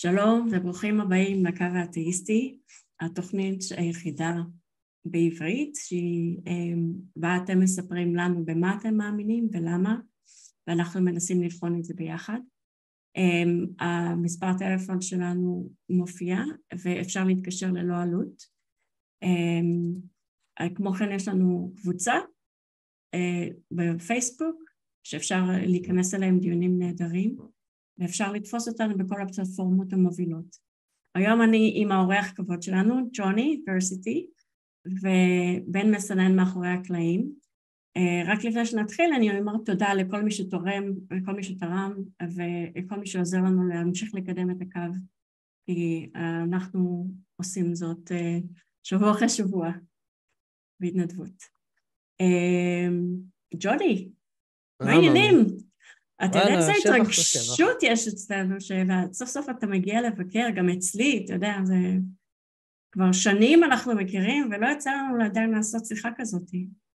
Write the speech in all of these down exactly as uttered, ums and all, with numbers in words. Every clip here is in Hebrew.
שלום וברוכים הבאים לקו האתאיסטי, התוכנית היחידה בעברית, שבה אתם מספרים לנו במה אתם מאמינים ולמה, ואנחנו מנסים לבחון את זה ביחד. המספר הטלפון שלנו מופיע, ואפשר להתקשר ללא עלות. כמו כן יש לנו קבוצה בפייסבוק, שאפשר להיכנס אליהם דיונים נהדרים, ואפשר לתפוס אותנו בכל הפלטפורמות המובילות. היום אני עם האורח כבוד שלנו, ג'וני ורסיטי, ובן מסנן מאחורי הקלעים. רק לפני שנתחיל, אני אומר תודה לכל מי שתורם, לכל מי שתרם, וכל מי שעוזר לנו להמשיך לקדם את הקו, כי אנחנו עושים זאת שבוע אחרי שבוע, בהתנדבות. ג'וני, מה העניינים? אתה יודע איזה התרגשות יש אצלנו, שסוף סוף אתה מגיע לבקר, גם אצלי, אתה יודע, זה כבר שנים אנחנו מכירים, ולא יצא לנו עדיין לעשות שיחה כזאת.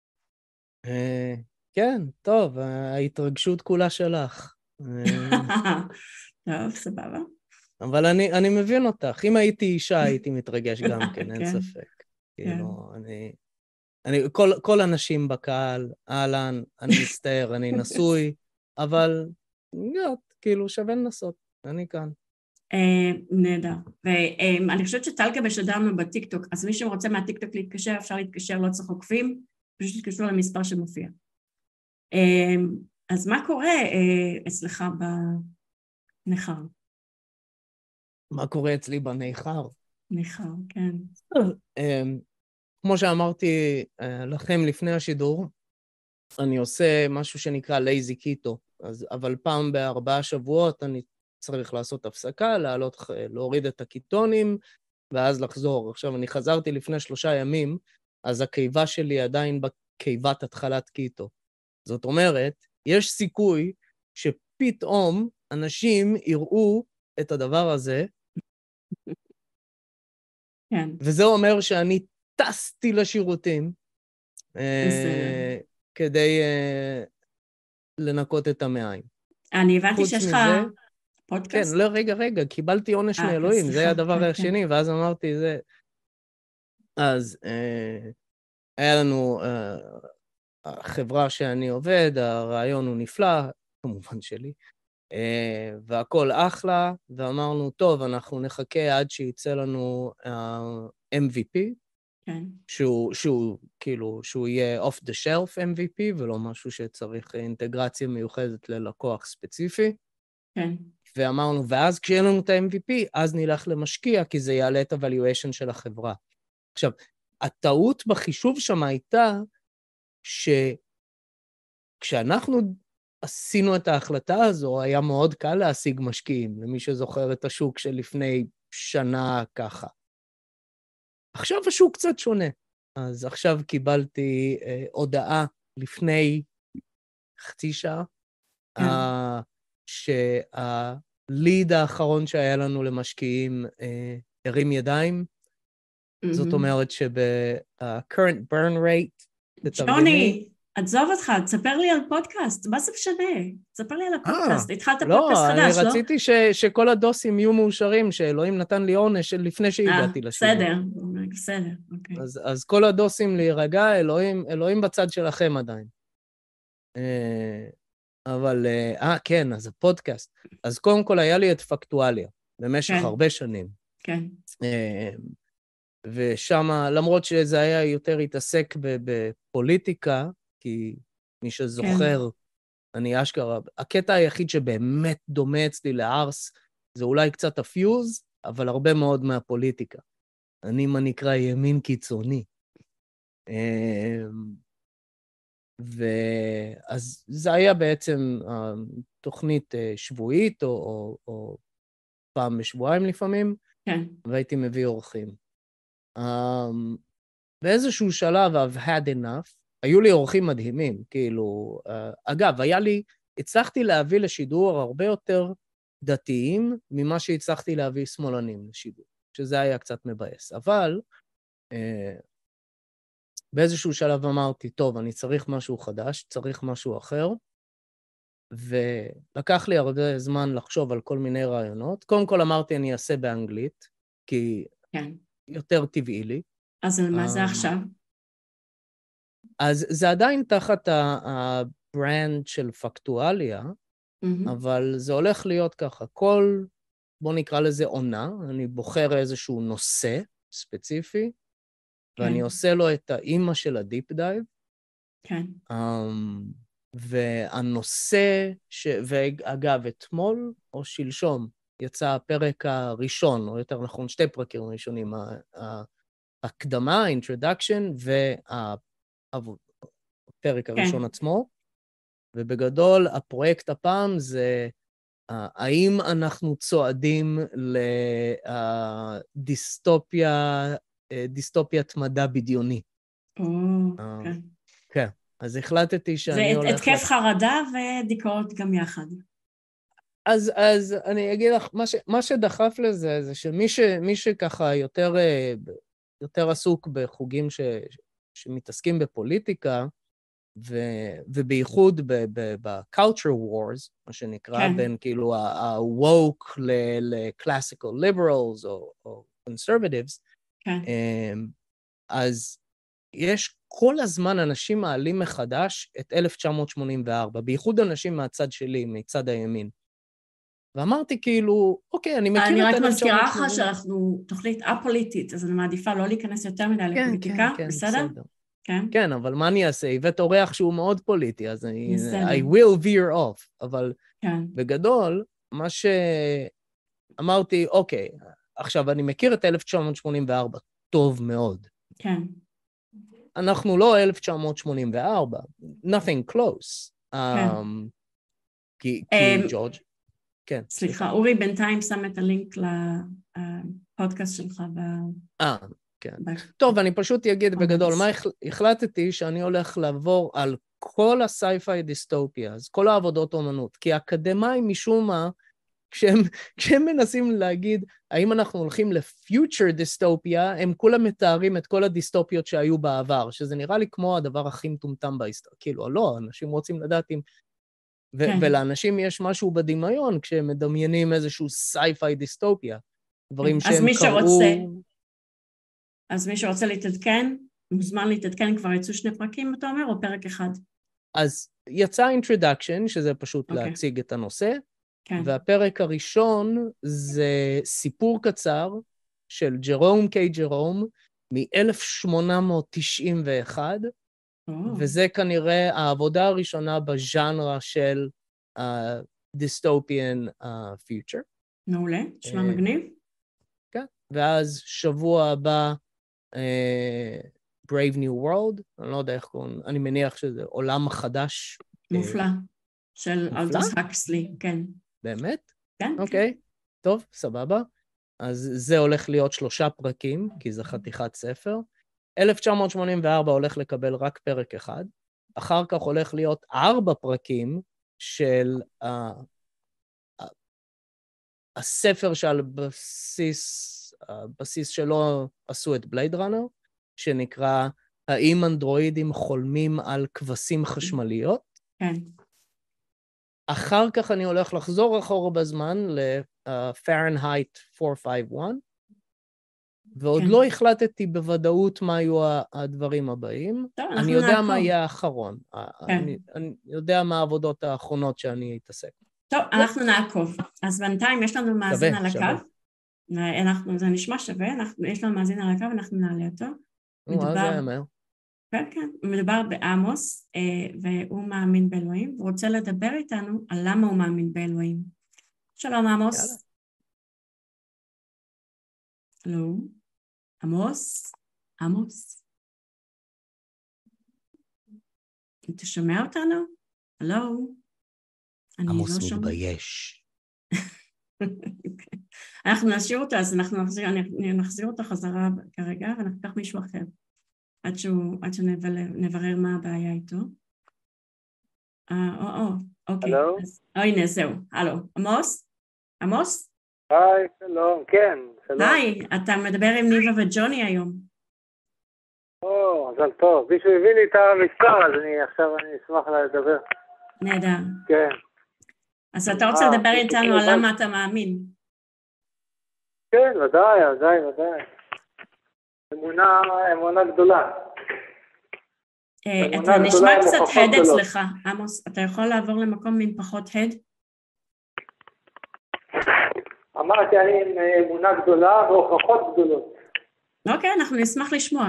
כן, טוב, ההתרגשות כולה שלך. טוב, סבבה. אבל אני, אני מבין אותך. אם הייתי אישה, הייתי מתרגש גם כן, אין ספק. כאילו, אני... אני, כל, כל אנשים בקהל, אהלן, אני מצטער, אני נשוי, אבל כאילו שווה לנסות, אני כאן. נהדר. ואני חושבת שטלקה משדרנו בטיקטוק, אז מי שרוצה מהטיקטוק להתקשר, אפשר להתקשר, לא צריך עוקבים, פשוט להתקשרו למספר שמופיע. אז מה קורה אצלך בניחר? מה קורה אצלי בניחר? ניחר, כן. כמו שאמרתי לכם לפני השידור, אני עושה משהו שנקרא לייזי קיטו, אז, אבל פעם בארבעה שבועות אני צריך לעשות הפסקה, לעלות, להוריד את הקיטונים, ואז לחזור. עכשיו, אני חזרתי לפני שלושה ימים, אז הקיבה שלי עדיין בקיבת התחלת קיטו. זאת אומרת, יש סיכוי שפתאום אנשים יראו את הדבר הזה, כן. וזה אומר שאני טסתי לשירותים, אה, כדי אה, לנקות את המעיים. אני הבנתי שיש לך פודקאסט? כן, לא, רגע, רגע, קיבלתי עונש מאלוהים, זה היה הדבר השני, ואז אמרתי, זה... אז אה, היה לנו, אה, החברה שאני עובד, הרעיון הוא נפלא, כמובן שלי, אה, והכל אחלה, ואמרנו, טוב, אנחנו נחכה עד שיצא לנו ה-אם וי פי, כן. שהוא, שהוא, כאילו, שהוא יהיה off the shelf אם וי פי, ולא משהו שצריך אינטגרציה מיוחדת ללקוח ספציפי. כן. ואמרנו, ואז כשיהיה לנו את ה-אם וי פי, אז נלך למשקיע, כי זה יעלה את ה-valuation של החברה. עכשיו, הטעות בחישוב שם הייתה, שכשאנחנו עשינו את ההחלטה הזו, היה מאוד קל להשיג משקיעים, למי שזוכר את השוק שלפני שנה ככה. עכשיו השוק קצת שונה. אז עכשיו קיבלתי אה, הודעה לפני חצי שעה, כן. אה, שהליד האחרון שהיה לנו למשקיעים אה, הרים ידיים. Mm-hmm. זאת אומרת שב-current burn rate, ג'וני, עזוב אותך, תספר לי על פודקאסט, מה זה משנה? תספר לי על הפודקאסט, התחלת פודקאסט חדש, לא? לא, אני רציתי שכל הדוסים יהיו מאושרים, שאלוהים נתן לי עונש לפני שהגעתי לשידור. בסדר, בסדר, אוקיי. אז כל הדוסים להירגע, אלוהים בצד שלכם עדיין. אבל, אה, כן, אז הפודקאסט. אז קודם כל היה לי את פקטואליה, במשך הרבה שנים. כן. ושם, למרות שזה היה יותר התעסק בפוליטיקה, כי מי שזוכר, אני אשכרה, הקטע היחיד שבאמת דומה אצלי לארס, זה אולי קצת הפיוז, אבל הרבה מאוד מהפוליטיקה. אני מה נקרא ימין קיצוני. ואז זה היה בעצם תוכנית שבועית, או, או, או פעם בשבועיים לפעמים, כן. והייתי מביא אורחים. Um, באיזשהו שלב, I've had enough, היו לי אורחים מדהימים, כאילו, uh, אגב, היה לי, הצלחתי להביא לשידור הרבה יותר דתיים, ממה שהצלחתי להביא שמאלנים לשידור, שזה היה קצת מבאס, אבל uh, באיזשהו שלב אמרתי, טוב, אני צריך משהו חדש, צריך משהו אחר, ולקח לי הרבה זמן לחשוב על כל מיני רעיונות. קודם כל אמרתי, אני אעשה באנגלית, כי כן. יותר טבעי לי. אז על מה זה עכשיו? אז זה עדיין תחת הברנד של פקטואליה, Mm-hmm. אבל זה הולך להיות ככה. כל, בוא נקרא לזה עונה, אני בוחר איזשהו נושא ספציפי, כן. ואני עושה לו את האימא של הדיפ דייב. כן. Um, והנושא, ש... ואגב, אתמול או שלשום, יצא הפרק הראשון, או יותר נכון, שתי פרקים ראשונים, ההקדמה, introduction, והפרק הראשון כן. עצמו. ובגדול, הפרויקט הפעם זה, האם אנחנו צועדים לדיסטופיה, דיסטופיית מדע בדיוני. או, כן. כן. אז החלטתי שאני הולך... זה התקף חרדה ודיכאות גם יחד. אז, אז אני אגיד לך, מה, ש, מה שדחף לזה, זה שמי ש, מי שככה יותר, יותר עסוק בחוגים ש, שמתעסקים בפוליטיקה, ו, ובייחוד ב-culture wars, מה שנקרא, כן. בין כאילו ה-woke ל-classical liberals או, או conservatives, כן. אז יש כל הזמן אנשים מעלים מחדש את אלף תשע מאות שמונים וארבע, בייחוד אנשים מהצד שלי, מצד הימין. ואמרתי כאילו, אוקיי, אני מכיר את אלף תשע מאות שמונים. אני רק מזכירה לך שאנחנו תוכנית א-פוליטית, אז אני מעדיפה לא להיכנס יותר מדי כן, לפוליטיקה, כן, כן, בסדר? בסדר. כן. כן, אבל מה אני אעשה? הבאת אורח שהוא מאוד פוליטי, אז אני... בסדר. I will veer off, אבל כן. בגדול, מה שאמרתי, אוקיי, עכשיו אני מכיר את אלף תשע מאות שמונים וארבע, טוב מאוד. כן. אנחנו לא אלף תשע מאות שמונים וארבע, nothing close. כן. Um, כי, Um, כי ג'ורג', כן. סליחה, אורי בינתיים שם את הלינק לפודקאסט שלך ב... אה, כן. ב... טוב, אני פשוט אגיד בגדול, מה החלטתי שאני הולך לעבור על כל הסייפיי דיסטופיה, אז כל העבודות אומנות, כי האקדמיים משום מה, כשהם, כשהם מנסים להגיד, האם אנחנו הולכים לפיוטר דיסטופיה, הם כולם מתארים את כל הדיסטופיות שהיו בעבר, שזה נראה לי כמו הדבר הכי מטומטם בהיסטוריה. כאילו, לא, אנשים רוצים לדעת אם... ו- כן. ולאנשים יש משהו בדמיון, כשהם מדמיינים איזשהו סייפיי דיסטופיה. דברים כן. שהם אז קראו... שרוצה, אז מי שרוצה להתעדכן, מוזמן להתעדכן, כבר יצאו שני פרקים, אתה אומר, או פרק אחד? אז יצא introduction, שזה פשוט okay. להציג את הנושא, כן. והפרק הראשון זה סיפור קצר של ג'רום קיי ג'רום מ-אלף שמונה מאות תשעים ואחת, oh. וזה כנראה העבודה הראשונה בז'אנרה של uh, dystopian uh, future. מעולה, נשמע מגניב. כן, ואז שבוע הבא uh, Brave New World, אני לא יודע איך קוראים, אני מניח שזה עולם חדש. מופלא, של אלדוס הקסלי, כן. באמת? כן. אוקיי, טוב, סבבה. אז זה הולך להיות שלושה פרקים, כי זה חתיכת ספר. אלף תשע מאות שמונים וארבע הולך לקבל רק פרק אחד. אחר כך הולך להיות ארבע פרקים של uh, uh, הספר שעל בסיס, הבסיס שלו עשו את בלייד ראנר, שנקרא האם אנדרואידים חולמים על כבשים חשמליות. כן. אחר כך אני הולך לחזור אחורה בזמן לפרנהייט ארבע חמש אחת, ועוד כן. לא החלטתי בוודאות מה יהיו הדברים הבאים. טוב, אני יודע נעקוב. מה יהיה האחרון. כן. אני, אני יודע מה העבודות האחרונות שאני אתעסק. טוב, אנחנו נעקוב. אז בינתיים יש לנו מאזין שווה, על הקו. שווה. אנחנו, זה נשמע שווה, אנחנו, יש לנו מאזין על הקו, אנחנו נעלה אותו. מדובר... זה היה מהר. כן, כן, מדובר בעמוס, והוא מאמין באלוהים, הוא רוצה לדבר איתנו על למה הוא מאמין באלוהים. שלום עמוס. הלו, עמוס, עמוס. אתה שומע אותנו? הלו? עמוס לא מתבייש. אנחנו נשאיר אותו, אז אנחנו נחזיר, נחזיר אותו חזרה כרגע, ונקח מישהו אחר. עד שהוא, עד שנברר מה הבעיה איתו. אה, או, או, אוקיי. הלו? או, הנה, זהו. הלו. עמוס? עמוס? היי, שלום, כן, שלום. היי, אתה מדבר עם ניבה וג'וני היום. או, אז טוב. מישהו הביא לי את המספר, אז אני עכשיו אני אשמח לדבר. נהדר. כן. אז אתה רוצה אה, לדבר זה איתנו שיעורי על בית. למה אתה מאמין. כן, ודאי, ודאי, ודאי. אמונה, אמונה גדולה. אה, אמונה אתה נשמע גדולה עם קצת הוכחות הד גדולות. אצלך, עמוס, אתה יכול לעבור למקום עם פחות הד? אמרתי, אני עם אמונה גדולה והוכחות גדולות. אוקיי, אנחנו נשמח לשמוע.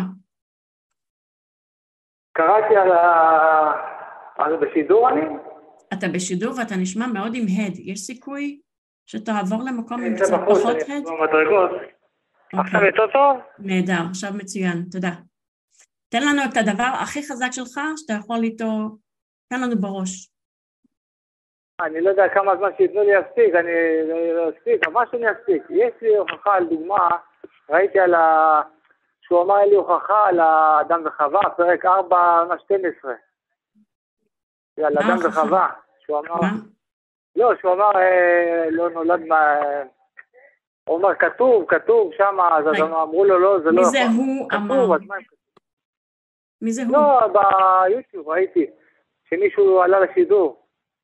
קראתי על ה... על בשידור אני? אתה בשידור ואתה נשמע מאוד עם הד, יש סיכוי שתעבור למקום עם אני אצא קצת בחוץ, פחות אני הד? אצא במדרגות. עכשיו אוקיי, יותר טוב? נהדר, עכשיו מצוין, תודה. תן לנו את הדבר הכי חזק שלך שאתה יכול איתו, תן לנו בראש. אני לא יודע כמה זמן שייתנו לי להספיק, אני לא אספיק, אבל מה שאני אספיק. יש לי הוכחה על דוגמה, ראיתי על ה... שהוא אמר לי הוכחה על האדם וחווה, פרק ארבע שתים עשרה. על מה אדם ההוכחה? וחווה. שהוא אמר... מה? לא, שהוא אמר, אה, לא נולד מה... הוא אומר, כתוב, כתוב שם, אז רגע. אמרו לו, לא, זה לא מי זה יכול. הוא כתוב, אמר? אז מה הם כתוב? מי זה הוא? לא, ביוטיוב ראיתי, שמישהו עלה לשידור.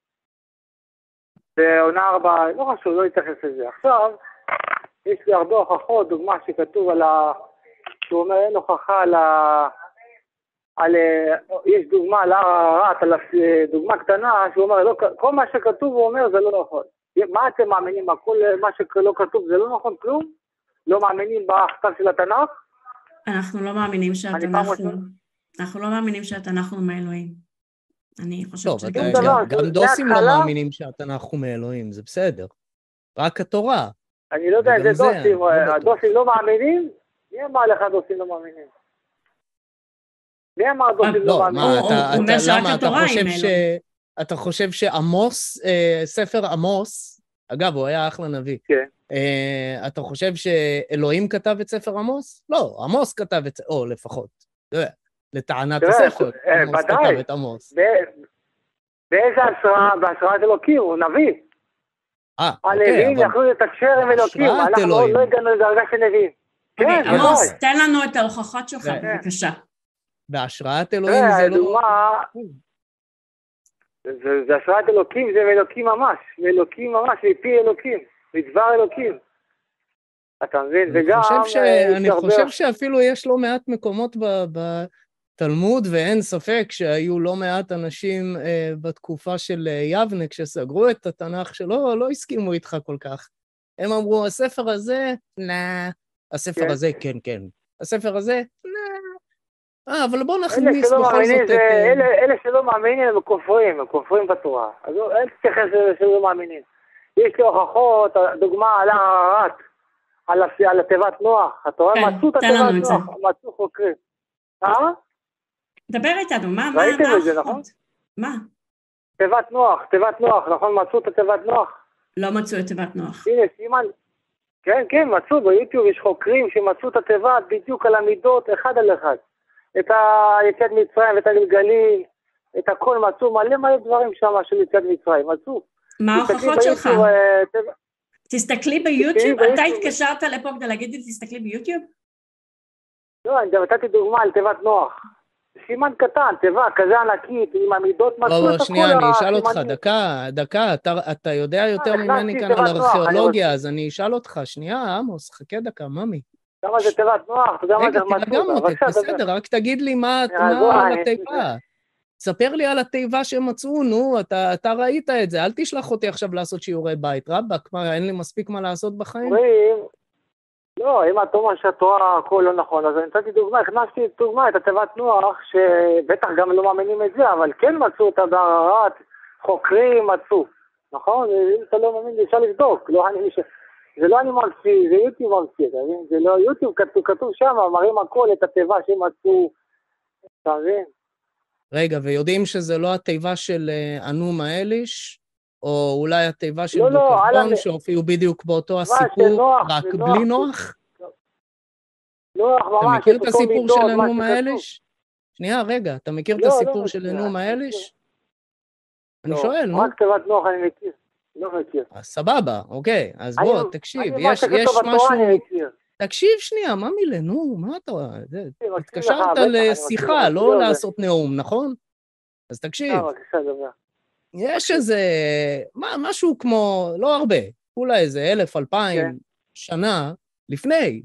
בעונה ארבע, לא חשוב, לא להתייחס לזה. עכשיו, יש לי הרבה הוכחות, דוגמה שכתוב על ה... שהוא אומר, אין הוכחה על ה... על... יש דוגמה על הר הרעת, על דוגמה קטנה, שהוא אומר, לא... כל מה שכתוב הוא אומר זה לא נכון. מה אתם מאמינים? הכל מה שלא כתוב זה לא נכון כלום? לא מאמינים בכתב של התנ"ך? אנחנו לא מאמינים שהתנ"ך פעם הוא... ראשונה- אנחנו לא מאמינים שהתנ"ך הוא מאלוהים. אני חושבת טוב, שזה אתה- שום גם... דבר. גם- גם זה דוסים לא ההתחלה. מאמינים שהתנ"ך הוא מאלוהים, זה בסדר. רק התורה. אני לא יודע וגם איזה זה, דוסים, אני לא בטוח. הדוסים לא מאמינים? מי אמר לך דוסים לא מאמינים? מי אמר דוסים אה, לא לא, מאמינים? מה, הוא- אתה, הוא אתה, אומר שרק למה, אתה התורה היא חושב מאלוהים. ש... אתה חושב שעמוס, אה, ספר עמוס, אגב, הוא היה אחלה נביא. כן. אה, אתה חושב שאלוהים כתב את ספר עמוס? לא, עמוס כתב את... או לפחות, אתה יודע, לטענת תראה, הספר, אה, עמוס ודאי. כתב את עמוס. ב- באיזה השראה? בהשראת אלוקים, הוא נביא. אה, הנביאים אוקיי, אבל יכלו לתקשר עם אלוקים, השראת אנחנו עוד אלוהים. לא הגענו לדרגה של נביאים. אוקיי, כן, עמוס, ודאי. תן לנו את ההוכחות שלך, כן. בבקשה. בהשראת אלוהים תראה, זה לא... הדוגמה, זה זה השראת אלוקים, זה מאלוקים ממש, מאלוקים ממש, מפי אלוקים, מדבר אלוקים. אתה מבין? אני וגם... חושב, ש... אה, אני יש הרבה- חושב שאפילו יש לא מעט מקומות ב... בתלמוד, ואין ספק שהיו לא מעט אנשים אה, בתקופה של אה, יבנה, כשסגרו את התנ"ך, שלא לא הסכימו איתך כל כך. הם אמרו, הספר הזה, נה, הספר כן. הזה, כן, כן. הספר הזה, נה. אה, אבל בוא אלה נכניס שלא בכל מאמינים, זאת זה- את... אה, אלה אלה שלא מאמינים הם כופרים, הם כופרים בתורה. אז לא- אל תתייחס לאלה שלא מאמינים. יש לי הוכחות, דוגמה על הר הרעת, על הס- על התיבת נוח. אתה רואה, כן, מצאו את תן לנו התיבת את זה. נוח, מצאו חוקרים. אה? דבר איתנו, מה, מה, ראיתם מה את זה, ההוכחות? נכון? מה? תיבת נוח, תיבת נוח, נכון? מצאו את התיבת נוח. לא מצאו את תיבת נוח. הנה, סימן. כן, כן, מצאו, ביוטיוב יש חוקרים שמצאו את התיבה בדיוק על המידות, אחד על אחד. את היציאת מצרים ואת הגלגלים, את הכל מצאו, מלא מלא דברים שם של יציאת מצרים, מצאו. מה תסתכלי ההוכחות שלך? ביוטיוב, אה, תיבה- תסתכלי ביוטיוב, תסתכלי אתה ביוטיוב. התקשרת לפה כדי להגיד לי, תסתכלי ביוטיוב? לא, אני נתתי דוגמה על תיבת נוח. סימן קטן, תיבה כזה ענקית, עם המידות, מצאו לא, את לא, הכל. שנייה, אני אשאל אותך, הסימנים. דקה, דקה, אתה, אתה יודע יותר הכנסתי ממני כאן תיבת על נוח, אני ארכיאולוגיה, רוצה. אז אני אשאל אותך, שנייה, עמוס, חכה דקה, ממי. אתה יודע מה זה תיבת נוח? אתה יודע מה רגע, זה מצאו? תירגע מותק, בבקשה, דבר. בסדר, רק תגיד לי מה רגוע, מה על אני- התיבה. ספר לי על התיבה שהם מצאו, נו, אתה, אתה ראית את זה, אל תשלח אותי עכשיו לעשות שיעורי בית, רבאק, מה, אין לי מספיק מה לעשות בחיים? אומרים, לא, אם את אומר שהתורה הכל לא נכון, אז אני נתתי דוגמה, הכנסתי דוגמה את התיבת נוח, שבטח גם לא מאמינים את זה, אבל כן מצאו אותה בהר הרעת, חוקרים מצאו, נכון? אם אתה לא מאמין, אפשר לבדוק, לא אני ש... זה לא אני ממציא, זה יוטיוב ממציא, אתה מבין? זה לא יוטיוב, כתוב, כתוב שם, מראים הכל, את התיבה שמצאו, אתה מבין? רגע, ויודעים שזה לא התיבה של אה, אנומה אליש, או אולי התיבה של לא, לא, דוקרטון, על המ- שהופיעו בדיוק באותו של הסיפור, נוח, רק של בלי נוח. נוח? נוח אתה ממש, מכיר את את אותו הסיפור מידות, של מה אנומה שכתוב. אליש? שנייה, רגע, אתה מכיר את לא, לא הסיפור של מכיר. אנומה אליש? אני לא, שואל, נו. רק תיבת נוח אני מכיר, לא מכיר. אז סבבה, אוקיי, אז אני- בוא, תקשיב, אני מה יש שכתוב יש בתורה משהו... אני מכיר. תקשיב שנייה, מה מילה, נו, מה אתה... זה, אני מקשיב לך, התקשרת בטח, אני מקשיב לשיחה, לך, לא לא, לעשות נאום, נכון? אז תקשיב, אה, בבקשה, דבר. יש איזה, משהו כמו, לא הרבה, אולי איזה אלף, אלפיים שנה לפני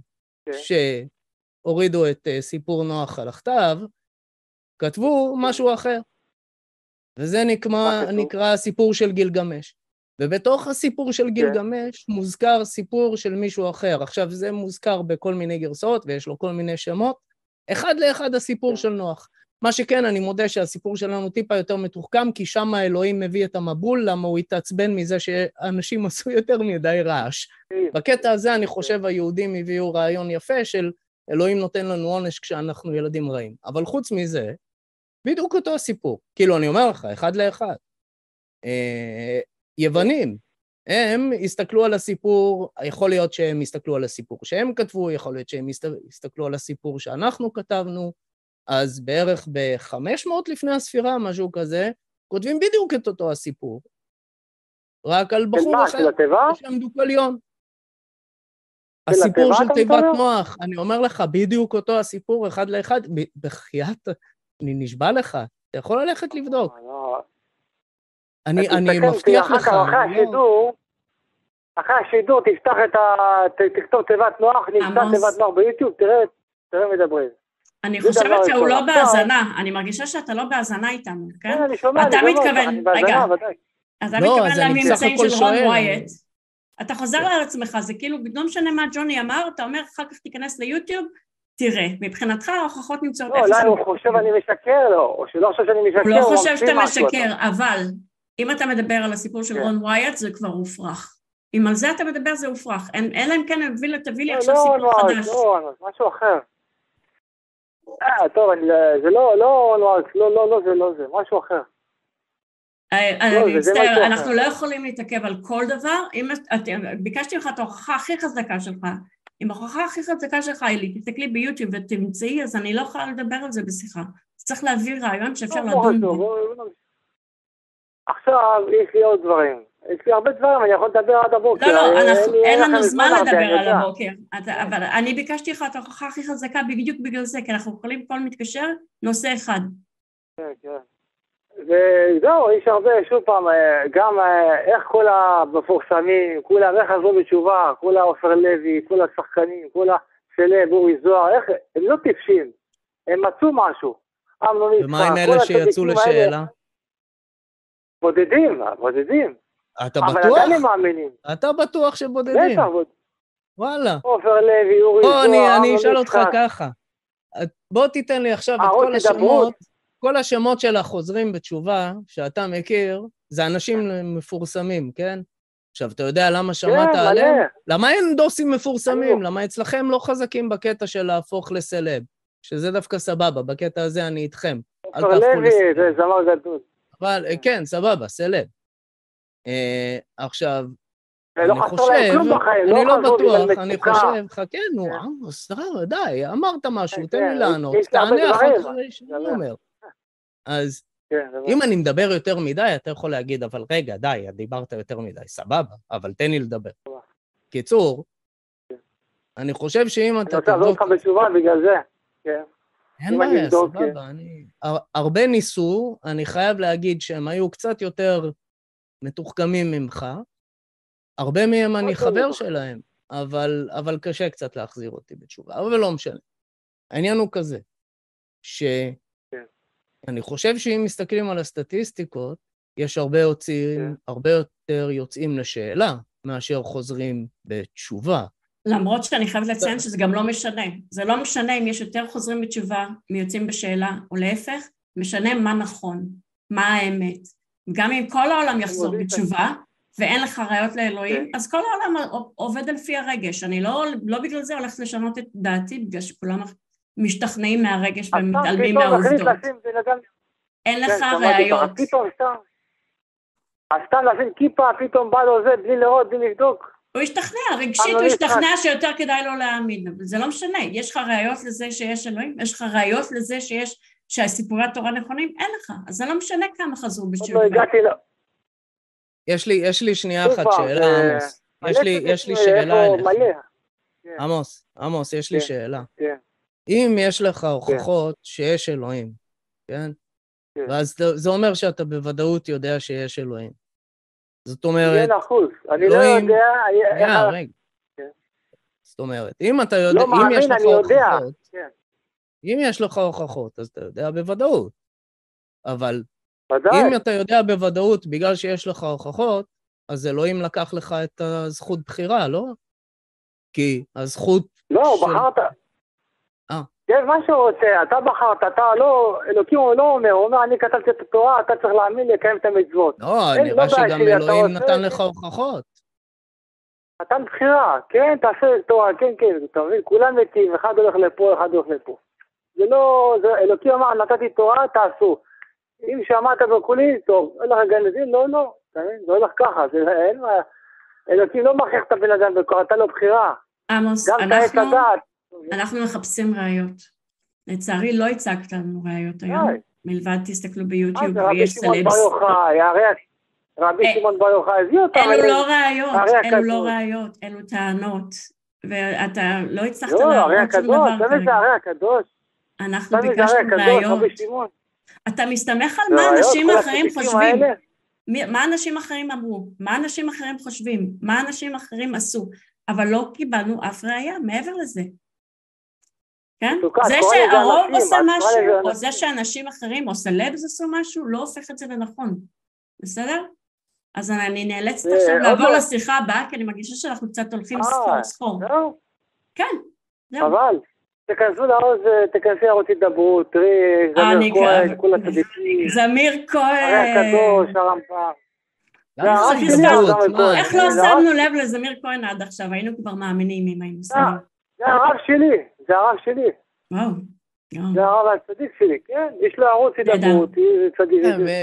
שהורידו את סיפור נוח על הכתב, כתבו משהו אחר. וזה נקרא, נקרא הסיפור של גילגמש. ובתוך הסיפור של גילגמש מוזכר סיפור של מישהו אחר. עכשיו זה מוזכר בכל מיני גרסאות ויש לו כל מיני שמות. אחד לאחד הסיפור של נוח. מה שכן, אני מודה שהסיפור שלנו טיפה יותר מתוחכם, כי שם האלוהים מביא את המבול, למה הוא התעצבן מזה שאנשים עשו יותר מדי רעש. בקטע הזה אני חושב היהודים הביאו רעיון יפה של אלוהים נותן לנו עונש כשאנחנו ילדים רעים. אבל חוץ מזה, בדיוק אותו הסיפור. כאילו, אני אומר לך, אחד לאחד. אה, יוונים, הם הסתכלו על הסיפור, יכול להיות שהם הסתכלו על הסיפור שהם כתבו, יכול להיות שהם הסתכלו על הסיפור שאנחנו כתבנו, אז בערך ב-חמש מאות לפני הספירה, משהו כזה, כותבים בדיוק את אותו הסיפור. רק על בחור אחר, בשם דוקליון. הסיפור של תיבת נוח, אני אומר לך, בדיוק אותו הסיפור, אחד לאחד, בחייאת, אני נשבע לך, אתה יכול ללכת לבדוק. אני, אני מבטיח לך. אחרי השידור, אחרי השידור תפתח את ה... תכתוב תיבת נוח, נמצא תיבת נוח ביוטיוב, תראה, תראה מדברים. אני חושבת שהוא לא בהאזנה, אני מרגישה שאתה לא בהאזנה איתנו, כן? אתה מתכוון, רגע, אתה מתכוון לממצאים של רון ווייט. אתה חוזר על עצמך, זה כאילו, לא משנה מה ג'וני אמר, אתה אומר, אחר כך תיכנס ליוטיוב, תראה, מבחינתך ההוכחות נמצאות איפה. לא, הוא חושב אני משקר לו, או שלא חושב שאני משקר. הוא לא חושב שאתה משקר, אבל אם אתה מדבר על הסיפור של רון ווייט, זה כבר הופרך. אם על זה אתה מדבר, זה הופרך. אלא אם כן תביא לי עכשיו סיפור חדש. לא, לא, משהו אחר. אה, טוב, זה לא, לא, לא, לא, לא, זה לא זה, משהו אחר. אני מצטער, אנחנו לא יכולים להתעכב על כל דבר. ביקשתי לך את ההוכחה הכי חזקה שלך. אם ההוכחה הכי חזקה שלך היא, תסתכלי ביוטיוב ותמצאי, אז אני לא יכולה לדבר על זה בשיחה. צריך להביא רעיון שאפשר לדון בו. עכשיו יש לי עוד דברים. יש לי הרבה דברים, אני יכול לדבר עד הבוקר. לא, לא, אין לנו זמן לדבר על הבוקר. אבל אני ביקשתי לך את ההוכחה הכי חזקה בדיוק בגלל זה, כי אנחנו יכולים כל מתקשר נושא אחד. כן, כן. וזהו, יש הרבה, שוב פעם, גם איך כל המפורסמים, כולם, איך חזרו בתשובה, כל עופר לוי, כל השחקנים, כל הסלב, אורי זוהר, איך, הם לא טיפשים, הם מצאו משהו. ומה עם אלה שיצאו לשאלה? בודדים, בודדים. אתה בטוח? אבל עדיין הם מאמינים. אתה בטוח שבודדים? בטח. וואלה. עופר לוי, אורי זוהר. בוא, אני אשאל אותך ככה. בוא תיתן לי עכשיו את כל השמות. כל השמות של החוזרים בתשובה שאתה מכיר, זה אנשים מפורסמים, כן? עכשיו, אתה יודע למה שמעת עליהם? למה אין דוסים מפורסמים? למה אצלכם לא חזקים בקטע של להפוך לסלב? שזה דווקא סבבה, בקטע הזה אני איתכם. אל תהפכו לסלב. זה זמר גדול. אבל, כן, סבבה, סלב. עכשיו, אני חושב, אני לא בטוח, אני חושב, חכה, נו, עמוס, די, אמרת משהו, תן לי לענות, תענה אחרי שאני אומר. אז אם אני מדבר יותר מדי, אתה יכול להגיד, אבל רגע, די, דיברת יותר מדי, סבבה, אבל תן לי לדבר. קיצור, אני חושב שאם אתה... אני רוצה לעזור אותך בתשובה בגלל זה. אין בעיה, סבבה. הרבה ניסו, אני חייב להגיד שהם היו קצת יותר מתוחכמים ממך, הרבה מהם אני חבר שלהם, אבל קשה קצת להחזיר אותי בתשובה, אבל לא משנה. העניין הוא כזה, ש... אני חושב שאם מסתכלים על הסטטיסטיקות, יש הרבה יוצאים, הרבה יותר יוצאים לשאלה, מאשר חוזרים בתשובה. למרות שאני חייבת לציין שזה גם לא משנה. זה לא משנה אם יש יותר חוזרים בתשובה מיוצאים בשאלה, או להפך, משנה מה נכון, מה האמת. גם אם כל העולם יחזור בתשובה, ואין לך ראיות לאלוהים, אז כל העולם עובד על פי הרגש. אני לא, לא בגלל זה הולכת לשנות את דעתי, בגלל שכולם משתכנעים מהרגש ומתעלמים מהעובדות. אין לך ראיות. אז סתם לשים כיפה, פתאום בא לו זה, בלי לראות, בלי לבדוק. הוא השתכנע, רגשית הוא השתכנע שיותר כדאי לו להאמין, אבל זה לא משנה. יש לך ראיות לזה שיש אלוהים? יש לך ראיות לזה שיש, שהסיפורי התורה נכונים? אין לך. אז זה לא משנה כמה חזרו בתשובה. יש לי, יש לי שנייה אחת שאלה, עמוס. יש לי, יש לי שאלה אליך. עמוס, עמוס, יש לי שאלה. אם יש לך הוכחות שיש אלוהים, כן? ואז זה אומר שאתה בוודאות יודע שיש אלוהים. זאת אומרת... מיליון אחוז. אני לא יודע... רגע, רגע. זאת אומרת, אם אתה יודע... לא מאמין, אני יודע. אם יש לך הוכחות, אז אתה יודע בוודאות. אבל ודאי. אם אתה יודע בוודאות בגלל שיש לך הוכחות, אז אלוהים לקח לך את הזכות בחירה, לא? כי הזכות... לא, של... בחרת... אה. כן, מה שהוא רוצה, אתה בחרת, אתה לא... אלוקים הוא לא אומר, הוא אומר, אני כתבתי את התורה, אתה צריך להאמין לקיים את המצוות. לא, נראה שגם אלוהים נתן לך הוכחות. נתן בחירה, כן, תעשה תורה, כן, כן, אתה מבין, כולם מתים, אחד הולך לפה, אחד הולך לפה. זה לא... זה... אלוקים אמר, נתתי תורה, תעשו. אם שמעת בקולי, טוב, אין לך גנזין, לא, לא. זה הולך ככה, זה אין מה... אלוקים לא מכריח את הבן אדם בכוח, אתה לא בחירה. עמוס, גם אנחנו, לדעת. אנחנו מחפשים ראיות. לצערי לא הצגת לנו ראיות היום, מלבד תסתכלו ביוטיוב ויש סלבס. רבי שמעון בר יוחאי הביא אותם. אלו לא ראיות, אלו לא ראיות, אלו טענות, ואתה לא הצלחת להראות שום דבר כרגע. זה הרי הקדוש. אנחנו ביקשנו ראיות. אתה מסתמך על מה אנשים אחרים חושבים. מה אנשים אחרים אמרו, מה אנשים אחרים חושבים, מה אנשים אחרים עשו, אבל לא קיבלנו אף ראייה מעבר לזה. כן? זה שהרוב עושה משהו, או זה שאנשים אחרים, או סלבס עשו משהו, לא הופך את זה לנכון. בסדר? אז אני נאלצת עכשיו לעבור לשיחה הבאה, כי אני מרגישה שאנחנו קצת הולכים סחור סחור. כן, זהו. אבל, תכנסו לעוז, תכנסי לערוץ הידברות, תראי, זמיר כהן, כולה צדיקים. זמיר כהן. הרי הקדוש, הרמב"ם. איך לא שמנו לב לזמיר כהן עד עכשיו? היינו כבר מאמינים אם היינו שמים. זה הרב שלי, זה הרב שלי. וואו. זה הרב הצדיק שלי, כן? יש לו ערוץ הידברות, צדיק.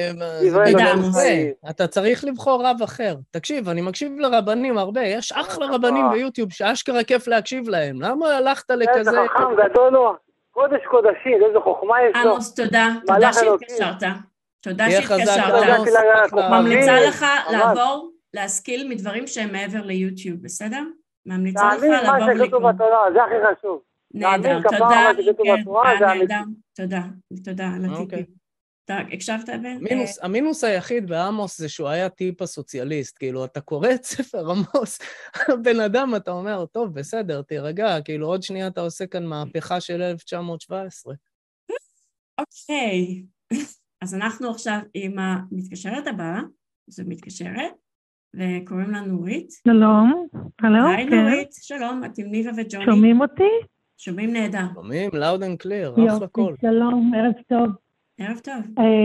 אתה צריך לבחור רב אחר. תקשיב, אני מקשיב לרבנים הרבה, יש אחלה רבנים ביוטיוב שאשכרה כיף להקשיב להם. למה הלכת לכזה... זה חכם גדול לו, קודש קודשים, איזה חוכמה יש לו. עמוס, תודה, תודה שהתקשרת. תודה שהתקשרת. ממליצה לך לעבור, להשכיל מדברים שהם מעבר ליוטיוב, בסדר? ממליצה לך לעבור לקרוא. זה הכי חשוב. נהדר, תודה, נהדר, תודה, תודה על הטיפים. הקשבת בן? המינוס היחיד בעמוס זה שהוא היה טיפ הסוציאליסט, כאילו אתה קורא את ספר עמוס, בן אדם אתה אומר, טוב, בסדר, תירגע, כאילו עוד שנייה אתה עושה כאן מהפכה של אלף תשע מאות שבע עשרה. אוקיי, אז אנחנו עכשיו עם המתקשרת הבאה, זו מתקשרת, וקוראים לה נורית. שלום, הלו, היי נורית, שלום, את עם ניבה וג'וני. שומעים אותי? שומעים נהדר. שומעים, loud and clear, אחלה קול. שלום, ערב טוב. ערב טוב.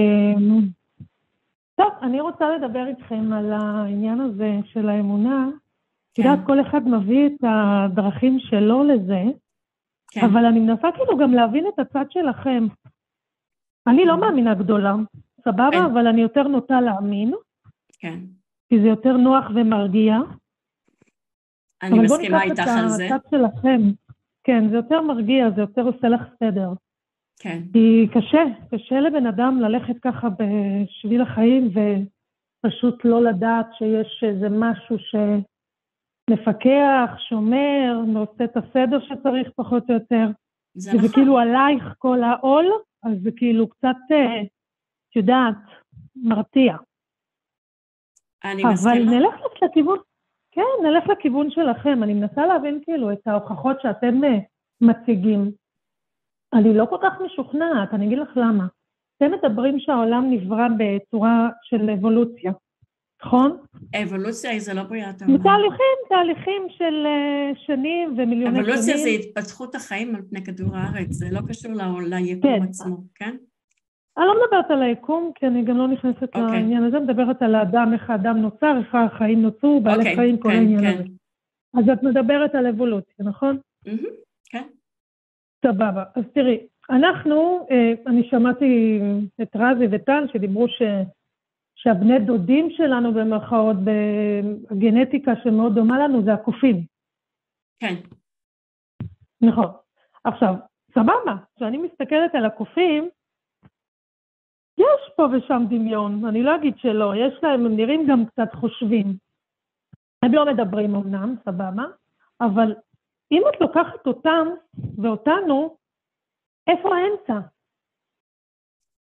טוב, אני רוצה לדבר איתכם על העניין הזה של האמונה. את יודעת, כל אחד מביא את הדרכים שלו לזה, אבל אני מנסה כאילו גם להבין את הצד שלכם. אני לא מאמינה גדולה, סבבה, אבל אני יותר נוטה להאמין. כן. כי זה יותר נוח ומרגיע. אני מסכימה איתך על זה. אבל בוא ניקח את הצד שלכם. כן, זה יותר מרגיע, זה יותר עושה לך סדר. כן. כי קשה, קשה לבן אדם ללכת ככה בשביל החיים, ופשוט לא לדעת שיש איזה משהו שמפקח, שומר, ועושה את הסדר שצריך פחות או יותר. זה נכון. וזה כאילו עלייך כל העול, אז זה כאילו קצת, את יודעת, מרתיע. אני מסכימה. אבל נלך לכיוון, כן, נלך לכיוון שלכם. אני מנסה להבין כאילו את ההוכחות שאתם מציגים. אני לא כל כך משוכנעת, אני אגיד לך למה. אתם מדברים שהעולם נברא בצורה של אבולוציה, נכון? אבולוציה זה לא בריאת העולם. תהליכים, תהליכים של שנים ומיליוני שנים. אבולוציה זה התפתחות החיים על פני כדור הארץ, זה לא קשור ליקום עצמו, כן? אני לא מדברת על היקום, כי אני גם לא נכנסת לעניין הזה, מדברת על האדם, איך האדם נוצר, איך החיים נוצרו, בעלי חיים, כל העניין הזה. אז את מדברת על אבולוציה, נכון? כן. סבבה. אז תראי, אנחנו, אני שמעתי את רזי וטל, שדיברו שהבני דודים שלנו במרכאות, בגנטיקה שמאוד דומה לנו, זה הקופים. כן. נכון. עכשיו, סבבה, כשאני מסתכלת על הקופים, יש פה ושם דמיון, אני לא אגיד שלא, יש להם, הם נראים גם קצת חושבים. הם לא מדברים אמנם, סבבה, אבל אם את לוקחת אותם ואותנו, איפה האמצע?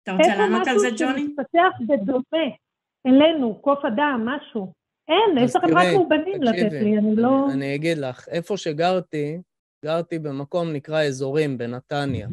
אתה רוצה לענות על זה, ג'וני? איפה משהו שמתפתח בדומה אלינו, קוף אדם, משהו. אין, יש לכם רק מאובנים לתת לי, אני לא... אני אגיד לך, איפה שגרתי, גרתי במקום נקרא אזורים בנתניה.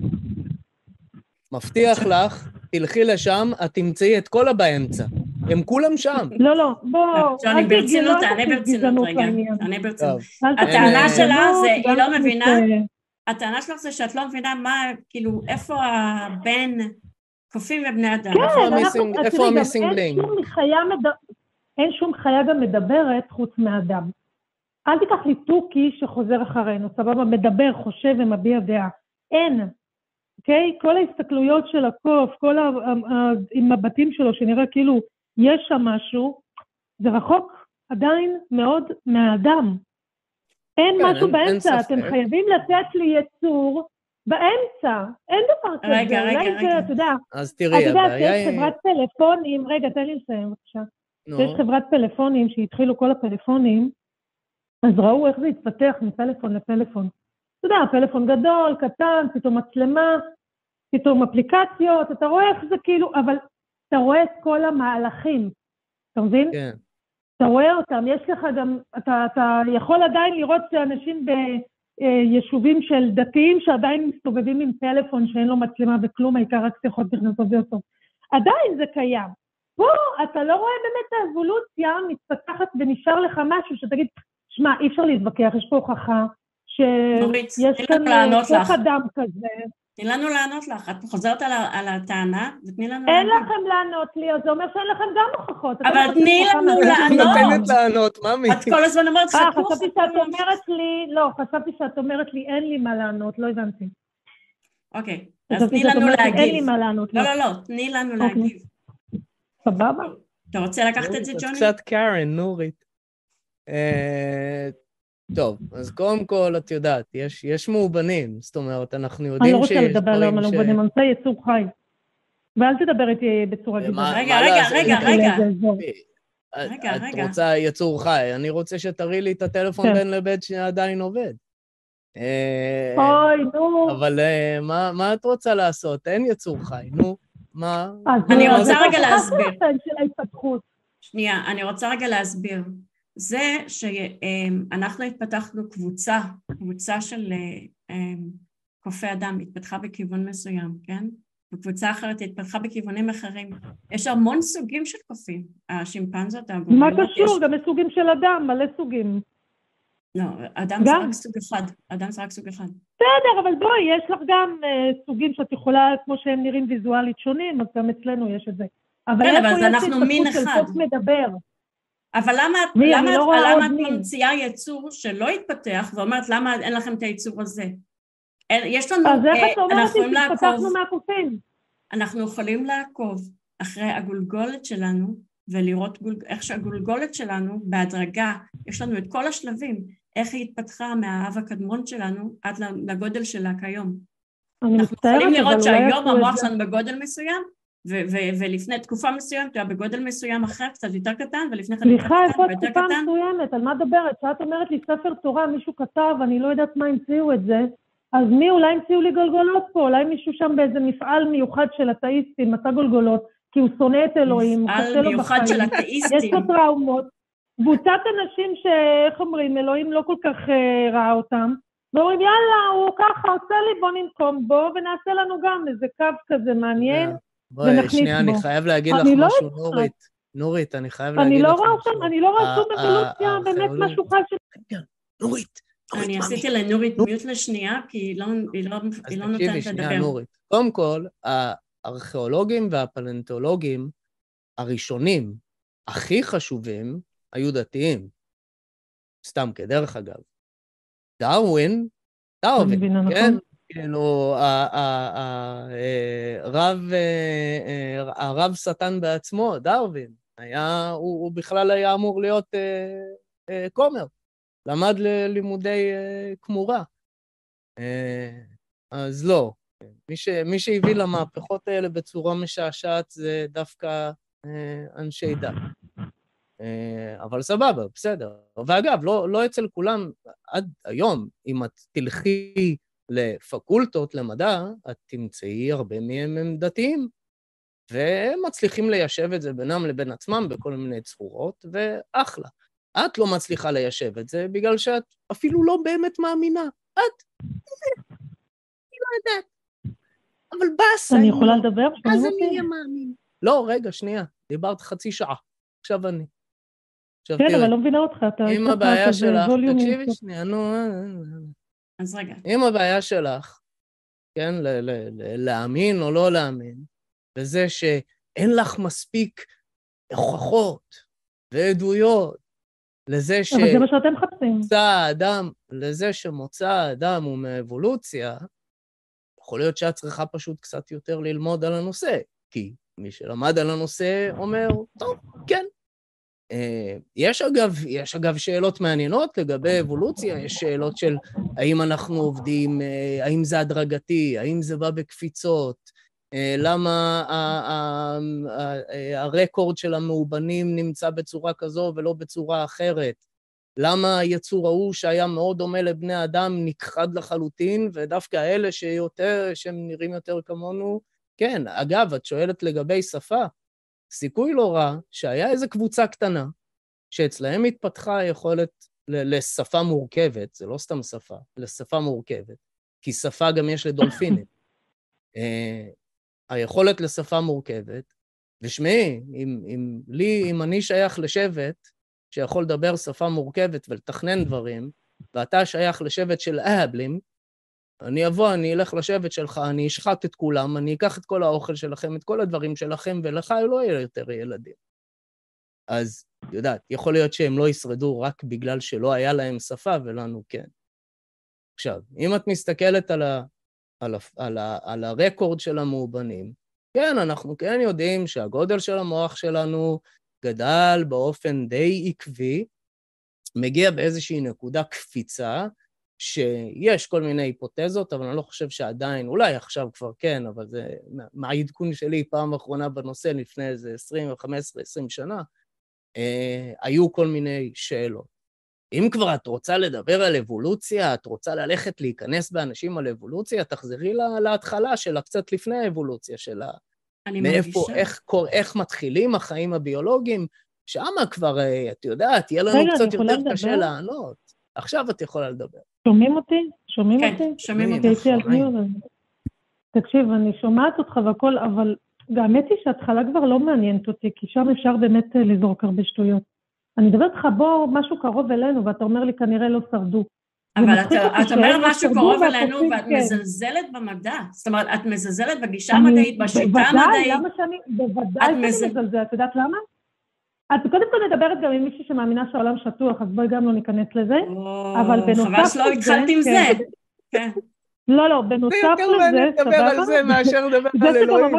מבטיח לך, תלכי לשם, את תמצאי את כל הבאמצע. הם כולם שם. לא, לא, בוא... ג'וני, ברצינות, תענה ברצינות רגע. תענה ברצינות. הטענה שלה זה, היא לא מבינה, הטענה שלך זה שאת לא מבינה מה, כאילו, איפה הבין קופים ובני אדם. איפה המיסינג לינק? אין שום חיה גם מדברת חוץ מאדם. אל תיקח לי טוקי שחוזר אחרינו, סבבה, מדבר, חושב ומביע דעה. אין. אוקיי? כל ההסתכלויות של הקוף, כל המבטים שלו שנראה כאילו יש שם משהו, זה רחוק עדיין מאוד מהאדם. אין משהו באמצע, אתם חייבים לתת לי יצור באמצע, אין דבר כזה. רגע, רגע, רגע. אתה יודע, אז תראי, הבעיה היא... אתה יודע, יש חברת טלפונים, רגע, תן לי לסיים, בבקשה. יש חברת פלאפונים שהתחילו כל הפלאפונים, אז ראו איך זה התפתח מפלאפון לפלאפון. אתה יודע, פלאפון גדול, קטן, פתאום מצלמה, פתאום אפליקציות, אתה רואה איך זה כאילו, אבל אתה רואה את כל המהלכים, אתה מבין? כן. אתה רואה אותם, יש לך גם, אתה, אתה יכול עדיין לראות שאנשים ביישובים של דתיים שעדיין מסתובבים עם פלאפון שאין לו מצלמה וכלום, העיקר רק שיחות נכנסות ויוצאות. עדיין זה קיים. פה אתה לא רואה באמת האבולוציה מתפתחת ונשאר לך משהו שתגיד, שמע, אי אפשר להתווכח, יש פה הוכחה שיש כאן כוח אדם כזה. תני לנו לענות לך, את חוזרת על הטענה, ותני לנו לענות. אין לכם לענות לי, אז זה אומר שאין לכם גם הוכחות. אבל תני לנו לענות. את נותנת לענות, ממי. את כל הזמן אומרת חכוך. אה, חשבתי שאת אומרת לי, לא, חשבתי שאת אומרת לי, אין לי מה לענות, לא הבנתי. אוקיי, אז תני לנו להגיב. אין לי מה לענות. לא, לא, לא, תני לנו להגיב. סבבה. אתה רוצה לקחת את זה, ג'וני? קצת קארן, נורית. טוב, אז קודם כל, את יודעת, יש, יש מאובנים, זאת אומרת, אנחנו יודעים שיש... אני לא רוצה לדבר על מאובנים, אני רוצה יצור חי. ואל תדבר איתי בצורה גזענית. רגע, רגע, רגע, רגע. רגע, רגע. את רוצה יצור חי, אני רוצה שתראי לי את הטלפון בין לבית שעדיין עובד. אוי, נו. אבל מה את רוצה לעשות? אין יצור חי, נו. מה? אני רוצה רגע להסביר. שנייה, אני רוצה רגע להסביר. זה שאנחנו התפתחנו קבוצה, קבוצה של קופי אדם, התפתחה בכיוון מסוים, כן? וקבוצה אחרת התפתחה בכיוונים אחרים. יש המון סוגים של קופים, השימפנזות, מה קשור? גם יש סוגים של אדם, מלא סוגים. לא, אדם זה רק סוג אחד, אדם זה רק סוג אחד. בסדר, אבל בואי, יש לך גם סוגים שאת יכולה, כמו שהם נראים ויזואלית שונים, אז גם אצלנו יש את זה. כן, אבל אנחנו מין אחד. אבל למה, למה, למה את ממציאה יצור שלא יתפתח, ואומרת למה אין לכם את היצור הזה? יש לנו, אז איך את אומרת שהתפתחנו מהקופים? אנחנו יכולים לעקוב אחרי הגולגולת שלנו, ולראות איך שהגולגולת שלנו בהדרגה, יש לנו את כל השלבים, איך היא התפתחה מהאב הקדמון שלנו עד לגודל שלה כיום. אנחנו יכולים לראות שהיום המוח שלנו בגודל מסוים, ולפני תקופה מסוימת, הוא היה בגודל מסוים אחר, קצת יותר קטן, ולפני כן יותר קטן ויותר קטן. סליחה, איפה תקופה מסוימת? על מה דברת? שאת אומרת לי ספר תורה, מישהו כתב, אני לא יודעת מה המציאו את זה, אז מי אולי המציאו לי גולגולות פה? אולי מישהו שם באיזה מפעל מיוחד של אתאיסטים, עשה גולגולות, כי הוא שונא את אלוהים, הוא קשה לו בחיים. יש לו טראומות. קבוצת אנשים שאיך אומרים, אלוהים לא כל כך ראה אותם, ואומרים, יאללה, הוא ככה עושה לי, בוא ננקום בו, ונעשה לנו גם איזה קו כזה מעניין. בואי, שנייה, אני חייב להגיד לך משהו, נורית. נורית, אני חייב להגיד לך משהו. אני לא רואה שום אבולוציה, באמת משהו חל של... נורית. אני עשיתי לנורית מיוט לשנייה, כי היא לא נותנת לדבר. שנייה, נורית. קודם כל, הארכיאולוגים והפלנטולוגים הראשונים, הכי חשובים, היו דתיים. סתם כדרך אגב. דרווין, דרווין, כן? כאילו, הרב שטן בעצמו, דרווין, הוא בכלל היה אמור להיות כומר, למד ללימודי כמורה. אז לא, מי שהביא למהפכות האלה בצורה משעשעת זה דווקא אנשי דת. אבל סבבה, בסדר. ואגב, לא אצל כולם, עד היום, אם את תלכי לפקולטות למדע, את תמצאי הרבה מהם הם דתיים. והם מצליחים ליישב את זה בינם לבין עצמם בכל מיני צורות, ואחלה. את לא מצליחה ליישב את זה, בגלל שאת אפילו לא באמת מאמינה. את, אני לא יודעת. אבל בס, אני יכולה לדבר? אז אני אהיה מאמין. לא, רגע, שנייה, דיברת חצי שעה. עכשיו אני. כן, אבל לא מבינה אותך, אתה... אם הבעיה שלך, תקשיבי שנייה, נו... אז רגע. אם הבעיה שלך, כן, להאמין או לא להאמין, וזה שאין לך מספיק הוכחות ועדויות, לזה ש... אבל זה מה שאתם מחפשים. מוצא האדם, לזה שמוצא האדם הוא מאבולוציה, יכול להיות שאת צריכה פשוט קצת יותר ללמוד על הנושא, כי מי שלמד על הנושא אומר, טוב, כן. יש אגב, יש אגב שאלות מעניינות לגבי אבולוציה, יש שאלות של האם אנחנו עובדים, האם זה הדרגתי, האם זה בא בקפיצות, למה הרקורד של המאובנים נמצא בצורה כזו ולא בצורה אחרת, למה היצור ההוא שהיה מאוד דומה לבני אדם נכחד לחלוטין, ודווקא האלה שיותר, שהם נראים יותר כמונו, כן, אגב, את שואלת לגבי שפה, סיכוי לא רע שהיה איזו קבוצה קטנה, שאצלהם התפתחה יכולת לשפה מורכבת, זה לא סתם שפה, לשפה מורכבת, כי שפה גם יש לדולפינים. היכולת לשפה מורכבת, ושמעי, אם, אם לי, אם אני שייך לשבט, שיכול לדבר שפה מורכבת ולתכנן דברים, ואתה שייך לשבט של אהבלים, אני אבוא, אני אלך לשבט שלך, אני אשחט את כולם, אני אקח את כל האוכל שלכם, את כל הדברים שלכם, ולך לא יהיה יותר ילדים. אז, יודעת, יכול להיות שהם לא ישרדו רק בגלל שלא היה להם שפה, ולנו כן. עכשיו, אם את מסתכלת על, ה, על, ה, על, ה, על הרקורד של המאובנים, כן, אנחנו כן יודעים שהגודל של המוח שלנו גדל באופן די עקבי, מגיע באיזושהי נקודה קפיצה, שיש כל מיני היפותזות, אבל אני לא חושב שעדיין, אולי עכשיו כבר כן, אבל זה מהעדכון שלי פעם אחרונה בנושא, לפני איזה עשרים וחמש עשרה עשרים שנה, אה, היו כל מיני שאלות. אם כבר את רוצה לדבר על אבולוציה, את רוצה ללכת להיכנס באנשים על אבולוציה, תחזרי לה, להתחלה שלה, קצת לפני האבולוציה שלה. מאיפה, איך, איך מתחילים החיים הביולוגיים, שמה כבר, את יודעת, יהיה לנו קצת יותר לדבר? קשה לענות. עכשיו את יכולה לדבר. שומעים אותי? שומעים כן, אותי? שומעים אותך. תקשיב, אני שומעת אותך והכל, אבל האמת היא שההתחלה כבר לא מעניינת אותי, כי שם אפשר באמת לזרוק הרבה שטויות. אני מדברת לך בוא משהו קרוב אלינו, ואתה אומר לי כנראה לא שרדו. אבל את אומר משהו קרוב אלינו, ואת מזלזלת במדע. זאת אומרת, את מזלזלת בגישה המדעית, בשיטה המדעית. למה שאני, בוודאי שאני מזלזלת, את יודעת למה? את קודם כל מדברת גם עם מישהי שמאמינה שהעולם שטוח, אז בואי גם לא ניכנס לזה. אבל בנוסף לזה... חבל שלא התחלת עם זה. לא, לא, בנוסף לזה... זה יותר מעניין לדבר על זה מאשר לדבר על אלוהים.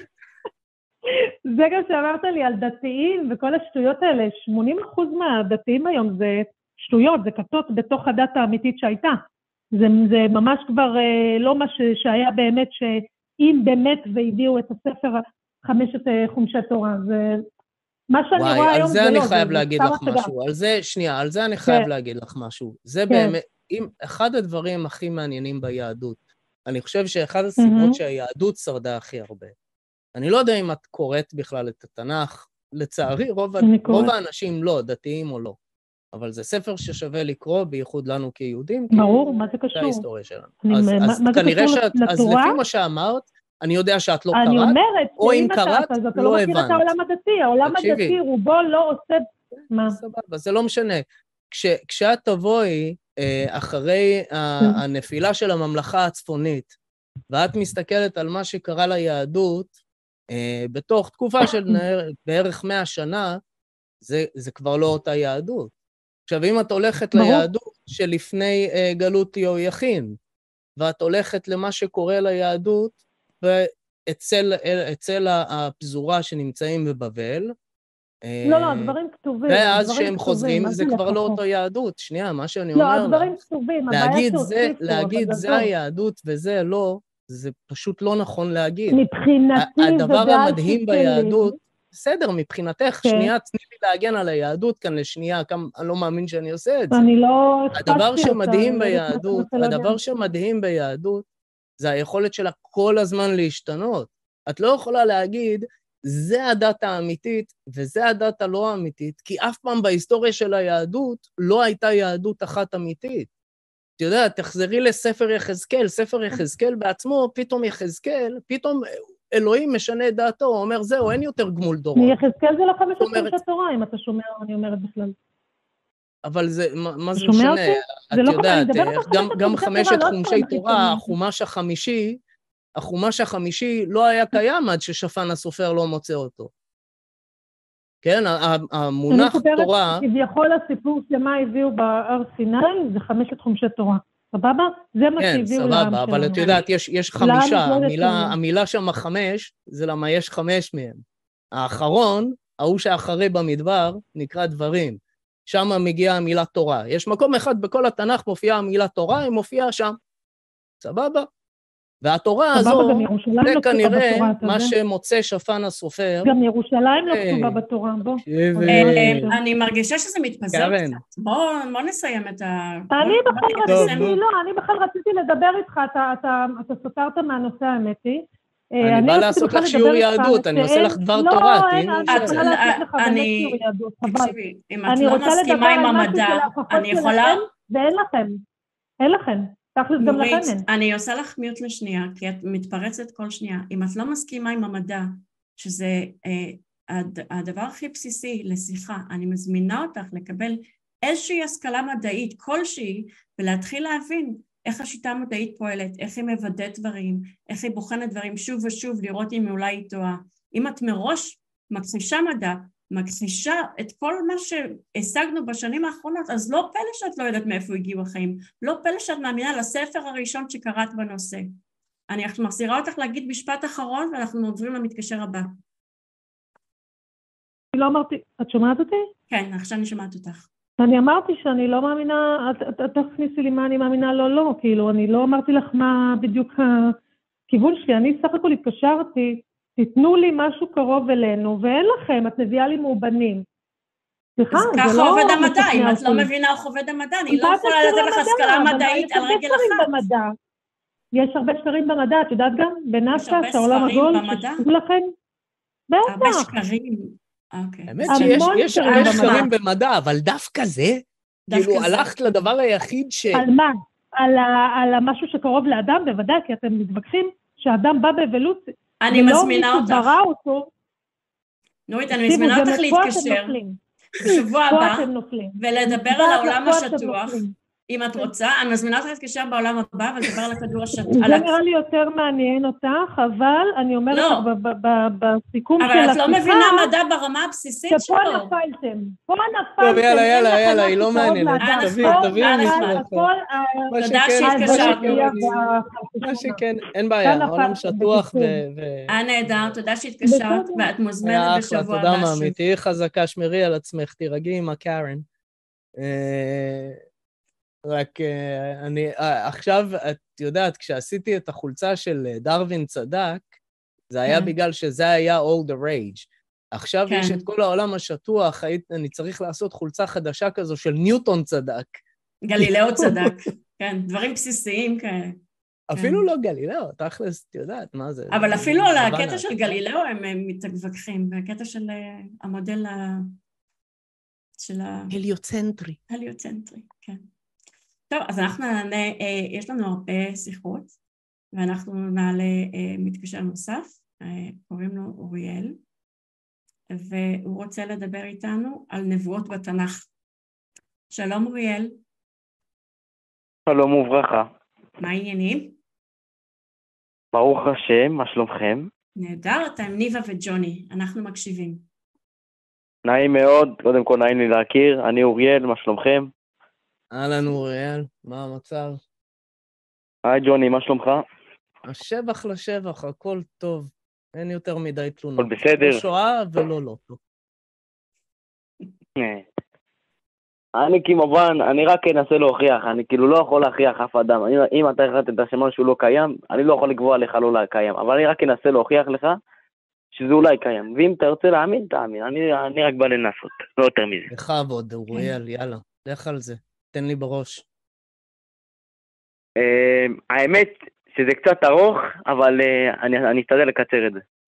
זה גם שאמרת לי על דתיים וכל השטויות האלה, שמונים אחוז מהדתיים היום זה שטויות, זה כתות בתוך הדת האמיתית שהייתה. זה, זה ממש כבר לא מה שהיה באמת, שאם באמת והביאו את הספר חמשת חומשי תורה, זה... מה שאני וואי, רואה היום זה זה לא. וואי, על זה אני חייב להגיד לך משהו. על זה, שנייה, על זה אני חייב להגיד לך משהו. זה באמת, אחד הדברים הכי מעניינים ביהדות, אני חושב שאחד הסיבות שהיהדות שרדה הכי הרבה. אני לא יודע אם את קוראת בכלל את התנ"ך, לצערי, רוב האנשים לא, דתיים או לא. אבל זה ספר ששווה לקרוא, בייחוד לנו כיהודים. ברור, מה זה קשור? זה ההיסטוריה שלנו. אז כנראה שאת, אז לפי מה שאמרת, אני יודע שאת לא קראת, אני אומרת, או אם קראת, אז אתה לא לא מכיר את העולם הדתי, העולם הדתי רובו לא עושה... מה? סבבה, זה לא משנה. כשאת תבואי אחרי הנפילה של הממלכה הצפונית, ואת מסתכלת על מה שקרה ליהדות, בתוך תקופה של בערך מאה שנה, זה כבר לא אותה יהדות. עכשיו, אם את הולכת ליהדות שלפני גלות יהויכין, ואת הולכת למה שקורה ליהדות, ואצל אצל הפזורה שנמצאים בבבל, לא, לא, הדברים כתובים. ואז שהם חוזרים, זה כבר לא אותו יהדות. שנייה, מה שאני אומר לך. לא, הדברים כתובים. להגיד זה היהדות וזה לא, זה פשוט לא נכון להגיד. מבחינתי, הדבר המדהים ביהדות, בסדר, מבחינתך, שנייה, תני לי להגן על היהדות כאן לשנייה, אני לא מאמין שאני עושה את זה. אני לא... הדבר שמדהים ביהדות, הדבר שמדהים ביהדות, זה היכולת שלה כל הזמן להשתנות. את לא יכולה להגיד, זה הדת האמיתית וזה הדת הלא האמיתית, כי אף פעם בהיסטוריה של היהדות לא הייתה יהדות אחת אמיתית. אתה יודע, תחזרי לספר יחזקאל, ספר יחזקאל בעצמו, פתאום יחזקאל, פתאום אלוהים משנה את דעתו, הוא אומר, זהו, אין יותר גמול דורות. יחזקאל זה לא חמשת חומשי תורה, אם אתה שומע, אני אומרת בכלל. אבל זה, מה זה משנה? את יודעת, גם חמשת חומשי תורה, החומש החמישי, החומש החמישי לא היה קיים עד ששפן הסופר לא מוצא אותו. כן, המונח תורה... כביכול הסיפור שמה הביאו בהר סיני, זה חמשת חומשי תורה. סבבה? זה מה שהביאו לעם שלנו. כן, סבבה, אבל את יודעת, יש חמישה, המילה שם חמש, זה למה יש חמש מהם. האחרון, ההוא שאחרי במדבר, נקרא דברים. שם מגיעה המילה תורה. יש מקום אחד בכל התנ"ך מופיעה המילה תורה, היא מופיעה שם. סבבה? והתורה הזו, זה כנראה מה שמוצא שפן הסופר. גם ירושלים לא כתובה בתורה, בוא. אני מרגישה שזה מתפזר קצת. בוא נסיים את ה... אני בכלל רציתי, לא, אני בכלל רציתי לדבר איתך, אתה סותרת מהנושא האמיתי. אני בא לעשות לך שיעור יהדות, אני עושה לך דבר תורה, תהיינו שם. אני, תקשיבי, אם את לא מסכימה עם המדע, אני יכולה... ואין לכם, אין לכם. נורית, אני עושה לך מיוט לשנייה, כי את מתפרצת כל שנייה. אם את לא מסכימה עם המדע, שזה אה, הדבר הכי בסיסי לשיחה, אני מזמינה אותך לקבל איזושהי השכלה מדעית כלשהי, ולהתחיל להבין איך השיטה המדעית פועלת, איך היא מוודאת דברים, איך היא בוחנת דברים שוב ושוב, לראות אם אולי היא טועה. אם את מראש מכחישה מדע, מכחישה את כל מה שהשגנו בשנים האחרונות, אז לא פלא שאת לא יודעת מאיפה הגיעו החיים, לא פלא שאת מאמינה לספר הראשון שקראת בנושא. אני מחזירה אותך להגיד משפט אחרון, ואנחנו עוברים למתקשר הבא. אני לא אמרתי, את שומעת אותי? כן, עכשיו אני שומעת אותך. אני אמרתי שאני לא מאמינה, את תכניסי לי מה אני מאמינה, לא, לא, כאילו, אני לא אמרתי לך מה בדיוק הכיוון שלי, אני סך הכל התקשרתי, תיתנו לי משהו קרוב אלינו, ואין לכם, את מביאה לי מאובנים. סליחה, זה לא... ככה עובד המדע, אם את לא מבינה איך עובד המדע, אני לא יכולה לתת לך השכלה מדעית על רגל אחת. יש הרבה שקרים במדע, את יודעת גם? בנאסא, שהעולם עגול, ששתו לכם? בטח. הרבה שקרים. האמת שיש שקרים במדע, אבל דווקא זה, כאילו הלכת לדבר היחיד ש... על מה? על המשהו שקרוב לאדם, בוודאי, כי אתם מתווכחים שהאדם בא באבולוציה. אני מזמינה אותך. ולא מישהו ברא אותו. נורית, אני מזמינה אותך להתקשר בשבוע הבא, ולדבר על העולם השטוח. אם את רוצה, אני מזמינה אותך להתקשר בעולם הבא, ולדבר על הכדור השטוח. זה נראה לי יותר מעניין אותך, אבל אני אומרת לך בסיכום של השיחה... אבל את לא מבינה מדע ברמה הבסיסית שלו. שפה נפלתם. פה נפלתם. טוב, יאללה, יאללה, יאללה, היא לא מעניינת. תביא, תביא בשבילך. תודה שהתקשרת. מה שכן, אין בעיה, העולם שטוח ו... אה, נהדר, תודה שהתקשרת, ואת מוזמנת בשבוע הבא. תודה מאמי, תהיי חזקה, שמרי על עצמך, תירגעי עם הקארן. רק אני, עכשיו, את יודעת, כשעשיתי את החולצה של דרווין צדק, זה היה בגלל שזה היה all the rage. עכשיו יש את כל העולם השטוח, אני צריך לעשות חולצה חדשה כזו של ניוטון צדק. גלילאו צדק, כן, דברים בסיסיים כאלה. אפילו לא גלילאו, תכלס, את יודעת מה זה. אבל אפילו על הקטע של גלילאו הם מתווכחים, והקטע של המודל של ה... הליוצנטרי. הליוצנטרי, כן. טוב, אז אנחנו נעלה, יש לנו הרבה שיחות, ואנחנו נעלה מתקשר נוסף, קוראים לו אוריאל, והוא רוצה לדבר איתנו על נבואות בתנ"ך. שלום אוריאל. שלום וברכה. מה העניינים? ברוך השם, מה שלומכם? נהדר, אתה עם ניבה וג'וני, אנחנו מקשיבים. נעים מאוד, קודם כל נעים לי להכיר, אני אוריאל, מה שלומכם? אהלן אוריאל, מה המצב? היי ג'וני, מה שלומך? השבח לשבח, הכל טוב, אין יותר מדי תלונות. הכל בסדר. לא שואה ולא לא טוב. אני כמובן, אני רק אנסה להוכיח, אני כאילו לא יכול להכריח אף אדם. אם אתה החלטת שמשהו שהוא לא קיים, אני לא יכול לקבוע לך לא קיים, אבל אני רק אנסה להוכיח לך שזה אולי קיים. ואם אתה רוצה להאמין, תאמין. אני, אני רק בא לנסות, לא יותר מזה. בכבוד, אוריאל, יאללה, לך על זה. תן לי בראש. האמת שזה קצת ארוך, אבל אני, אני אשתדל לקצר את זה.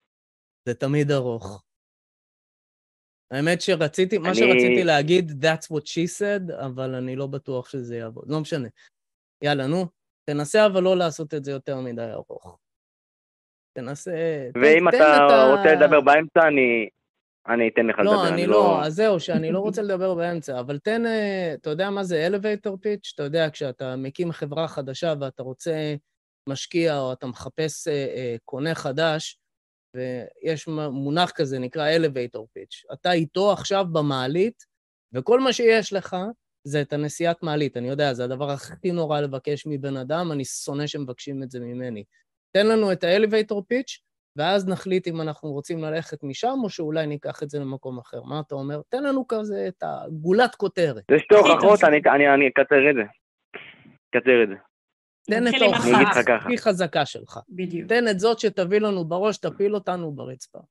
זה תמיד ארוך. האמת שרציתי, מה אני- שרציתי להגיד, that's what she said, אבל אני לא בטוח שזה יעבוד. לא משנה. יאללה, נו, תנסה אבל לא לעשות את זה יותר מדי ארוך. תנסה... ואם תן אתה את ה- רוצה לדבר באמצע, אני אני אתן לך לדבר. לא, אני לא, אז זהו, שאני לא רוצה לדבר באמצע, אבל תן, אה, אתה יודע מה זה elevator pitch? אתה יודע, כשאתה מקים חברה חדשה ואתה רוצה משקיע או אתה מחפש אה, אה, קונה חדש, ויש מונח כזה, נקרא elevator pitch. אתה איתו עכשיו במעלית, וכל מה שיש לך זה את הנסיעת מעלית. אני יודע, זה הדבר הכי נורא לבקש מבן אדם, אני שונא שמבקשים את זה ממני. תן לנו את ה-elevator pitch, ואז נחליט אם אנחנו רוצים ללכת משם, או שאולי ניקח את זה למקום אחר. מה אתה אומר? תן לנו כזה את הגולת כותרת. זה שתי הוכחות, אני אני- אני אקצר את זה. אקצר את זה. תן את נתחיל עם אני אגיד לך ההוכחה ככה. הכי חזקה שלך. בדיוק. תן את זאת שתביא לנו בראש, תפיל אותנו ברצפה.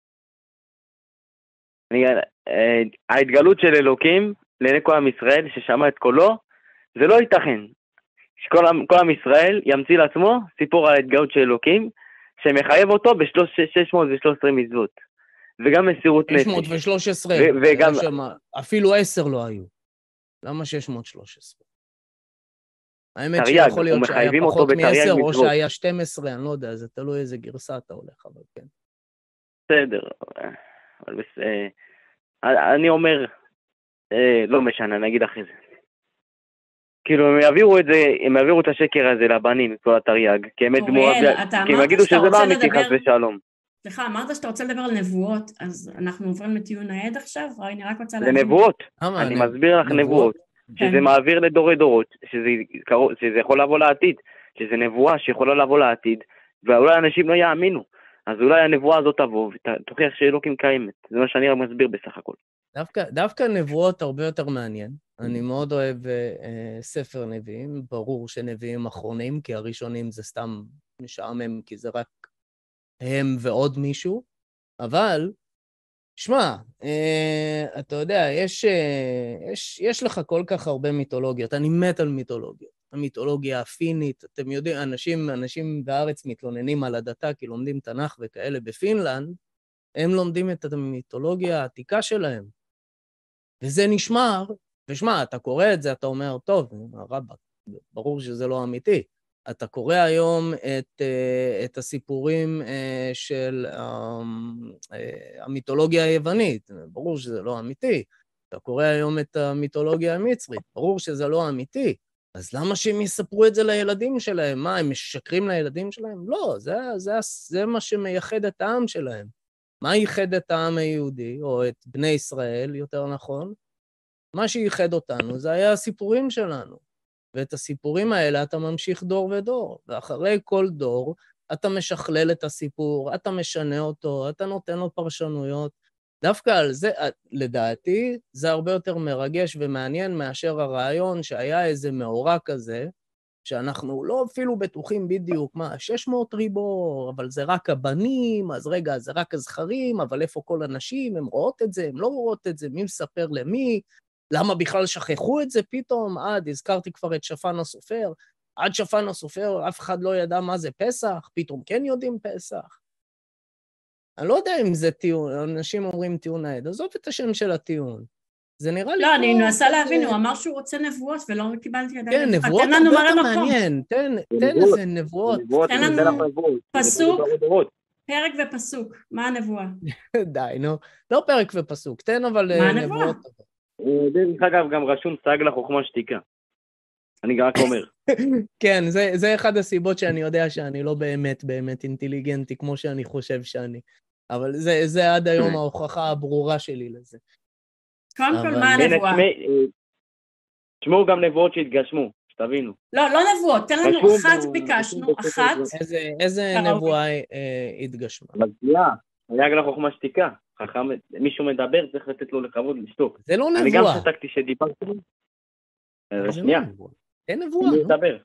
אני, אה, ההתגלות של אלוקים לעיני כל עם ישראל ששמע את קולו, זה לא ייתכן. שכל עם, כל עם ישראל ימציא לעצמו סיפור ההתגלות של אלוקים, שמחייב אותו ב-שש מאות ושלוש עשרה מצוות. וגם מסירות נפש. שש מאות ושלוש עשרה, ו- וגם- שמה, אפילו עשר לא היו. למה שש מאות ושלוש עשרה? האמת תרי"ג, שיכול להיות שהיה ומחייבים אותו פחות בתרי"ג מ-עשר, או מצוות. שהיה שתים עשרה, אני לא יודע, זה תלוי איזה גרסה אתה הולך, אבל כן. בסדר. אבל בס... אה, אני אומר, אה, לא משנה, אני אגיד אחרי זה. כאילו, הם יעבירו את זה, הם יעבירו את השקר הזה לבנים, את כל התרי"ג, כי הם ידמו, אוריאל, אתה כי הם אמרת יגידו שאתה שזה רוצה לא אמיתי לדבר- חס ושלום. סליחה, אמרת שאתה רוצה לדבר על נבואות, אז אנחנו עוברים לטיעון העד עכשיו? או אני רק רוצה זה להבין. נבואות, למה? אני נב- מסביר לך נבואות, שזה כן. מעביר לדורי דורות, שזה קרוב- שזה יכול לבוא לעתיד, שזה נבואה שיכולה לבוא לעתיד, ואולי אנשים לא יאמינו, אז אולי הנבואה הזאת תבוא ותוכיח שאלוקים קיימת, זה מה שאני רק מסביר בסך הכל. דווקא, דווקא נבואות הרבה יותר מעניין. אני מאוד אוהב אה, ספר נביאים, ברור שנביאים אחרונים, כי הראשונים זה סתם משעמם, כי זה רק הם ועוד מישהו, אבל, שמע, אה, אתה יודע, יש, אה, יש, יש לך כל כך הרבה מיתולוגיות, אני מת על מיתולוגיות. המיתולוגיה הפינית, אתם יודעים, אנשים, אנשים בארץ מתלוננים על הדתה, כי לומדים תנ"ך וכאלה בפינלנד, הם לומדים את המיתולוגיה העתיקה שלהם. וזה נשמר, ושמע, אתה קורא את זה, אתה אומר, טוב, רבא, ברור שזה לא אמיתי. אתה קורא היום את, את הסיפורים של המיתולוגיה היוונית, ברור שזה לא אמיתי. אתה קורא היום את המיתולוגיה המצרית, ברור שזה לא אמיתי. אז למה שהם יספרו את זה לילדים שלהם? מה, הם משקרים לילדים שלהם? לא, זה, זה, זה מה שמייחד את העם שלהם. מה ייחד את העם היהודי, או את בני ישראל, יותר נכון? מה שייחד אותנו זה היה הסיפורים שלנו. ואת הסיפורים האלה אתה ממשיך דור ודור, ואחרי כל דור אתה משכלל את הסיפור, אתה משנה אותו, אתה נותן לו פרשנויות. דווקא על זה, לדעתי, זה הרבה יותר מרגש ומעניין מאשר הרעיון שהיה איזה מאורע כזה, שאנחנו לא אפילו בטוחים בדיוק, מה, שש מאות ריבו, אבל זה רק הבנים, אז רגע, זה רק הזכרים, אבל איפה כל הנשים, הן רואות את זה, הן לא רואות את זה, מי מספר למי, למה בכלל שכחו את זה פתאום? עד, הזכרתי כבר את שפן הסופר, עד שפן הסופר אף אחד לא ידע מה זה פסח, פתאום כן יודעים פסח. אני לא יודע אם זה טיעון, אנשים אומרים טיעון העד, עזוב את השם של הטיעון. זה נראה לי... לא, אני כמו- מנסה להבין, הוא אמר שהוא רוצה נבואות ולא קיבלתי עדיין. כן, נבואה. נבואות תן לנו הרבה יותר מראה מקום. מעניין, תן תן נבואות. איזה נבואות. נבואות, תן אני לנו אתן לך נבואות. פסוק. נבואות דורי. פרק ופסוק, מה הנבואה? די, נו. לא פרק ופסוק, תן אבל מה אה, הנבואה? נבואות. אה, דרך אגב, גם רשום סייג לחוכמה שתיקה. אני רק אומר. כן, זה, זה אחד הסיבות שאני יודע שאני לא באמת באמת אינטליגנטי כמו שאני חושב שאני. אבל זה, זה עד היום ההוכחה הברורה שלי לזה. קודם כל, אבל- מה הנה, הנבואה? תשמעי, אה, תשמעו גם נבואות שהתגשמו, שתבינו. לא, לא נבואות, תן לנו רשום אחת ב- ביקשנו, רשום בספר אחת. דברים. איזה, איזה אה, נבואה אה, התגשמה? אבל שנייה, סייג לחוכמה שתיקה. חכם, מישהו מדבר, צריך לתת לו לכבוד לשתוק. זה לא אני גם נבואה. שתקתי שדיברתי. אבל זה שנייה, לא נבואה. תן נבואה, אני נו. מדבר.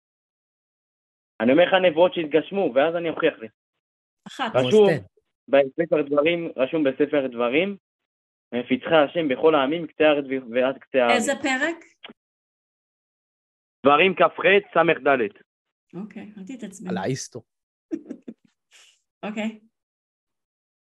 אני אומר לך נבואות שהתגשמו, ואז אני אוכיח לך. אחת. נו, אז רשום תן. בספר דברים, רשום בספר דברים, מפיצך השם בכל העמים, קצה הארץ ועד קצה הארץ. איזה פרק? דברים כ"ח, סמך ד'. אוקיי, אל תתעצבן. על האיסטו. אוקיי.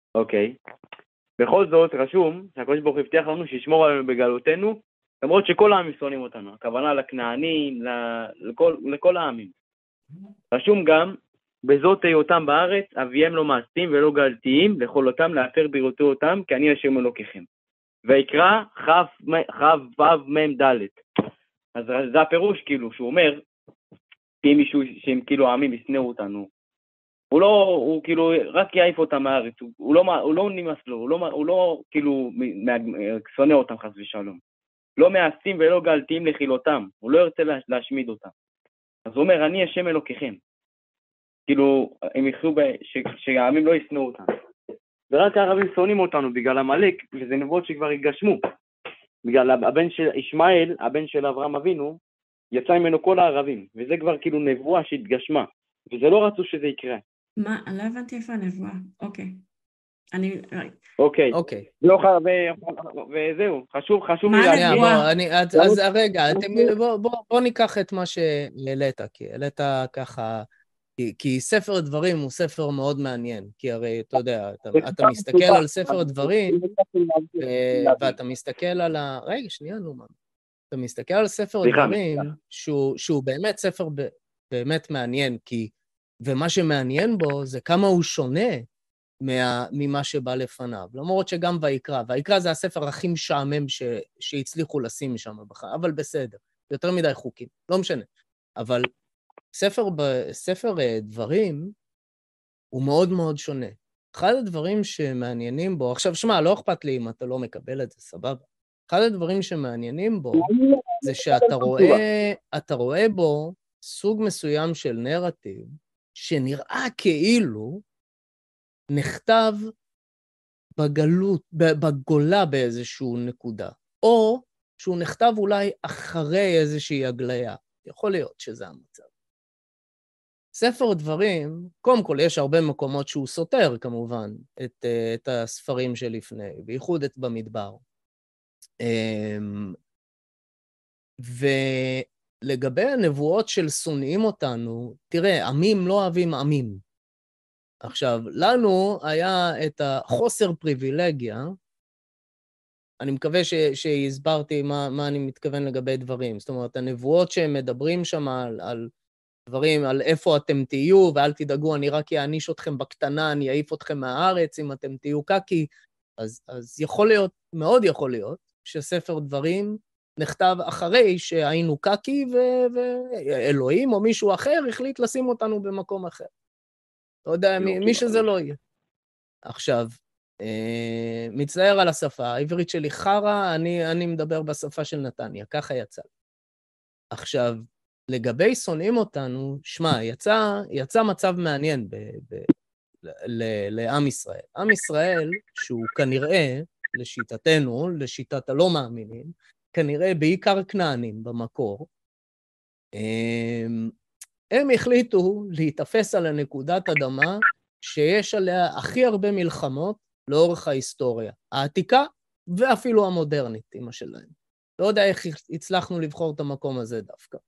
אוקיי. בכל זאת, רשום שהקדוש ברוך הוא הבטיח לנו שישמור עלינו בגלותנו, למרות שכל העמים שונאים אותנו. הכוונה לכנענים, לכל, לכל העמים. רשום גם, בזאת היותם בארץ, אביהם לא מעשיים ולא גלתיים, לכל אותם להפר בראותו אותם, כי אני השם אלוקיכם. ויקרא חב וו מם דלת. אז זה הפירוש, כאילו, שהוא אומר, כי מישהו שהם כאילו העמים ישנאו אותנו. הוא לא, הוא כאילו, רק יעיף אותם מהארץ, הוא, הוא, לא, הוא לא נמאס לו, הוא לא, הוא לא כאילו שונא אותם חס ושלום. לא מעשיים ולא גלתיים לחילותם, הוא לא ירצה להשמיד אותם. אז הוא אומר, אני השם אלוקיכם. כאילו, הם יחשו שהעמים לא ישנאו אותם. ורק הערבים שונאים אותנו בגלל המלאק, וזה נבואות שכבר יגשמו. בגלל הבן של ישמעאל, הבן של אברהם אבינו, יצא ממנו כל הערבים, וזה כבר כאילו נבואה שהתגשמה, וזה לא רצו שזה יקרה. מה? לא הבנתי איפה הנבואה. אוקיי. אני... אוקיי. אוקיי. וזהו, חשוב, חשוב לי להגיד. אז רגע, בוא ניקח את מה שהעלית, כי העלית ככה, כי ספר דברים הוא ספר מאוד מעניין, כי הרי, אתה יודע, אתה מסתכל על ספר דברים, ואתה מסתכל על ה... רגע, שנייה, נו, מה? אתה מסתכל על ספר דברים, שהוא באמת ספר באמת מעניין, כי... ומה שמעניין בו זה כמה הוא שונה ממה שבא לפניו. למרות שגם ויקרא, ויקרא זה הספר הכי משעמם שהצליחו לשים שם בחר, אבל בסדר, יותר מדי חוקים, לא משנה. אבל ספר, ספר דברים הוא מאוד מאוד שונה. אחד הדברים שמעניינים בו, עכשיו שמע, לא אכפת לי אם אתה לא מקבל את זה, סבבה. אחד הדברים שמעניינים בו זה שאתה רואה, אתה רואה בו סוג מסוים של נרטיב, שנראה כאילו נכתב בגלות, בגולה באיזשהו נקודה, או שהוא נכתב אולי אחרי איזושהי הגליה. יכול להיות שזה המצב. ספר דברים, קודם כל יש הרבה מקומות שהוא סותר כמובן את, את הספרים שלפני, בייחוד את במדבר. ולגבי הנבואות של שונאים אותנו, תראה, עמים לא אוהבים עמים. עכשיו, לנו היה את החוסר פריבילגיה, אני מקווה ש, שהסברתי מה, מה אני מתכוון לגבי דברים. זאת אומרת, הנבואות שהם מדברים שם על, על דברים, על איפה אתם תהיו, ואל תדאגו, אני רק יעניש אתכם בקטנה, אני אעיף אתכם מהארץ אם אתם תהיו קקי, אז, אז יכול להיות, מאוד יכול להיות, שספר דברים נכתב אחרי שהיינו קקי, ואלוהים או מישהו אחר החליט לשים אותנו במקום אחר. לא יודע, מי, מי שזה לא יהיה. עכשיו, אה, מצטער על השפה, העברית שלי חרה, אני, אני מדבר בשפה של נתניה, ככה יצא. עכשיו, לגבי שונאים אותנו, שמה, יצא, יצא מצב מעניין ב, ב, ל, ל, לעם ישראל. עם ישראל, שהוא כנראה, לשיטתנו, לשיטת הלא מאמינים, כנראה בעיקר כנענים במקור, הם, הם החליטו להתאפס על הנקודת אדמה שיש עליה הכי הרבה מלחמות לאורך ההיסטוריה, העתיקה ואפילו המודרנית, אמא שלהם. לא יודע איך הצלחנו לבחור את המקום הזה דווקא.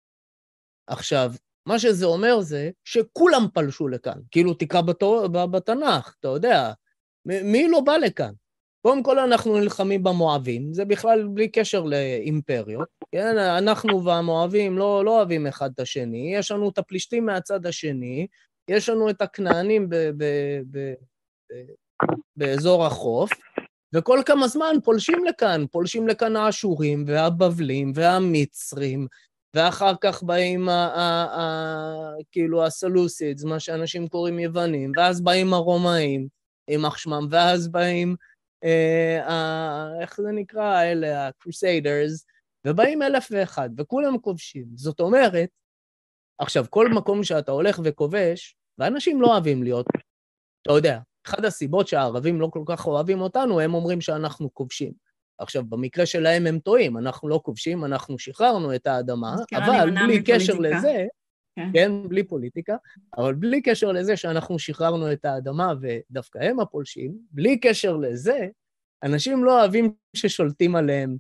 עכשיו, מה שזה אומר זה שכולם פלשו לכאן, כאילו תקרא בתור, בתנ"ך, אתה יודע, מי לא בא לכאן? קודם כל אנחנו נלחמים במואבים, זה בכלל בלי קשר לאימפריות, כן? אנחנו והמואבים לא, לא אוהבים אחד את השני, יש לנו את הפלישתים מהצד השני, יש לנו את הכנענים ב, ב, ב, ב, באזור החוף, וכל כמה זמן פולשים לכאן, פולשים לכאן האשורים והבבלים והמצרים, ואחר כך באים ה, ה, ה, כאילו הסלוסידס, מה שאנשים קוראים יוונים, ואז באים הרומאים, יימח שמם, ואז באים, אה, אה, איך זה נקרא, אלה, הקרוסיידרס, ובאים אלף ואחד, וכולם כובשים. זאת אומרת, עכשיו, כל מקום שאתה הולך וכובש, ואנשים לא אוהבים להיות, אתה יודע, אחד הסיבות שהערבים לא כל כך אוהבים אותנו, הם אומרים שאנחנו כובשים. עכשיו, במקרה שלהם הם טועים, אנחנו לא כובשים, אנחנו שחררנו את האדמה, אבל בלי קשר לזה, כן, בלי פוליטיקה, אבל בלי קשר לזה שאנחנו שחררנו את האדמה ודווקא הם הפולשים, בלי קשר לזה, אנשים לא אוהבים ששולטים עליהם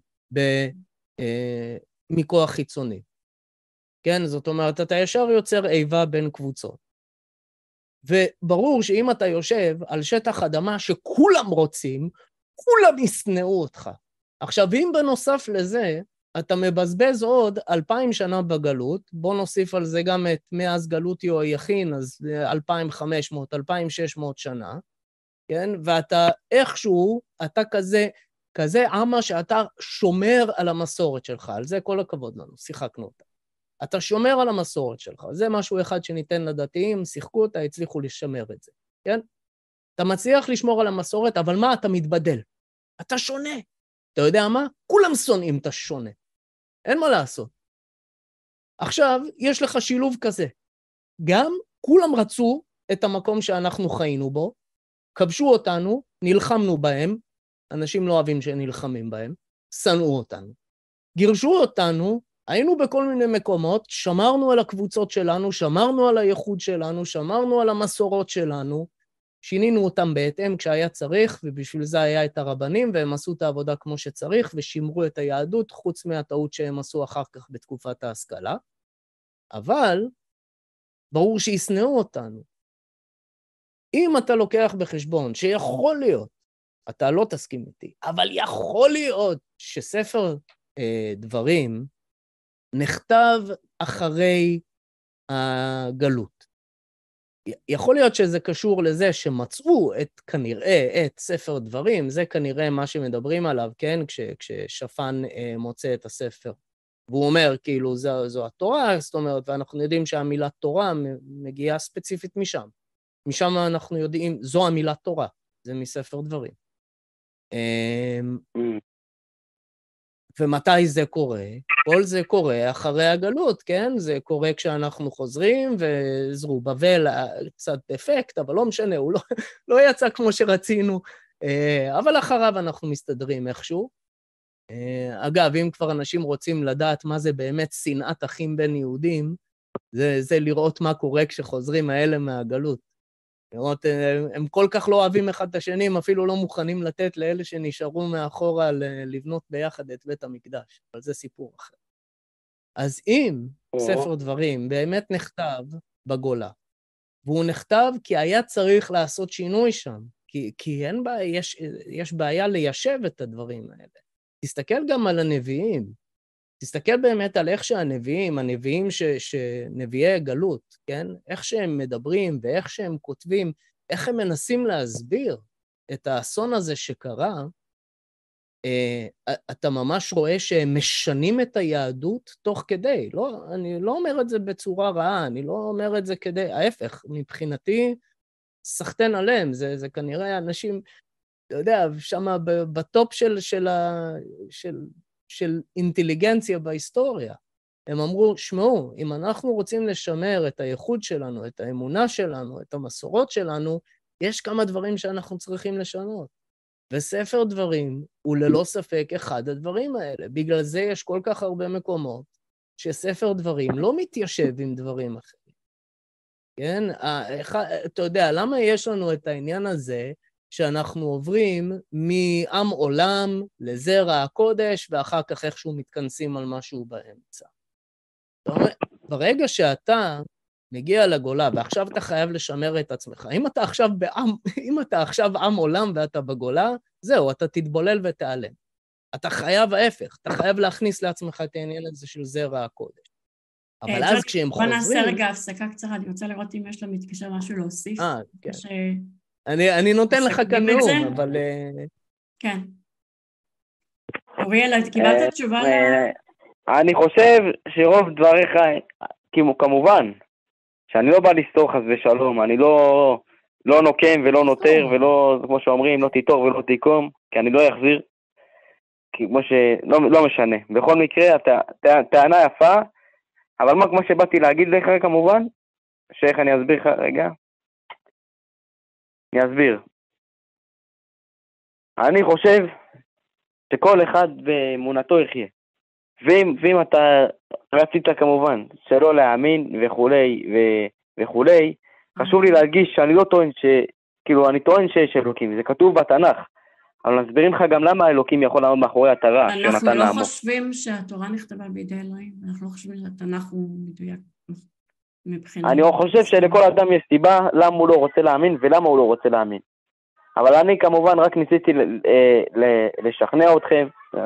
מכוח חיצוני. כן, זאת אומרת, אתה ישר יוצר איבה בין קבוצות. וברור שאם אתה יושב על שטח אדמה שכולם רוצים, כולם ישנאו אותך. עכשיו, אם בנוסף לזה, אתה מבזבז עוד אלפיים שנה בגלות, בוא נוסיף על זה גם את מאז גלות יהויכין, אז אלפיים וחמש מאות, אלפיים ושש מאות שנה, כן? ואתה איכשהו, אתה כזה, כזה עמה שאתה שומר על המסורת שלך, על זה כל הכבוד לנו, שיחקנו אותה. אתה שומר על המסורת שלך, זה משהו אחד שניתן לדתיים, שיחקו אותה, הצליחו לשמר את זה, כן? אתה מצליח לשמור על המסורת, אבל מה? אתה מתבדל. אתה שונה. אתה יודע מה? כולם שונאים את השונה. אין מה לעשות. עכשיו, יש לך שילוב כזה. גם כולם רצו את המקום שאנחנו חיינו בו, כבשו אותנו, נלחמנו בהם, אנשים לא אוהבים שנלחמים בהם, שנאו אותנו. גירשו אותנו, היינו בכל מיני מקומות, שמרנו על הקבוצות שלנו, שמרנו על הייחוד שלנו, שמרנו על המסורות שלנו, שינינו אותם בהתאם כשהיה צריך, ובשביל זה היה את הרבנים, והם עשו את העבודה כמו שצריך, ושימרו את היהדות, חוץ מהטעות שהם עשו אחר כך בתקופת ההשכלה. אבל ברור שישנאו אותנו. אם אתה לוקח בחשבון שיכול להיות, אתה לא תסכים איתי, אבל יכול להיות שספר אה, דברים נכתב אחרי הגלות. יכול להיות שזה קשור לזה שמצאו את, כנראה, את ספר דברים, זה כנראה מה שמדברים עליו, כן? כש, כששפן אה, מוצא את הספר. והוא אומר, כאילו, זו, זו התורה, זאת אומרת, ואנחנו יודעים שהמילה תורה מגיעה ספציפית משם. משם אנחנו יודעים, זו המילה תורה, זה מספר דברים. ומתי זה קורה? כל זה קורה אחרי הגלות, כן? זה קורה כשאנחנו חוזרים, וזרובבל קצת אפקט, אבל לא משנה, הוא לא, לא יצא כמו שרצינו, אבל אחריו אנחנו מסתדרים איכשהו. אגב, אם כבר אנשים רוצים לדעת מה זה באמת שנאת אחים בין יהודים, זה, זה לראות מה קורה כשחוזרים האלה מהגלות. לראות, הם כל כך לא אוהבים אחד את השני, הם אפילו לא מוכנים לתת לאלה שנשארו מאחורה לבנות ביחד את בית המקדש, אבל זה סיפור אחר. אז אם ספר דברים באמת נכתב בגולה, והוא נכתב כי היה צריך לעשות שינוי שם, כי, כי אין בעיה, יש, יש בעיה ליישב את הדברים האלה. תסתכל גם על הנביאים, תסתכל באמת על איך שהנביאים, הנביאים ש, שנביאי גלות, כן? איך שהם מדברים ואיך שהם כותבים, איך הם מנסים להסביר את האסון הזה שקרה, אתה ממש רואה שהם משנים את היהדות תוך כדי. לא, אני לא אומר את זה בצורה רעה, אני לא אומר את זה כדי, ההפך, מבחינתי, סחטן עליהם, זה, זה כנראה אנשים, אתה יודע, שמה בטופ של, של, של, של אינטליגנציה בהיסטוריה. הם אמרו, שמעו, אם אנחנו רוצים לשמר את הייחוד שלנו, את האמונה שלנו, את המסורות שלנו, יש כמה דברים שאנחנו צריכים לשנות. וספר דברים הוא ללא ספק אחד הדברים האלה. בגלל זה יש כל כך הרבה מקומות שספר דברים לא מתיישב עם דברים אחרים. כן? אתה יודע, למה יש לנו את העניין הזה שאנחנו עוברים מעם עולם לזרע הקודש, ואחר כך איכשהו מתכנסים על משהו באמצע? ברגע שאתה מגיע לגולה, ועכשיו אתה חייב לשמר את עצמך, אם אתה עכשיו בעם, אם אתה עכשיו עם עולם ואתה בגולה, זהו, אתה תתבולל ותיעלם. אתה חייב ההפך, אתה חייב להכניס לעצמך את העניין הזה של זרע הקודש. אבל אז כשהם חוזרים... בוא נעשה רגע הפסקה קצרה, אני רוצה לראות אם יש לה מתקשר משהו להוסיף. אה, כן. אני נותן לך כאן נאום, אבל... כן. אוריאל, קיבלת תשובה ל... אני חושב שרוב דבריך, כמובן, שאני לא בא לסתור חס ושלום, אני לא, לא נוקם ולא נותר ולא, כמו שאומרים, לא תיתור ולא תיקום, כי אני לא אחזיר, כי כמו ש... לא, לא משנה. בכל מקרה, טענה יפה, אבל מה כמו שבאתי להגיד לך כמובן, שאיך אני אסביר לך רגע? אני אסביר. אני חושב שכל אחד באמונתו יחיה. ואם, ואם אתה רצית כמובן שלא להאמין וכולי ו, וכולי, חשוב לי להרגיש שאני לא טוען ש... כאילו, אני טוען שיש אלוקים, זה כתוב בתנ"ך, אבל נסבירים לך גם למה האלוקים יכול לעמוד מאחורי התורה שנתן לעמו. אנחנו לא חושבים שהתורה נכתבה בידי אלוהים, אנחנו לא חושבים שהתנ"ך הוא מדויק. מבחינת... אני חושב שלכל אדם יש סיבה למה הוא לא רוצה להאמין ולמה הוא לא רוצה להאמין. אבל אני כמובן רק ניסיתי לשכנע אתכם,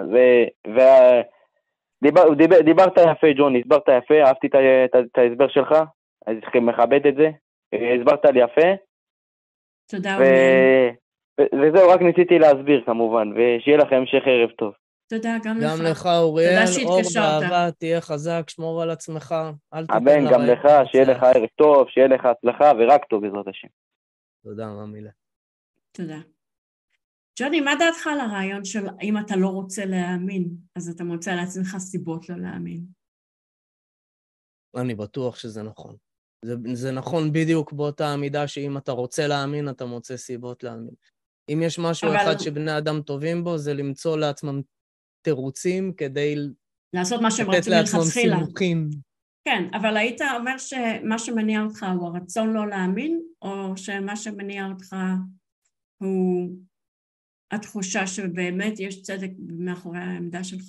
ודיברת יפה ג'וני, הסברת יפה, אהבתי את ההסבר שלך, אז מכבד את זה, הסברת לי יפה. תודה אוריאל. וזהו, רק ניסיתי להסביר כמובן, ושיהיה לכם המשך ערב טוב. תודה, גם לך. גם לך, אוריאל, אור ואהבה, תהיה חזק, שמור על עצמך, אל תתן אמן, גם לך, שיהיה לך ערב טוב, שיהיה לך הצלחה, ורק טוב בעזרת השם. תודה, מאמילה. תודה. ג'וני, מה דעתך על הרעיון של אם אתה לא רוצה להאמין, אז אתה מוצא לעצמך סיבות לא להאמין? אני בטוח שזה נכון. זה, זה נכון בדיוק באותה המידה שאם אתה רוצה להאמין, אתה מוצא סיבות להאמין. אם יש משהו אבל... אחד שבני אדם טובים בו, זה למצוא לעצמם תירוצים כדי... לעשות מה שהם רצים מלכתחילה. סימוכים. כן, אבל היית אומר שמה שמניע אותך הוא הרצון לא להאמין, או שמה שמניע אותך הוא התחושה שבאמת יש צדק מאחורי העמדה שלך?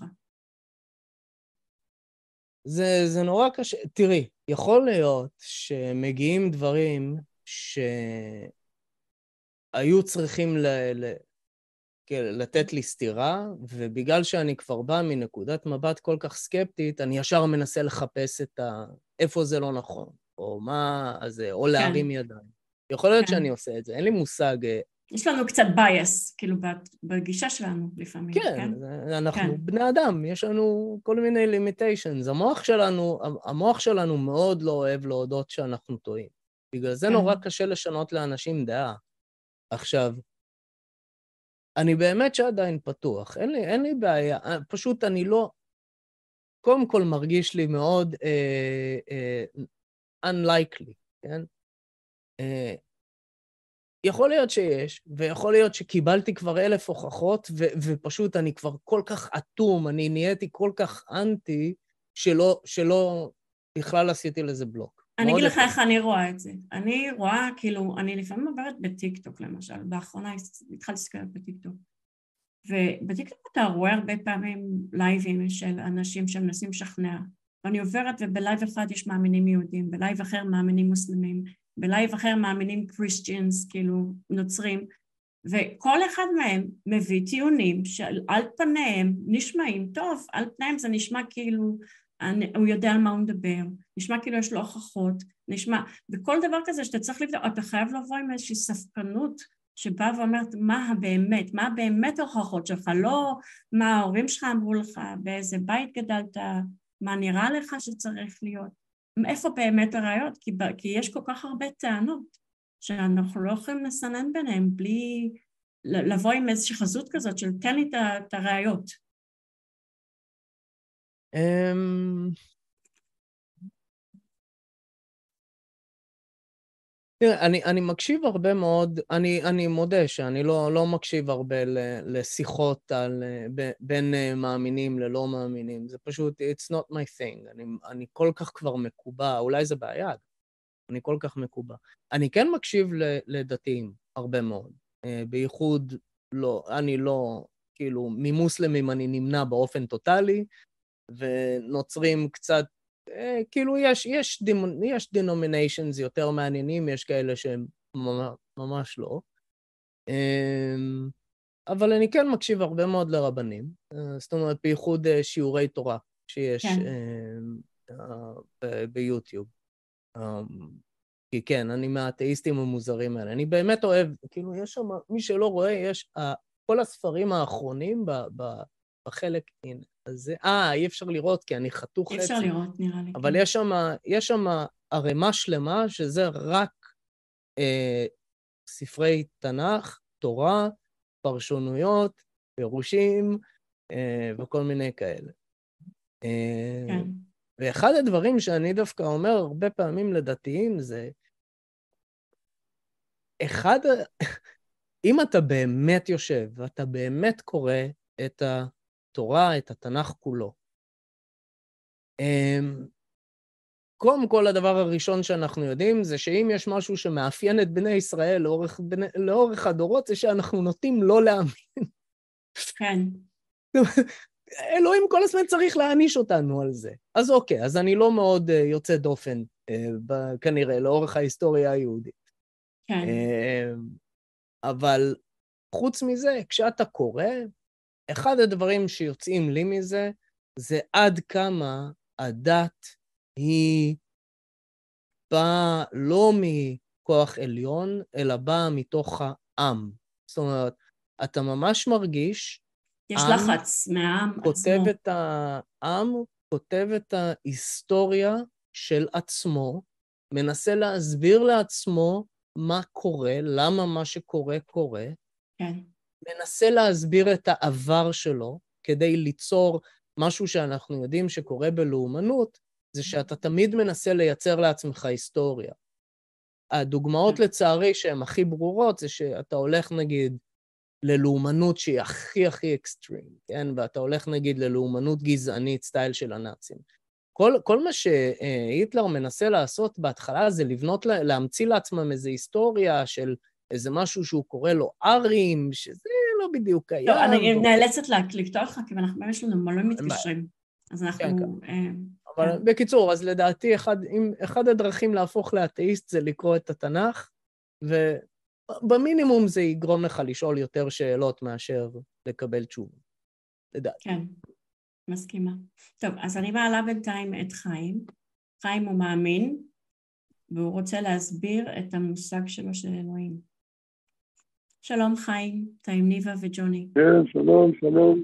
זה, זה נורא קשה. תראי, יכול להיות שמגיעים דברים שהיו צריכים ל, ל, לתת לי סתירה, ובגלל שאני כבר בא מנקודת מבט כל כך סקפטית, אני ישר מנסה לחפש את ה... איפה זה לא נכון, או מה זה, או להרים ידיים. יכול להיות שאני עושה את זה, אין לי מושג... יש לנו קצת בייס, כאילו, בגישה שלנו לפעמים. כן, אנחנו בני אדם, יש לנו כל מיני לימיטיישנס. המוח שלנו, המוח שלנו מאוד לא אוהב להודות שאנחנו טועים. בגלל זה נורא קשה לשנות לאנשים דעה. עכשיו, אני באמת שעדיין פתוח, אין לי, אין לי בעיה, פשוט אני לא, קודם כל מרגיש לי מאוד אה, אה, unlikely, כן? אה, יכול להיות שיש, ויכול להיות שקיבלתי כבר אלף הוכחות, ו- ופשוט אני כבר כל כך אטום, אני נהייתי כל כך אנטי, שלא, שלא בכלל עשיתי לזה בלוק. אני אגיד לך איך אני רואה את זה. אני רואה, כאילו, אני לפעמים עוברת בטיקטוק, למשל, באחרונה התחלתי לסקר בטיקטוק, ובטיקטוק אתה רואה הרבה פעמים לייבים של אנשים שמנסים לשכנע, ואני עוברת ובלייב אחד יש מאמינים יהודים, בלייב אחר מאמינים מוסלמים, בלייב אחר מאמינים קריסטיאנס, כאילו נוצרים, וכל אחד מהם מביא טיעונים שעל פניהם נשמעים טוב, על פניהם זה נשמע כאילו הוא יודע על מה הוא מדבר, נשמע כאילו יש לו הוכחות, נשמע, וכל דבר כזה שאתה צריך לבדוק, אתה חייב לבוא עם איזושהי ספקנות שבאה ואומרת מה הבאמת, מה באמת ההוכחות שלך, לא מה ההורים שלך אמרו לך, באיזה בית גדלת, מה נראה לך שצריך להיות. איפה באמת הראיות? כי, כי יש כל כך הרבה טענות שאנחנו לא יכולים לסנן ביניהם בלי לבוא עם איזושהי חזות כזאת של תן לי את הראיות. תראה, אני, אני מקשיב הרבה מאוד, אני, אני מודה שאני לא, לא מקשיב הרבה לשיחות על, בין מאמינים ללא מאמינים, זה פשוט, it's not my thing, אני, אני כל כך כבר מקובע, אולי זה בעיה, אני כל כך מקובע. אני כן מקשיב לדתיים הרבה מאוד, בייחוד לא, אני לא, כאילו, ממוסלמים אני נמנע באופן טוטלי, ונוצרים קצת, כאילו יש, יש, יש denominations יותר מעניינים, יש כאלה שהם ממש לא. אבל אני כן מקשיב הרבה מאוד לרבנים, זאת אומרת, בייחוד שיעורי תורה שיש ביוטיוב. כי כן, אני מהאתאיסטים המוזרים האלה. אני באמת אוהב, כאילו יש שם, מי שלא רואה, יש כל הספרים האחרונים בחלק, הנה. אז זה, אה, אי אפשר לראות, כי אני חתוך חצי. אי אפשר לראות, נראה לי. אבל יש שם, יש שם הרמה שלמה, שזה רק אה, ספרי תנ"ך, תורה, פרשנויות, פירושים, אה, וכל מיני כאלה. אה, כן. ואחד הדברים שאני דווקא אומר הרבה פעמים לדתיים, זה, אחד, אם אתה באמת יושב, ואתה באמת קורא את ה... תורה, את התנ"ך כולו. קודם כל, הדבר הראשון שאנחנו יודעים זה שאם יש משהו שמאפיין את בני ישראל לאורך, בני, לאורך הדורות, זה שאנחנו נוטים לא להאמין. כן. אלוהים כל הזמן צריך להעניש אותנו על זה. אז אוקיי, אז אני לא מאוד יוצא דופן, כנראה, לאורך ההיסטוריה היהודית. כן. אבל חוץ מזה, כשאתה קורא, אחד הדברים שיוצאים לי מזה, זה עד כמה הדת היא באה לא מכוח עליון, אלא באה מתוך העם. זאת אומרת, אתה ממש מרגיש, יש לחץ מהעם עצמו. כותב את העם, כותב את ההיסטוריה של עצמו, מנסה להסביר לעצמו מה קורה, למה מה שקורה קורה, כן. מנסה להסביר את העבר שלו, כדי ליצור משהו שאנחנו יודעים שקורה בלאומנות, זה שאתה תמיד מנסה לייצר לעצמך היסטוריה. הדוגמאות לצערי שהן הכי ברורות, זה שאתה הולך נגיד ללאומנות שהיא הכי הכי אקסטרים, כן? ואתה הולך נגיד ללאומנות גזענית, סטייל של הנאצים. כל, כל מה שהיטלר מנסה לעשות בהתחלה זה לבנות, להמציא לעצמם איזו היסטוריה של איזה משהו שהוא קורא לו ארים, שזה לא בדיוק קיים. לא, אני נאלצת לקטוע אותך, כי אנחנו באמת שלנו מלא מתקשרים. אז אנחנו... אבל בקיצור, אז לדעתי, אחד, אחד הדרכים להפוך לאתאיסט זה לקרוא את התנ"ך, ובמינימום זה יגרום לך לשאול יותר שאלות מאשר לקבל תשובה. לדעתי. כן, מסכימה. טוב, אז אני מעלה בינתיים את חיים. חיים הוא מאמין, והוא רוצה להסביר את המושג שלו של אלוהים. שלום חיים, אתה עם ניבה וג'וני. כן, שלום, שלום.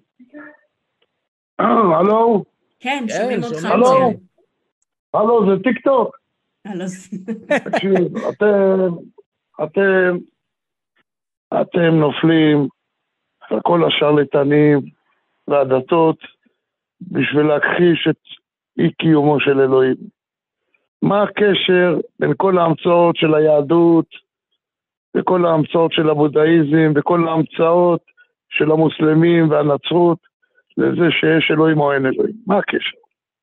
הלו? כן, שומעים אותך. הלו, הלו, זה טיק טוק. הלו. תקשיב, אתם, אתם, אתם נופלים על כל השרלטנים והדתות בשביל להכחיש את אי קיומו של אלוהים. מה הקשר בין כל ההמצאות של היהדות וכל ההמצאות של הבודהיזם וכל ההמצאות של המוסלמים והנצרות לזה שיש אלוהים או אין אלוהים? מה הקשר?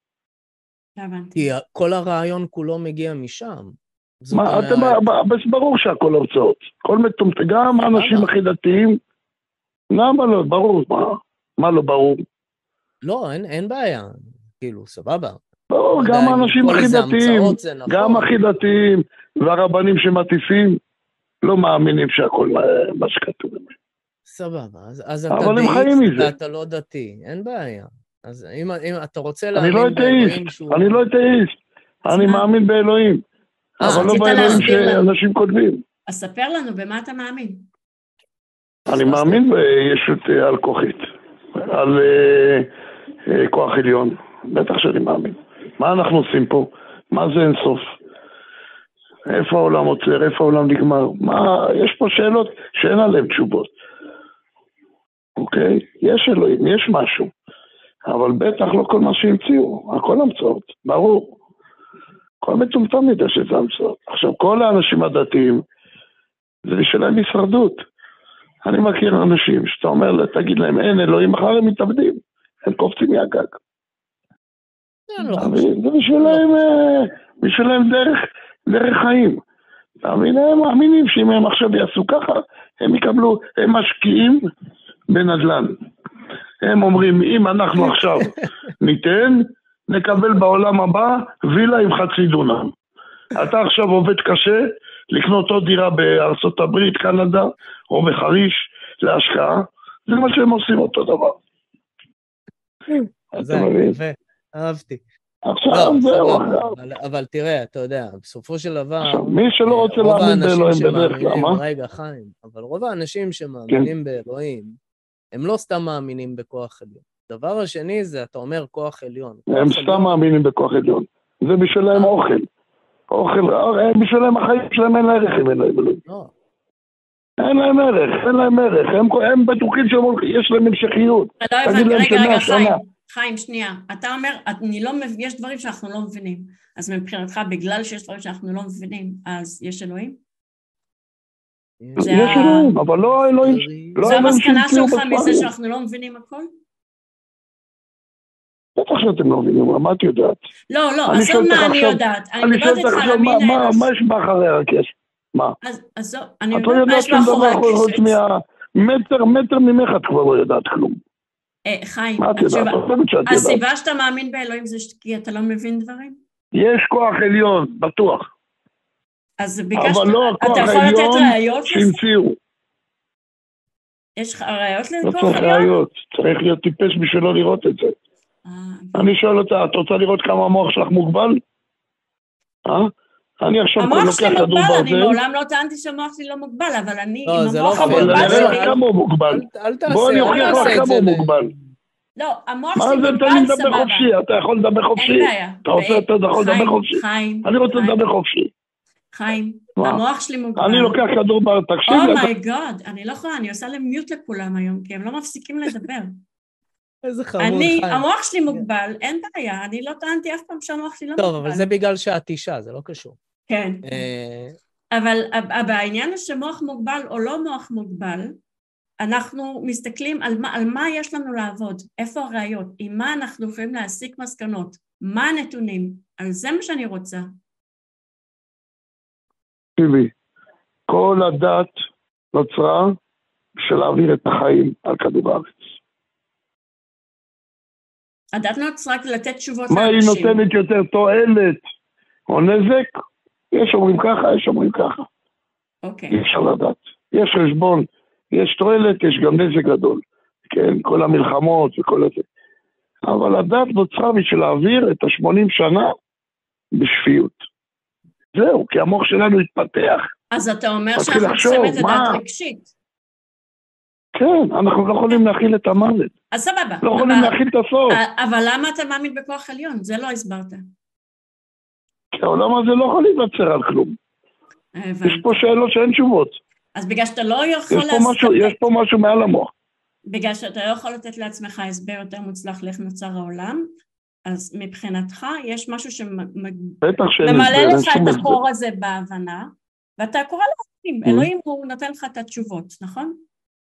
כי כל הרעיון כולו מגיע משם. מה, אתם, ברור שהכל המצאות. כל מטומטם, גם האנשים הכי דתיים, למה לא? ברור, מה? מה לא ברור? לא, אין, אין בעיה. כאילו, סבבה. ברור, גם האנשים הכי דתיים, גם הכי דתיים והרבנים שמטיפים, לא מאמינים שהכל מה שכתוב. סבבה, אז, אז אתה דאיסט ואתה לא דתי, אין בעיה. אז אם, אם אתה רוצה להאמין באלוהים שהוא... אני לא אתאיסט, אני מאמין באלוהים, אבל לא באלוהים שאנשים כותבים. אז ספר לנו, במה אתה מאמין? אני מאמין בישות על כוחית, על כוח עליון, בטח שאני מאמין. מה אנחנו עושים פה? מה זה אינסוף? איפה העולם עוצר? איפה העולם נגמר? מה, יש פה שאלות שאין עליהן תשובות. אוקיי? יש אלוהים, יש משהו. אבל בטח לא כל מה שהמציאו. הכל המצאות, ברור. כל מטומטם יודע שזה המצאות. עכשיו, כל האנשים הדתיים, זה בשבילם הישרדות. אני מכיר אנשים שאתה אומר, תגיד להם, אין אלוהים, אחר הם מתאבדים. הם קופצים מהגג. זה בשבילם, בשבילם דרך, דרך חיים. תאמין, הם מאמינים שאם הם עכשיו יעשו ככה, הם יקבלו, הם משקיעים בנדל"ן. הם אומרים, אם אנחנו עכשיו ניתן, נקבל בעולם הבא וילה עם חצי דונם. אתה עכשיו עובד קשה, לקנות עוד דירה בארצות הברית, קנדה, או בחריש, להשקעה, זה מה שהם עושים אותו דבר. זה יפה, אהבתי. עכשיו זהו. אבל תראה, אתה יודע, בסופו של דבר... מי שלא רוצה להאמין באלוהים בדרך כלל, מה? רגע, חיים, אבל רוב האנשים שמאמינים באלוהים, הם לא סתם מאמינים בכוח עליון. דבר השני זה, אתה אומר כוח עליון. הם סתם מאמינים בכוח עליון. זה בשבילם אוכל. אוכל, בשבילם החיים שלהם אין ערך אם אין להם אלוהים. אין להם ערך, אין להם ערך. הם בטוחים שיש להם המשכיות. רגע, רגע, חיים. חיים, שנייה, אתה אומר, אני לא מבין, יש דברים שאנחנו לא מבינים, אז מבחינתך, בגלל שיש דברים שאנחנו לא מבינים, אז יש אלוהים? יש אלוהים, אבל לא אלוהים. זו המסקנה שלך מזה שאנחנו לא מבינים הכל? בטח שאתם לא מבינים, מה את יודעת? לא, לא, אז זאת מה אני יודעת. אני מדברת איתך על המין האנוש. מה יש מאחורי הקש? מה? אז זו, אני יודעת מה יש מאחורי הקש. מטר, מטר ממך את כבר לא יודעת כלום. חיים, מה את יודעת? את חושבת שאת יודעת. הסיבה שאתה מאמין באלוהים זה כי אתה לא מבין דברים? יש כוח עליון, בטוח. אז ביקשת, אבל לא הכוח אתה יכול לתת העליון ראיות לזה? שהמציאו. יש לך ראיות לא לכוח צריך עליון? ראיות, צריך להיות טיפש בשביל לא לראות את זה. אני שואל אותה, את רוצה לראות כמה המוח שלך מוגבל? אה? אני עכשיו המוח שלי לוקח כדור מוגבל, אני ברזל. מעולם לא טענתי שהמוח שלי לא מוגבל, אבל אני לא, עם זה המוח לא פייר. המוגבל אבל נראה לך שלי... כמה הוא מוגבל. אל- אל תעשה, בוא אני אל אוכיח תעשה לך את כמה זה הוא ל- מוגבל. לא, המוח מה שלי זה, תן לי מוגבל לדבר סבבה. חופשי, אתה יכול לדבר חופשי? אין בעיה. אתה רוצה, אתה יכול לדבר חיים, חופשי? חיים, אני רוצה חיים, לדבר חופשי. חיים, מה? המוח שלי מוגבל. אני לוקח כדור ברזל, תקשיב לי. אומייגוד, אני לא יכולה, אני עושה להם מיוט לכולם היום, כי הם לא מפסיקים לדבר. איזה חמוד, אני, חיים. המוח שלי מוגבל, אין בעיה, אני לא טענתי אף פעם שהמוח שלי לא מוגבל. טוב, אבל זה בגלל שאת אישה, זה לא קשור. כן. אה, אבל בעניין שמוח מוגבל או לא מוח מוגבל, אנחנו מסתכלים על מה, על מה יש לנו לעבוד, איפה הראיות, עם מה אנחנו יכולים להסיק מסקנות, מה הנתונים, על זה מה שאני רוצה. תראי, כל הדת נוצרה בשביל להעביר את החיים על כדור הארץ. הדת נוצרה כדי לתת תשובות מה היא לאנשים. נותנת יותר תועלת או נזק? יש אומרים ככה, יש אומרים ככה. אוקיי. אי אפשר לדעת. יש חשבון, יש תועלת, יש גם נזק גדול. כן, כל המלחמות וכל הזה. אבל הדת נוצרה בשביל להעביר את ה-שמונים שנה בשפיות. זהו, כי המוח שלנו התפתח. אז אתה אומר מתחיל שאנחנו לחשוב, צריכים את זה מה? דת רגשית. כן, אנחנו לא יכולים להכיל את המוות. אז סבבה. לא יכולים אבל- להכיל את הסוף. אבל למה אתה מאמין בכוח עליון? זה לא הסברת. כי העולם הזה לא יכול להיווצר על כלום. הבנתי. יש פה שאלות שאין תשובות. אז בגלל שאתה לא יכול יש פה משהו, יש פה משהו מעל המוח. בגלל שאתה לא יכול לתת לעצמך הסבר יותר מוצלח לאיך נוצר העולם, אז מבחינתך יש משהו בטח שאין שממלא הסבר, אין לך שום את הסבר. החור הזה בהבנה, ואתה קורא לאלוהים, אלוהים הוא נותן לך את התשובות, נכון?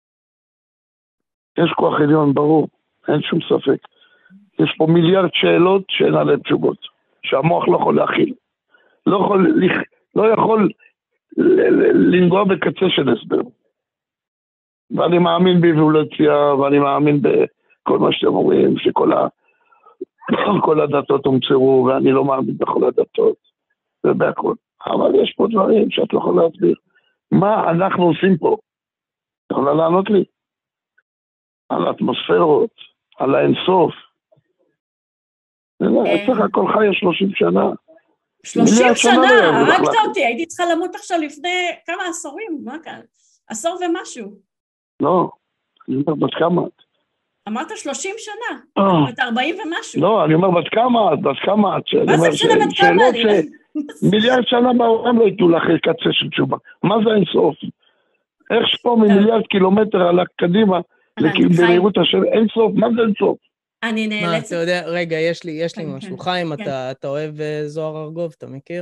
יש כוח עליון, ברור, אין שום ספק. יש פה מיליארד שאלות שאין עליהן תשובות, שהמוח לא יכול להכיל. לא יכול, לא יכול לנגוע בקצה של הסבר. ואני מאמין באבולוציה, ואני מאמין בכל מה שאתם אומרים, שכל ה... כל הדתות הומצאו, ואני לא מאמין בכל הדתות, ובהכל. אבל יש פה דברים שאת לא יכולה להסביר. מה אנחנו עושים פה? את יכולה לענות לי? על האטמוספירות, על האינסוף. צריך הכל חי שלושים שנה. שלושים שנה, הרגת אותי, הייתי צריכה למות עכשיו לפני כמה עשורים, מה כאן? עשור ומשהו. לא, אני אומר בת כמה את. אמרת שלושים שנה, בת ארבעים ומשהו. לא, אני אומר בת כמה את, בת כמה את. מה זה משנה בת כמה? מיליארד שנה בעולם לא ייתנו לך קצה של תשובה. מה זה אינסוף? איך שפה ממיליארד קילומטר עלה קדימה, במהירות השם, אינסוף, מה זה אינסוף? אני נאלצת... מה, אתה יודע, רגע, יש לי, יש לי משהו. חיים, אתה אוהב זוהר ארגוב, אתה מכיר?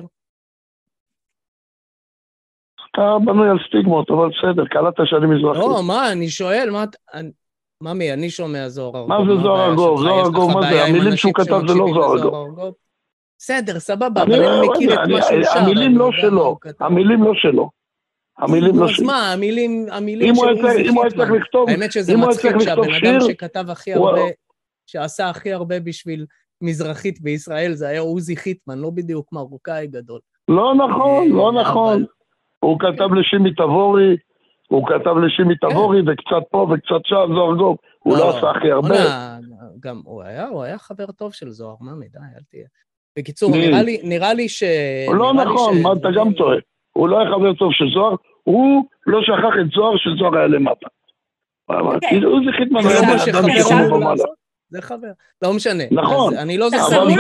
אתה בנוי על סטיגמות, אבל בסדר, קלטת שאני מזרחי. לא, מה, אני שואל, מה... ממי, אני שומע זוהר ארגוב. מה זה זוהר ארגוב? זוהר ארגוב, מה זה? המילים שהוא כתב זה לא זוהר ארגוב. בסדר, סבבה, אבל אני מכיר את מה שהוא שר. המילים לא שלו, המילים לא שלו. המילים לא שלו. אז מה, המילים של עוזי חיטמן. האמת שזה מצחיק שהבן אדם שכתב הכי הרבה, שעשה הכי הרבה בשביל מזרחית בישראל, זה היה עוזי חיטמן, לא בדיוק מרוקאי גדול. לא נכון, לא נכון. הוא כתב לשימי תבורי, הוא כתב לשימי תבורי, וקצת פה וקצת שם, זוהר ארגוב. הוא לא עשה הכי הרבה. גם הוא היה, הוא היה חבר טוב של זוהר, מה מדי, אל תהיה. בקיצור, נראה לי, נראה לי ש... לא נכון, מה אתה גם טועה. הוא לא היה חבר טוב של זוהר, הוא לא שכח את זוהר שזוהר היה למטה. כאילו זה חיטמן היה בן אדם שחבר במעלה. זה חבר, לא משנה. נכון. אני לא זוכר. אבל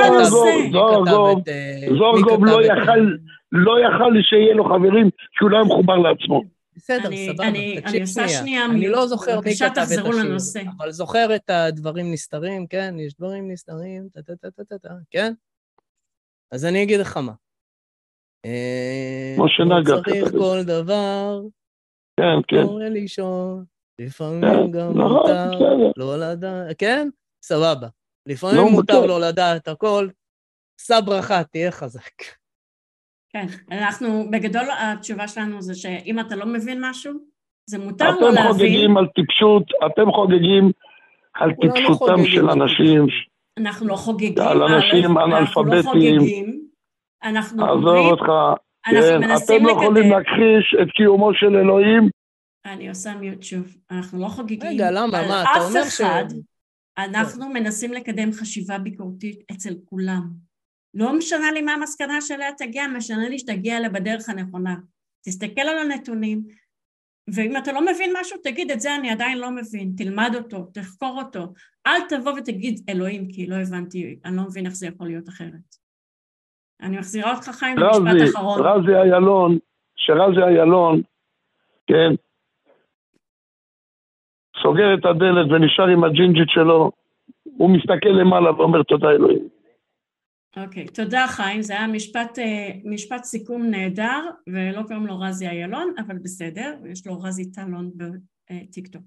זוהר ארגוב לא יכל שיהיה לו חברים שהוא לא היה מחובר לעצמו. בסדר, סבבה. אני עושה שנייה. אני לא זוכר מי כתב את תחזרו לנושא. השיר, אבל זוכר את הדברים נסתרים, כן? יש דברים נסתרים, כן? אז אני אגיד לך מה. משה נגר כתב. צריך כל דבר, כן, כן. קורא לישון, לפעמים גם מותר לא לדעת, כן? סבבה. לפעמים מותר לא לדעת הכל, שא ברכה, תהיה חזק. כן, אנחנו, בגדול התשובה שלנו זה שאם אתה לא מבין משהו, זה מותר לא להבין. אתם חוגגים על טיפשות, אתם חוגגים על טיפשותם של אנשים, אנחנו לא חוגגים, על אנשים אנאלפביתיים, עזוב אותך, כן, אתם לא יכולים להכחיש את קיומו של אלוהים. אני עושה מיוט שוב, אנחנו לא חוגגים רגע, למה, על מה, אתה אומר אף אחד, אנחנו מנסים לקדם חשיבה ביקורתית אצל כולם. לא משנה לי מה המסקנה שלה תגיע, משנה לי שתגיע לה בדרך הנכונה. תסתכל על הנתונים, ואם אתה לא מבין משהו, תגיד את זה אני עדיין לא מבין, תלמד אותו, תחקור אותו. אל תבוא ותגיד אלוהים, כי לא הבנתי, אני לא מבין איך זה יכול להיות אחרת. אני מחזירה אותך חיים למשפט אחרון. רזי איילון, שרזי איילון, כן, סוגר את הדלת ונשאר עם הג'ינג'ית שלו, הוא מסתכל למעלה ואומר תודה אלוהים. אוקיי, תודה חיים, זה היה משפט, משפט סיכום נהדר, ולא קוראים לו רזי איילון, אבל בסדר, יש לו רזי טלון בטיקטוק.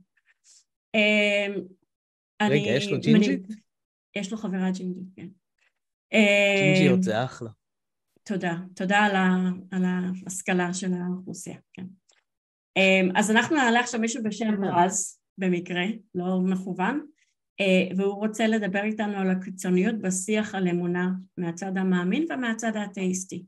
רגע, יש לו ג'ינג'ית? יש לו חברה ג'ינג'ית, כן. ג'ינג'יות זה אחלה. תודה, תודה על, ה, על ההשכלה של האוכלוסייה, כן. אז אנחנו נעלה עכשיו מישהו בשם רז, במקרה, לא מכוון, והוא רוצה לדבר איתנו על הקיצוניות בשיח על אמונה מהצד המאמין ומהצד האתאיסטי.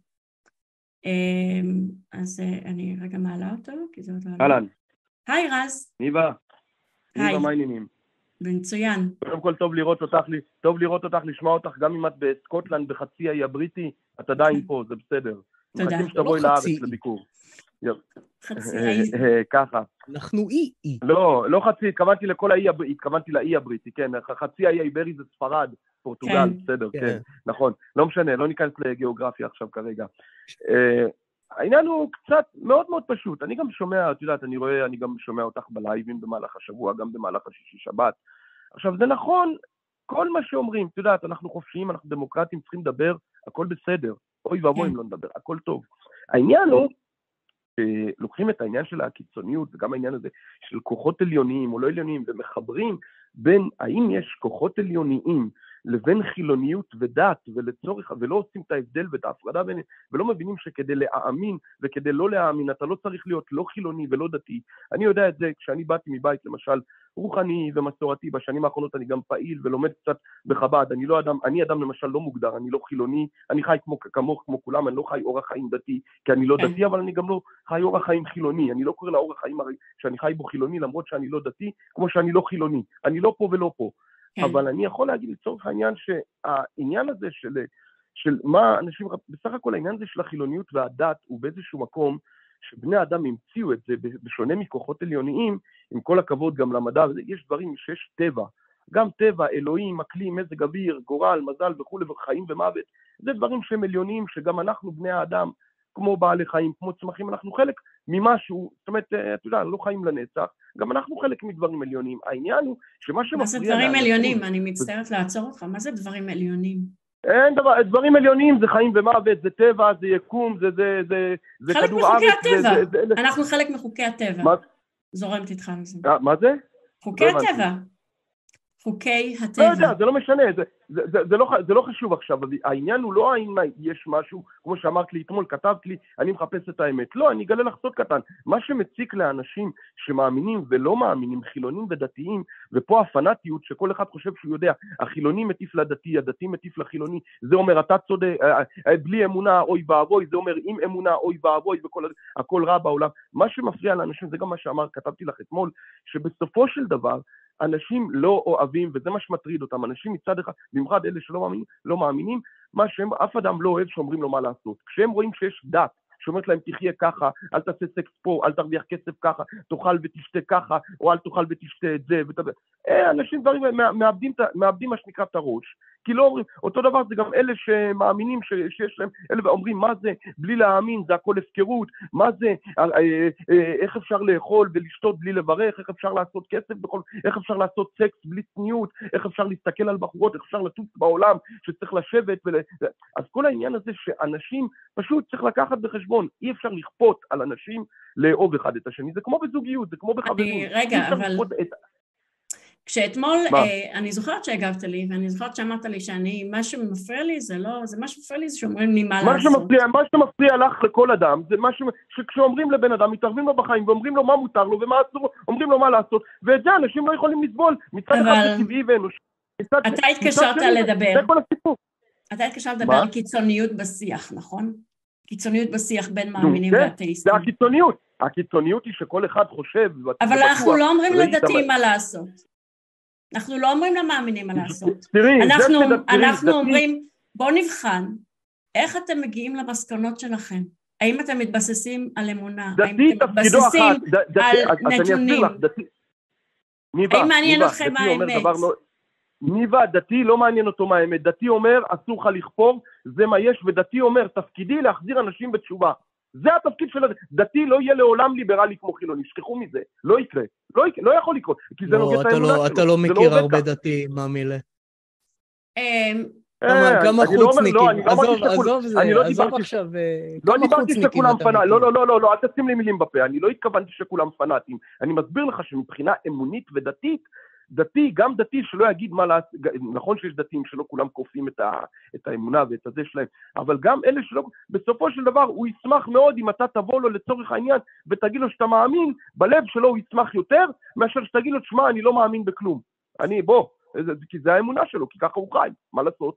אז אני רגע מעלה אותו, כי זה עוד לא... אהלן. היי רז. ניבה. ניבה, מה העניינים? מצוין. קודם כל טוב לראות אותך, טוב לראות אותך, לשמוע אותך, גם אם את בסקוטלנד, בחצי האי הבריטי, את עדיין פה, זה בסדר. תודה. מחכים שתבואי לארץ לביקור. חצי האי. ככה. אנחנו אי אי. לא, לא חצי, התכוונתי לכל האי, התכוונתי לאי הבריטי, כן, חצי האי האיברי זה ספרד, פורטוגל, בסדר, כן, נכון. לא משנה, לא ניכנס לגיאוגרפיה עכשיו כרגע. העניין הוא קצת מאוד מאוד פשוט, אני גם שומע, את יודעת, אני רואה, אני גם שומע אותך בלייבים במהלך השבוע, גם במהלך השישי שבת. עכשיו, זה נכון, כל מה שאומרים, את יודעת, אנחנו חופשיים, אנחנו דמוקרטים, צריכים לדבר, הכל בסדר. אוי ואבוי אם לא נדבר, הכל טוב. העניין הוא, לוקחים את העניין של הקיצוניות, וגם העניין הזה של כוחות עליוניים או לא עליוניים, ומחברים בין האם יש כוחות עליוניים לבין חילוניות ודת ולצורך, ולא עושים את ההבדל ואת ההפרדה ביניהם, ולא מבינים שכדי להאמין וכדי לא להאמין, אתה לא צריך להיות לא חילוני ולא דתי. אני יודע את זה כשאני באתי מבית, למשל, רוחני ומסורתי, בשנים האחרונות אני גם פעיל ולומד קצת בחב"ד, אני לא אדם, אני אדם למשל לא מוגדר, אני לא חילוני, אני חי כמו, כמוך, כמו כולם, אני לא חי אורח חיים דתי, כי אני לא דתי, אבל אני גם לא חי אורח חיים חילוני, אני לא קורא לאורח חיים שאני חי בו חילוני, למרות שאני לא דתי, כמו שאני לא חילוני, אני לא פה ולא פה. אבל אני יכול להגיד לצורך העניין שהעניין הזה של, של מה אנשים, בסך הכל העניין הזה של החילוניות והדת הוא באיזשהו מקום שבני אדם המציאו את זה בשונה מכוחות עליוניים, עם כל הכבוד גם למדע, יש דברים שיש טבע, גם טבע, אלוהים, אקלים, מזג אוויר, גורל, מזל וכו' וחיים ומוות, זה דברים שהם עליוניים שגם אנחנו בני האדם, כמו בעלי חיים, כמו צמחים, אנחנו חלק ממשהו, זאת אומרת, אתה יודע, לא חיים לנצח, גם אנחנו חלק מדברים עליונים. העניין הוא שמה שמפריע... מה זה דברים עליונים? אני מצטערת לעצור אותך. מה זה דברים עליונים? אין דבר, דברים עליונים זה חיים ומוות, זה טבע, זה יקום, זה זה זה זה כדור הארץ. חלק מחוקי הטבע. אנחנו חלק מחוקי הטבע. זורמת איתך מזה. מה זה? חוקי הטבע. חוקי הטבע. לא יודע, זה לא משנה, זה, זה, זה, זה, לא, זה לא חשוב עכשיו, העניין הוא לא האם יש משהו, כמו שאמרת לי אתמול, כתבת לי, אני מחפש את האמת. לא, אני אגלה לך סוד קטן. מה שמציק לאנשים שמאמינים ולא מאמינים, חילונים ודתיים, ופה הפנאטיות שכל אחד חושב שהוא יודע, החילוני מטיף לדתי, הדתי מטיף לחילוני, זה אומר, אתה צודק, בלי אמונה, אוי ואבוי, זה אומר, עם אמונה, אוי ואבוי, והכל רע בעולם. מה שמפריע לאנשים, זה גם מה שאמר, כתבתי לך אתמול, שבסופו של דבר, אנשים לא אוהבים, וזה מה שמטריד אותם, אנשים מצד אחד, במיוחד אלה שלא מאמינים, לא מאמינים, מה שהם, אף אדם לא אוהב שאומרים לו מה לעשות. כשהם רואים שיש דת, שאומרת להם תחיה ככה, אל תעשה סקס פה, אל תרוויח כסף ככה, תאכל ותשתה ככה, או אל תאכל ותשתה את זה, ות... אנשים דברים, מאבדים, מאבדים מה שנקרא את הראש, כי לא אומרים, אותו דבר זה גם אלה שמאמינים ש, שיש להם, אלה ואומרים מה זה, בלי להאמין, זה הכל הפקרות, מה זה, איך אפשר לאכול ולשתות בלי לברך, איך אפשר לעשות כסף, בכל, איך אפשר לעשות סקס בלי צניעות, איך אפשר להסתכל על בחורות, איך אפשר לטוס בעולם שצריך לשבת, ול... אז כל העניין הזה שאנשים פשוט צריך לקחת בחשבון, אי אפשר לכפות על אנשים לאהוב אחד את השני, זה כמו בזוגיות, זה כמו בחברים. רגע, אבל... את... כשאתמול, אני זוכרת שהגבת לי, ואני זוכרת שאמרת לי שאני, מה שמפריע לי זה לא, זה מה שמפריע לי זה שאומרים לי מה לעשות. מה שמפריע לך לכל אדם, זה מה שכשאומרים לבן אדם, מתערבים לו בחיים, ואומרים לו מה מותר לו ומה אסור, אומרים לו מה לעשות, ואת זה אנשים לא יכולים לסבול, מצד אחד זה טבעי ואנושי. אתה התקשרת לדבר. זה כל הסיפור. אתה התקשרת לדבר על קיצוניות בשיח, נכון? קיצוניות בשיח בין מאמינים ואתאיסטים. זה הקיצוניות. הקיצוניות היא שכל אחד חושב... אבל אנחנו לא אומרים לדתיים מה לעשות. אנחנו לא אומרים למאמינים מה לעשות. אנחנו אומרים, בואו נבחן, איך אתם מגיעים למסקנות שלכם? האם אתם מתבססים על אמונה? האם אתם מתבססים על נתונים? האם מעניין אתכם מה האמת? ניבה, דתי לא מעניין אותו מה האמת. דתי אומר, אסור לך לכפור, זה מה יש, ודתי אומר, תפקידי להחזיר אנשים בתשובה. זה התפקיד של דתי, לא יהיה לעולם ליברלי כמו חילוני, שכחו מזה, לא יקרה, לא, יקרה, לא יכול לקרות, כי זה נוגע את האמונה שלו. אתה לא מכיר הרבה דתי, מה מילה? כמה חוצניקים, עזוב זה, עזוב עכשיו, כמה חוצניקים אתה מכיר? לא, לא, לא, לא, לא, אל תשים לי מילים בפה, אני לא התכוונתי שכולם פנאטים, אני מסביר לך שמבחינה אמונית ודתית, דתי, גם דתי שלא יגיד מה לעשות, נכון שיש דתיים שלא כולם קופים את, ה, את האמונה ואת הזה שלהם, אבל גם אלה שלא, בסופו של דבר הוא ישמח מאוד אם אתה תבוא לו לצורך העניין ותגיד לו שאתה מאמין, בלב שלו הוא ישמח יותר, מאשר שתגיד לו, תשמע, אני לא מאמין בכלום. אני, בוא, זה, כי זה האמונה שלו, כי ככה הוא חי, מה לעשות?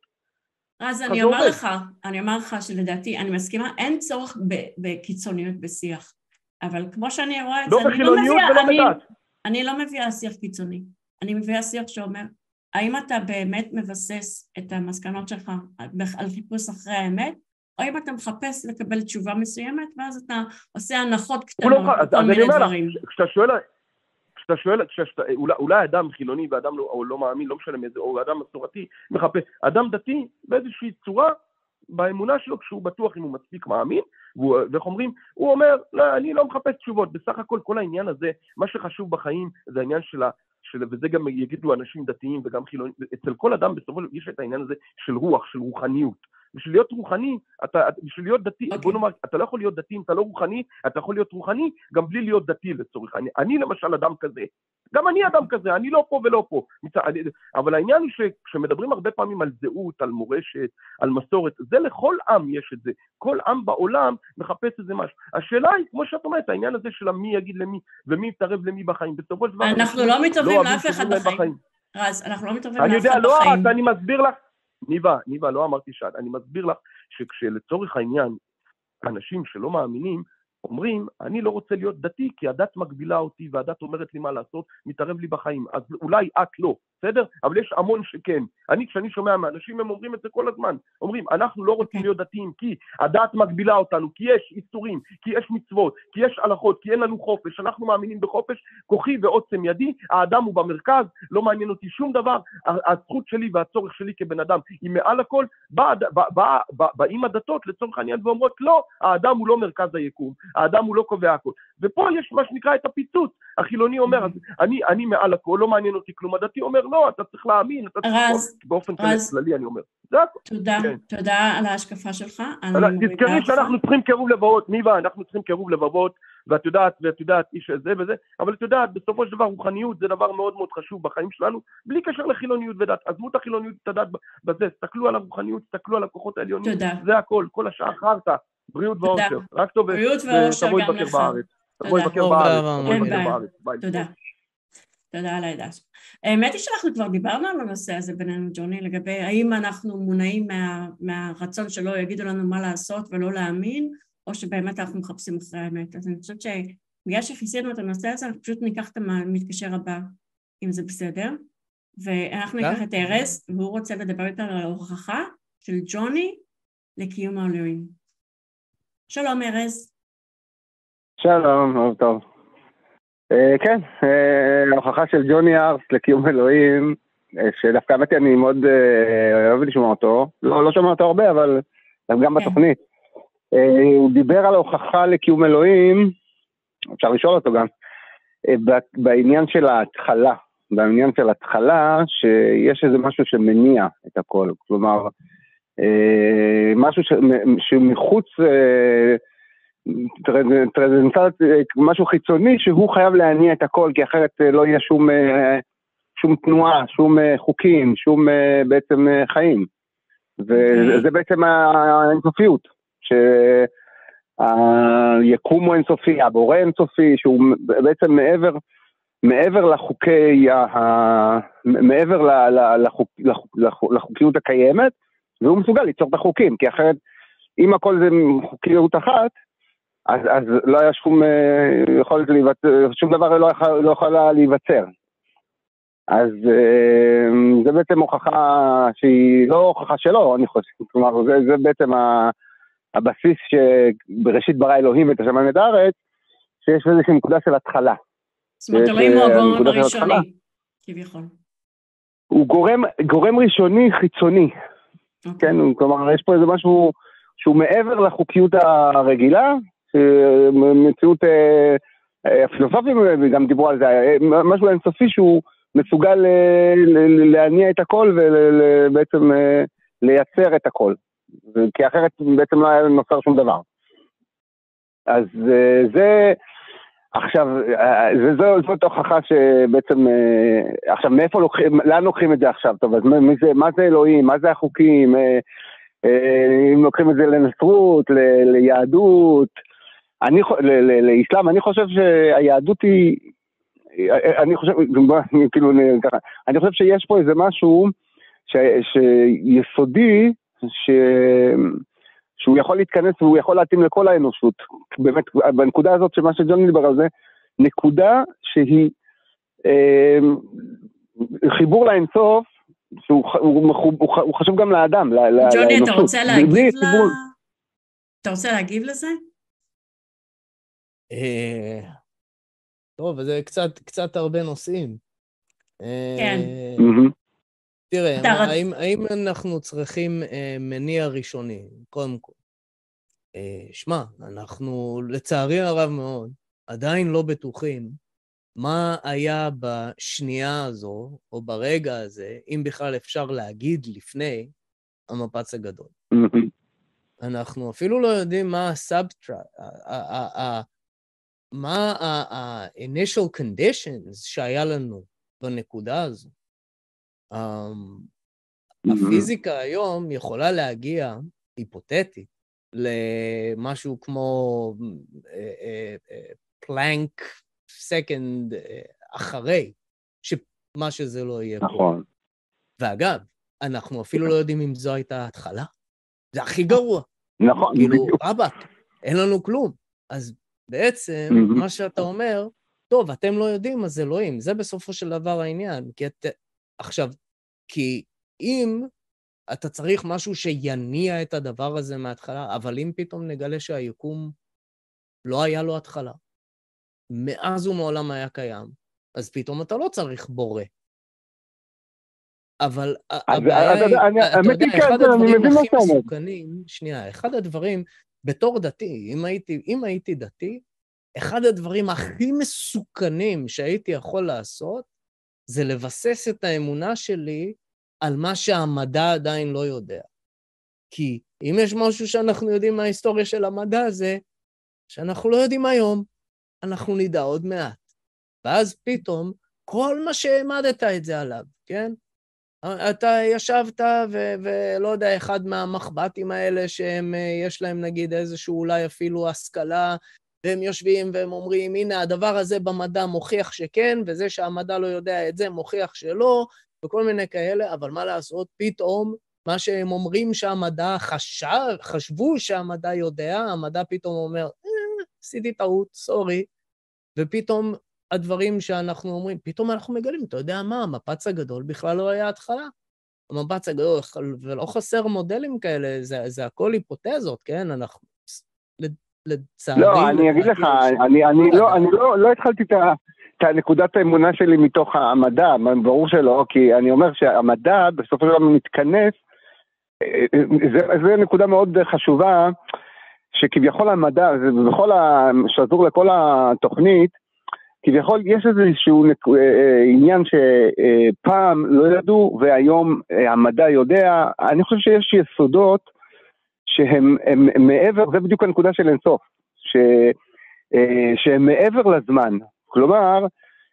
אז אני אומר לך, אני אומר לך שלדעתי, אני מסכימה, אין צורך בקיצוניות בשיח, אבל כמו שאני רואה את זה, אני לא מביאה, אני לא מביאה שיח קיצוני. אני מביאה שיח שאומר, האם אתה באמת מבסס את המסקנות שלך על חיפוש אחרי האמת, או אם אתה מחפש לקבל תשובה מסוימת, ואז אתה עושה הנחות קטנות, כל מיני דברים. כשאתה שואל, כשאתה שואל, אולי אדם חילוני ואדם או לא מאמין, לא משנה איזה, או אדם מסורתי, מחפש, אדם דתי באיזושהי צורה, באמונה שלו, כשהוא בטוח אם הוא מספיק מאמין, ואיך אומרים, הוא אומר, לא, אני לא מחפש תשובות, בסך הכל כל העניין הזה, מה שחשוב בחיים, זה העניין של ה... של, וזה גם יגידו אנשים דתיים וגם חילונים, אצל כל אדם בסופו של דבר יש את העניין הזה של רוח, של רוחניות. בשביל להיות רוחני, אתה, בשביל להיות דתי, okay. בוא נאמר, אתה לא יכול להיות דתי אם אתה לא רוחני, אתה יכול להיות רוחני גם בלי להיות דתי לצורך. אני, אני למשל אדם כזה, גם אני אדם כזה, אני לא פה ולא פה. אני, אבל העניין הוא שכשמדברים הרבה פעמים על זהות, על מורשת, על מסורת, זה לכל עם יש את זה. כל עם בעולם מחפש איזה משהו. השאלה היא, כמו שאת אומרת, העניין הזה של מי יגיד למי, ומי יתערב למי בחיים. בסופו של דבר... אנחנו לא מתערבים לאף אחד בחיים. רז, אנחנו לא מתערבים לאף אחד בחיים. אני יודע, לא, אני מסביר לך. ניבה, ניבה, לא אמרתי שאת, אני מסביר לך שכשלצורך העניין, אנשים שלא מאמינים, אומרים, אני לא רוצה להיות דתי, כי הדת מגבילה אותי, והדת אומרת לי מה לעשות, מתערב לי בחיים, אז אולי את לא, בסדר? אבל יש המון שכן. אני, כשאני שומע מאנשים, הם אומרים את זה כל הזמן, אומרים, אנחנו לא רוצים להיות דתיים, כי הדת מגבילה אותנו, כי יש איסורים, כי יש מצוות, כי יש הלכות, כי אין לנו חופש, אנחנו מאמינים בחופש, כוחי ועוצם ידי, האדם הוא במרכז, לא מעניין אותי שום דבר, הזכות שלי והצורך שלי כבן אדם היא מעל הכל, באים הדתות לצורך העניין ואומרות, לא, האדם הוא לא מרכז היקום, האדם הוא לא קובע הכל. ופה יש מה שנקרא את הפיצוץ. החילוני אומר, אני, אני מעל הכל, לא מעניין אותי כלום. הדתי אומר, לא, אתה צריך להאמין, אתה צריך רז, באופן רז, כללי, אני אומר. זה הכל. תודה, כן. תודה על ההשקפה שלך. תזכרי שאנחנו צריכים קירוב לבבות, ניבה, אנחנו צריכים קירוב לבבות, ואת יודעת, ואת יודעת, איש זה וזה, אבל את יודעת, בסופו של דבר, רוחניות זה דבר מאוד מאוד חשוב בחיים שלנו, בלי קשר לחילוניות ודת. עזבו את החילוניות, את הדת בזה, תסתכלו על הרוחניות, תסתכלו על הכוחות העליונים. תודה. זה הכל, כל השאר חרטה. בריאות ואושר, רק טוב, ותבואי לבקר בארץ. תבואי לבקר בארץ. תודה. תודה על הידע. האמת היא שאנחנו כבר דיברנו על הנושא הזה בינינו, ג'וני, לגבי האם אנחנו מונעים מהרצון שלו יגידו לנו מה לעשות ולא להאמין, או שבאמת אנחנו מחפשים אחרי האמת. אז אני חושבת שבגלל שכיסינו את הנושא הזה, אנחנו פשוט ניקח את המתקשר הבא, אם זה בסדר, ואנחנו ניקח את ארז, והוא רוצה לדבר איתנו על ההוכחה של ג'וני לקיום האלוהים. שלום ארז. שלום, מאוד טוב. Uh, כן, uh, ההוכחה של ג'וני ארס לקיום אלוהים, uh, שדווקא האמת אני מאוד uh, אוהב לשמוע אותו, לא, לא שומע אותו הרבה, אבל גם okay. בתוכנית. Uh, הוא דיבר על ההוכחה לקיום אלוהים, אפשר לשאול אותו גם, uh, בעניין של ההתחלה, בעניין של ההתחלה, שיש איזה משהו שמניע את הכל, כלומר, Uh, משהו ש... שמחוץ uh, טרזנטל, משהו חיצוני שהוא חייב להניע את הכל, כי אחרת uh, לא יהיה שום, uh, שום תנועה, שום חוקים, שום בעצם חיים. וזה בעצם האינסופיות, שהיקום הוא אינסופי, הבורא אינסופי, שהוא בעצם מעבר, מעבר לחוקי, מעבר לחוקיות הקיימת, והוא מסוגל ליצור את החוקים, כי אחרת, אם הכל זה חוקיות אחת, אז, אז לא היה שום, יכול להיווצר, שום דבר לא יכול, לא יכולה להיווצר. אז זה בעצם הוכחה שהיא לא הוכחה שלו, אני חושב. כלומר, זה, זה בעצם הבסיס שבראשית ברא אלוהים את השמיים ואת הארץ, שיש איזושהי נקודה של התחלה. זאת אומרת, אלוהים הוא הגורם הראשוני, כביכול. הוא גורם, גורם ראשוני חיצוני. Okay. כן, כלומר, יש פה איזה משהו שהוא מעבר לחוקיות הרגילה, מציאות הפילוסופים גם דיברו על זה, משהו אינסופי שהוא מסוגל להניע את הכל ובעצם לייצר את הכל, כי אחרת בעצם לא היה נוצר שום דבר. אז זה, עכשיו, זאת הוכחה שבעצם, עכשיו מאיפה לוקחים, לאן לוקחים את זה עכשיו? טוב, אז מה זה אלוהים? מה זה החוקים? אם לוקחים את זה לנצרות, ליהדות, אני, לאסלאם, אני חושב שהיהדות היא, אני חושב, כאילו, ככה, אני חושב שיש פה איזה משהו ש, שיסודי, ש, שהוא יכול להתכנס והוא יכול להתאים לכל האנושות. באמת, בנקודה הזאת שמה שג'וני דיבר על זה, נקודה שהיא אה, חיבור לאינסוף, שהוא הוא, הוא, הוא, הוא חשוב גם לאדם, ג'וני, אתה רוצה להגיב ל... אתה רוצה להגיב לזה? טוב, זה קצת, קצת הרבה נושאים. כן. תראה, האם, האם אנחנו צריכים מניע ראשוני? קודם כל. שמע, אנחנו לצערי הרב מאוד, עדיין לא בטוחים מה היה בשנייה הזו, או ברגע הזה, אם בכלל אפשר להגיד לפני המפץ הגדול. אנחנו אפילו לא יודעים מה הסאבטרקט, מה ה-initial conditions שהיה לנו בנקודה הזו. הפיזיקה היום יכולה להגיע, היפותטית, למשהו כמו פלנק סקנד אחרי, שמה שזה לא יהיה פה. ואגב, אנחנו אפילו לא יודעים אם זו הייתה ההתחלה. זה הכי גרוע. נכון. כאילו, רבק, אין לנו כלום. אז בעצם, מה שאתה אומר, טוב, אתם לא יודעים, אז אלוהים. זה בסופו של דבר העניין. כי את... עכשיו, כי אם אתה צריך משהו שיניע את הדבר הזה מההתחלה, אבל אם פתאום נגלה שהיקום לא היה לו התחלה, מאז ומעולם היה קיים, אז פתאום אתה לא צריך בורא. אבל הבעיה היא, אתה יודע, אחד הדברים הכי מסוכנים, שנייה, אחד הדברים, בתור דתי, אם הייתי, אם הייתי דתי, אחד הדברים הכי מסוכנים שהייתי יכול לעשות, זה לבסס את האמונה שלי על מה שהמדע עדיין לא יודע. כי אם יש משהו שאנחנו יודעים מההיסטוריה של המדע הזה, שאנחנו לא יודעים היום, אנחנו נדע עוד מעט. ואז פתאום, כל מה שהעמדת את זה עליו, כן? אתה ישבת ו- ולא יודע, אחד מהמחבטים האלה שהם, יש להם נגיד איזשהו אולי אפילו השכלה, והם יושבים והם אומרים, הנה הדבר הזה במדע מוכיח שכן, וזה שהמדע לא יודע את זה מוכיח שלא, וכל מיני כאלה, אבל מה לעשות? פתאום, מה שהם אומרים שהמדע חשב, חשבו שהמדע יודע, המדע פתאום אומר, אה, עשיתי טעות, סורי, ופתאום הדברים שאנחנו אומרים, פתאום אנחנו מגלים, אתה יודע מה, המפץ הגדול בכלל לא היה התחלה. המפץ הגדול, ולא חסר מודלים כאלה, זה, זה הכל היפותזות, כן? אנחנו, לצערי... לא, אני אגיד לך, אני, אני, לא, אני לא, לא התחלתי את ה... את נקודת האמונה שלי מתוך המדע, ברור שלא, כי אני אומר שהמדע בסופו של דבר מתכנס, זה, זה נקודה מאוד חשובה, שכביכול המדע, זה בכל השזור לכל התוכנית, כביכול יש איזשהו עניין שפעם לא ידעו, והיום המדע יודע, אני חושב שיש יסודות שהם הם מעבר, זה בדיוק הנקודה של אינסוף, ש, שהם מעבר לזמן, כלומר,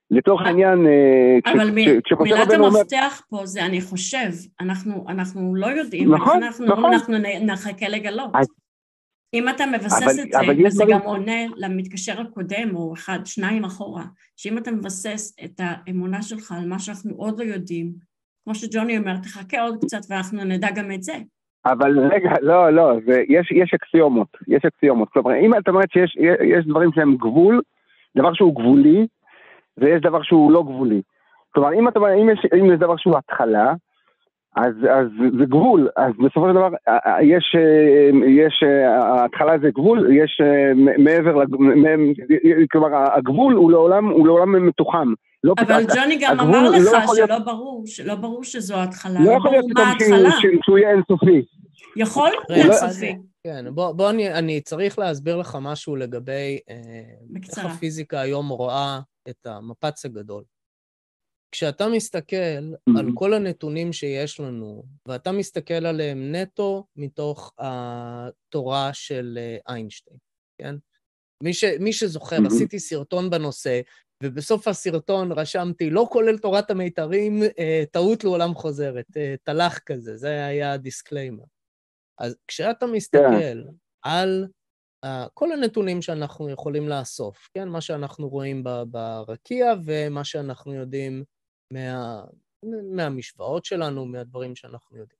לצורך העניין, אבל מילת המפתח פה זה אני חושב, אנחנו לא יודעים, אנחנו נחכה לגלות. אם אתה מבסס את זה, וזה גם עונה למתקשר הקודם, או אחד, שניים אחורה, שאם אתה מבסס את האמונה שלך על מה שאנחנו עוד לא יודעים, כמו שג'וני אומר, תחכה עוד קצת ואנחנו נדע גם את זה. אבל רגע, לא, לא, יש, יש אקסיומות, יש אקסיומות. כלומר, אם אתה אומרת שיש יש דברים שהם גבול, דבר שהוא גבולי, ויש דבר שהוא לא גבולי. כלומר, אם אתה אומר, אם יש, אם יש דבר שהוא התחלה, אז, אז זה גבול, אז בסופו של דבר, יש, יש, ההתחלה זה גבול, יש מעבר, כלומר, הגבול הוא לעולם, הוא לעולם מתוחם. לא אבל ג'וני גם אמר לך לא שלא להיות... ברור, שלא ברור שזו ההתחלה, לא יכול להיות שהוא יהיה אינסופי. יכול להיות אינסופי. כן, בוא, בוא אני, אני צריך להסביר לך משהו לגבי בקצרה. איך הפיזיקה היום רואה את המפץ הגדול. כשאתה מסתכל mm-hmm. על כל הנתונים שיש לנו, ואתה מסתכל עליהם נטו מתוך התורה של איינשטיין, כן? מי, ש, מי שזוכר, mm-hmm. עשיתי סרטון בנושא, ובסוף הסרטון רשמתי, לא כולל תורת המיתרים, טעות לעולם חוזרת, תלך כזה, זה היה הדיסקליימר. אז כשאתה מסתכל yeah. על uh, כל הנתונים שאנחנו יכולים לאסוף, כן? מה שאנחנו רואים ברקיע, ומה שאנחנו יודעים מה, מהמשוואות שלנו, מהדברים שאנחנו יודעים.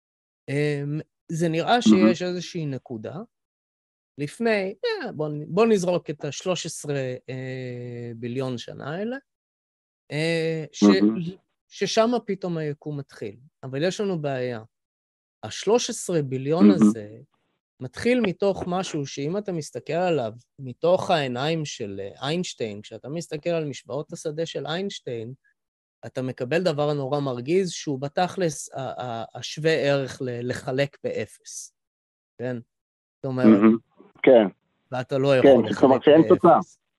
Um, זה נראה שיש mm-hmm. איזושהי נקודה, לפני, yeah, בוא, בוא נזרוק את ה-שלוש עשרה uh, ביליון שנה האלה, uh, ש, mm-hmm. ששם פתאום היקום מתחיל. אבל יש לנו בעיה. ה-שלוש עשרה ביליון mm-hmm. הזה מתחיל מתוך משהו שאם אתה מסתכל עליו, מתוך העיניים של איינשטיין, כשאתה מסתכל על משוואות השדה של איינשטיין, אתה מקבל דבר נורא מרגיז, שהוא בתכלס השווה ערך לחלק באפס. כן? זאת אומרת, כן. ואתה לא יכול לחלק באפס. כלומר שאין תוצאה.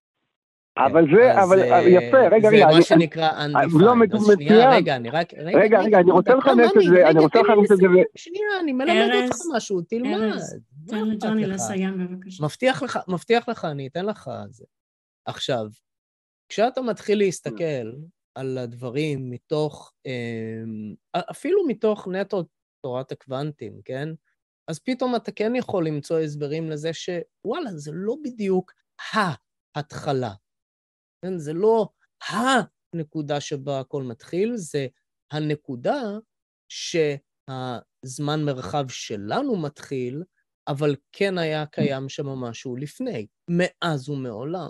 אבל זה, אבל יפה, רגע, רגע. זה מה שנקרא undefined. אז שנייה, רגע, אני רק... רגע, רגע, אני רוצה לכנס את זה, אני רוצה לכנס את זה. שנייה, אני מלמד אותך משהו, תלמד. תן לג'וני לסיים בבקשה. מבטיח לך, אני אתן לך זה. עכשיו, כשאתה מתחיל להסתכל על הדברים מתוך, אפילו מתוך נטו תורת הקוונטים, כן? אז פתאום אתה כן יכול למצוא הסברים לזה שוואלה, זה לא בדיוק ההתחלה. כן? זה לא הנקודה שבה הכל מתחיל, זה הנקודה שהזמן מרחב שלנו מתחיל, אבל כן היה קיים שם משהו לפני, מאז ומעולם.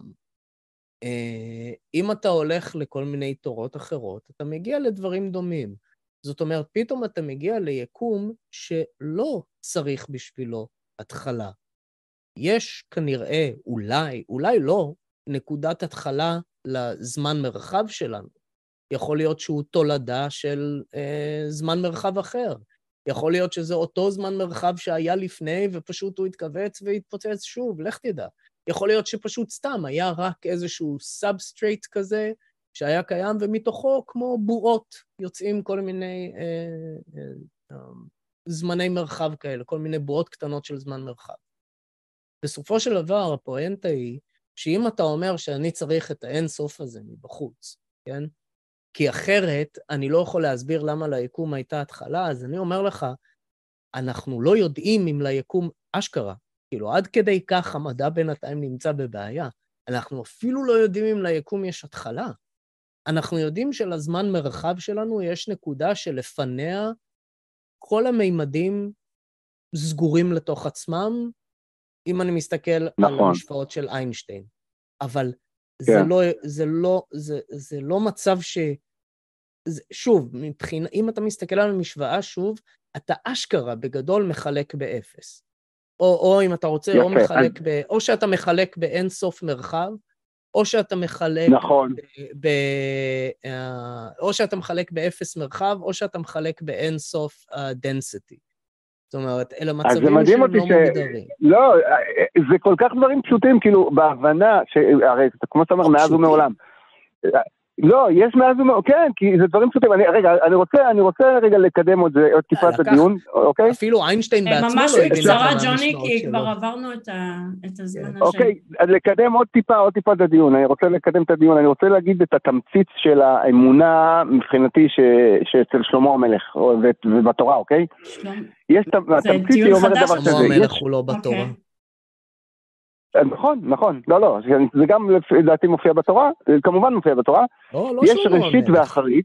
אם אתה הולך לכל מיני תורות אחרות, אתה מגיע לדברים דומים. זאת אומרת, פתאום אתה מגיע ליקום שלא צריך בשבילו התחלה. יש כנראה, אולי, אולי לא, נקודת התחלה לזמן מרחב שלנו. יכול להיות שהוא תולדה של אה, זמן מרחב אחר. יכול להיות שזה אותו זמן מרחב שהיה לפני, ופשוט הוא התכווץ והתפוצץ שוב, לך תדע. יכול להיות שפשוט סתם היה רק איזשהו סאבסטרייט כזה, שהיה קיים, ומתוכו כמו בועות יוצאים כל מיני אה, אה, אה, זמני מרחב כאלה, כל מיני בועות קטנות של זמן מרחב. בסופו של דבר, הפואנטה היא, שאם אתה אומר שאני צריך את האינסוף הזה מבחוץ, כן? כי אחרת אני לא יכול להסביר למה ליקום הייתה התחלה, אז אני אומר לך, אנחנו לא יודעים אם ליקום אשכרה, כאילו עד כדי כך המדע בינתיים נמצא בבעיה, אנחנו אפילו לא יודעים אם ליקום יש התחלה. אנחנו יודעים שלזמן מרחב שלנו יש נקודה שלפניה כל המימדים סגורים לתוך עצמם, אם אני מסתכל נכון. על המשוואות של איינשטיין. אבל כן. זה, לא, זה, לא, זה, זה לא מצב ש... זה, שוב, מבחינה, אם אתה מסתכל על המשוואה שוב, אתה אשכרה בגדול מחלק באפס. או, או אם אתה רוצה, או, מחלק ב, או שאתה מחלק באין סוף מרחב, או שאתה מחלק נכון. ב, ב, או שאתה מחלק באפס מרחב, או שאתה מחלק באין סוף uh, density. זאת אומרת, אלה מצבים שהם לא ש... מוגדרים. לא, זה כל כך דברים פשוטים, כאילו, בהבנה, ש... הרי, כמו שאתה אומר, מאז ומעולם. לא, יש מאז ומאוד, כן, כי זה דברים פשוטים. רגע, אני רוצה, אני רוצה רגע לקדם עוד טיפה את הדיון, אוקיי? אפילו איינשטיין בעצמו ממש לא הבין בקצרה, ג'וני, כי כבר עברנו את הזמן השני. אוקיי, אז לקדם עוד טיפה, עוד טיפה את הדיון. אני רוצה לקדם את הדיון, אני רוצה להגיד את התמציץ של האמונה מבחינתי שאצל שלמה המלך, ובתורה, אוקיי? זה דיון חדש. שלמה המלך הוא לא בתורה. נכון, נכון, לא, לא, זה גם לדעתי מופיע בתורה, כמובן מופיע בתורה, יש ראשית ואחרית,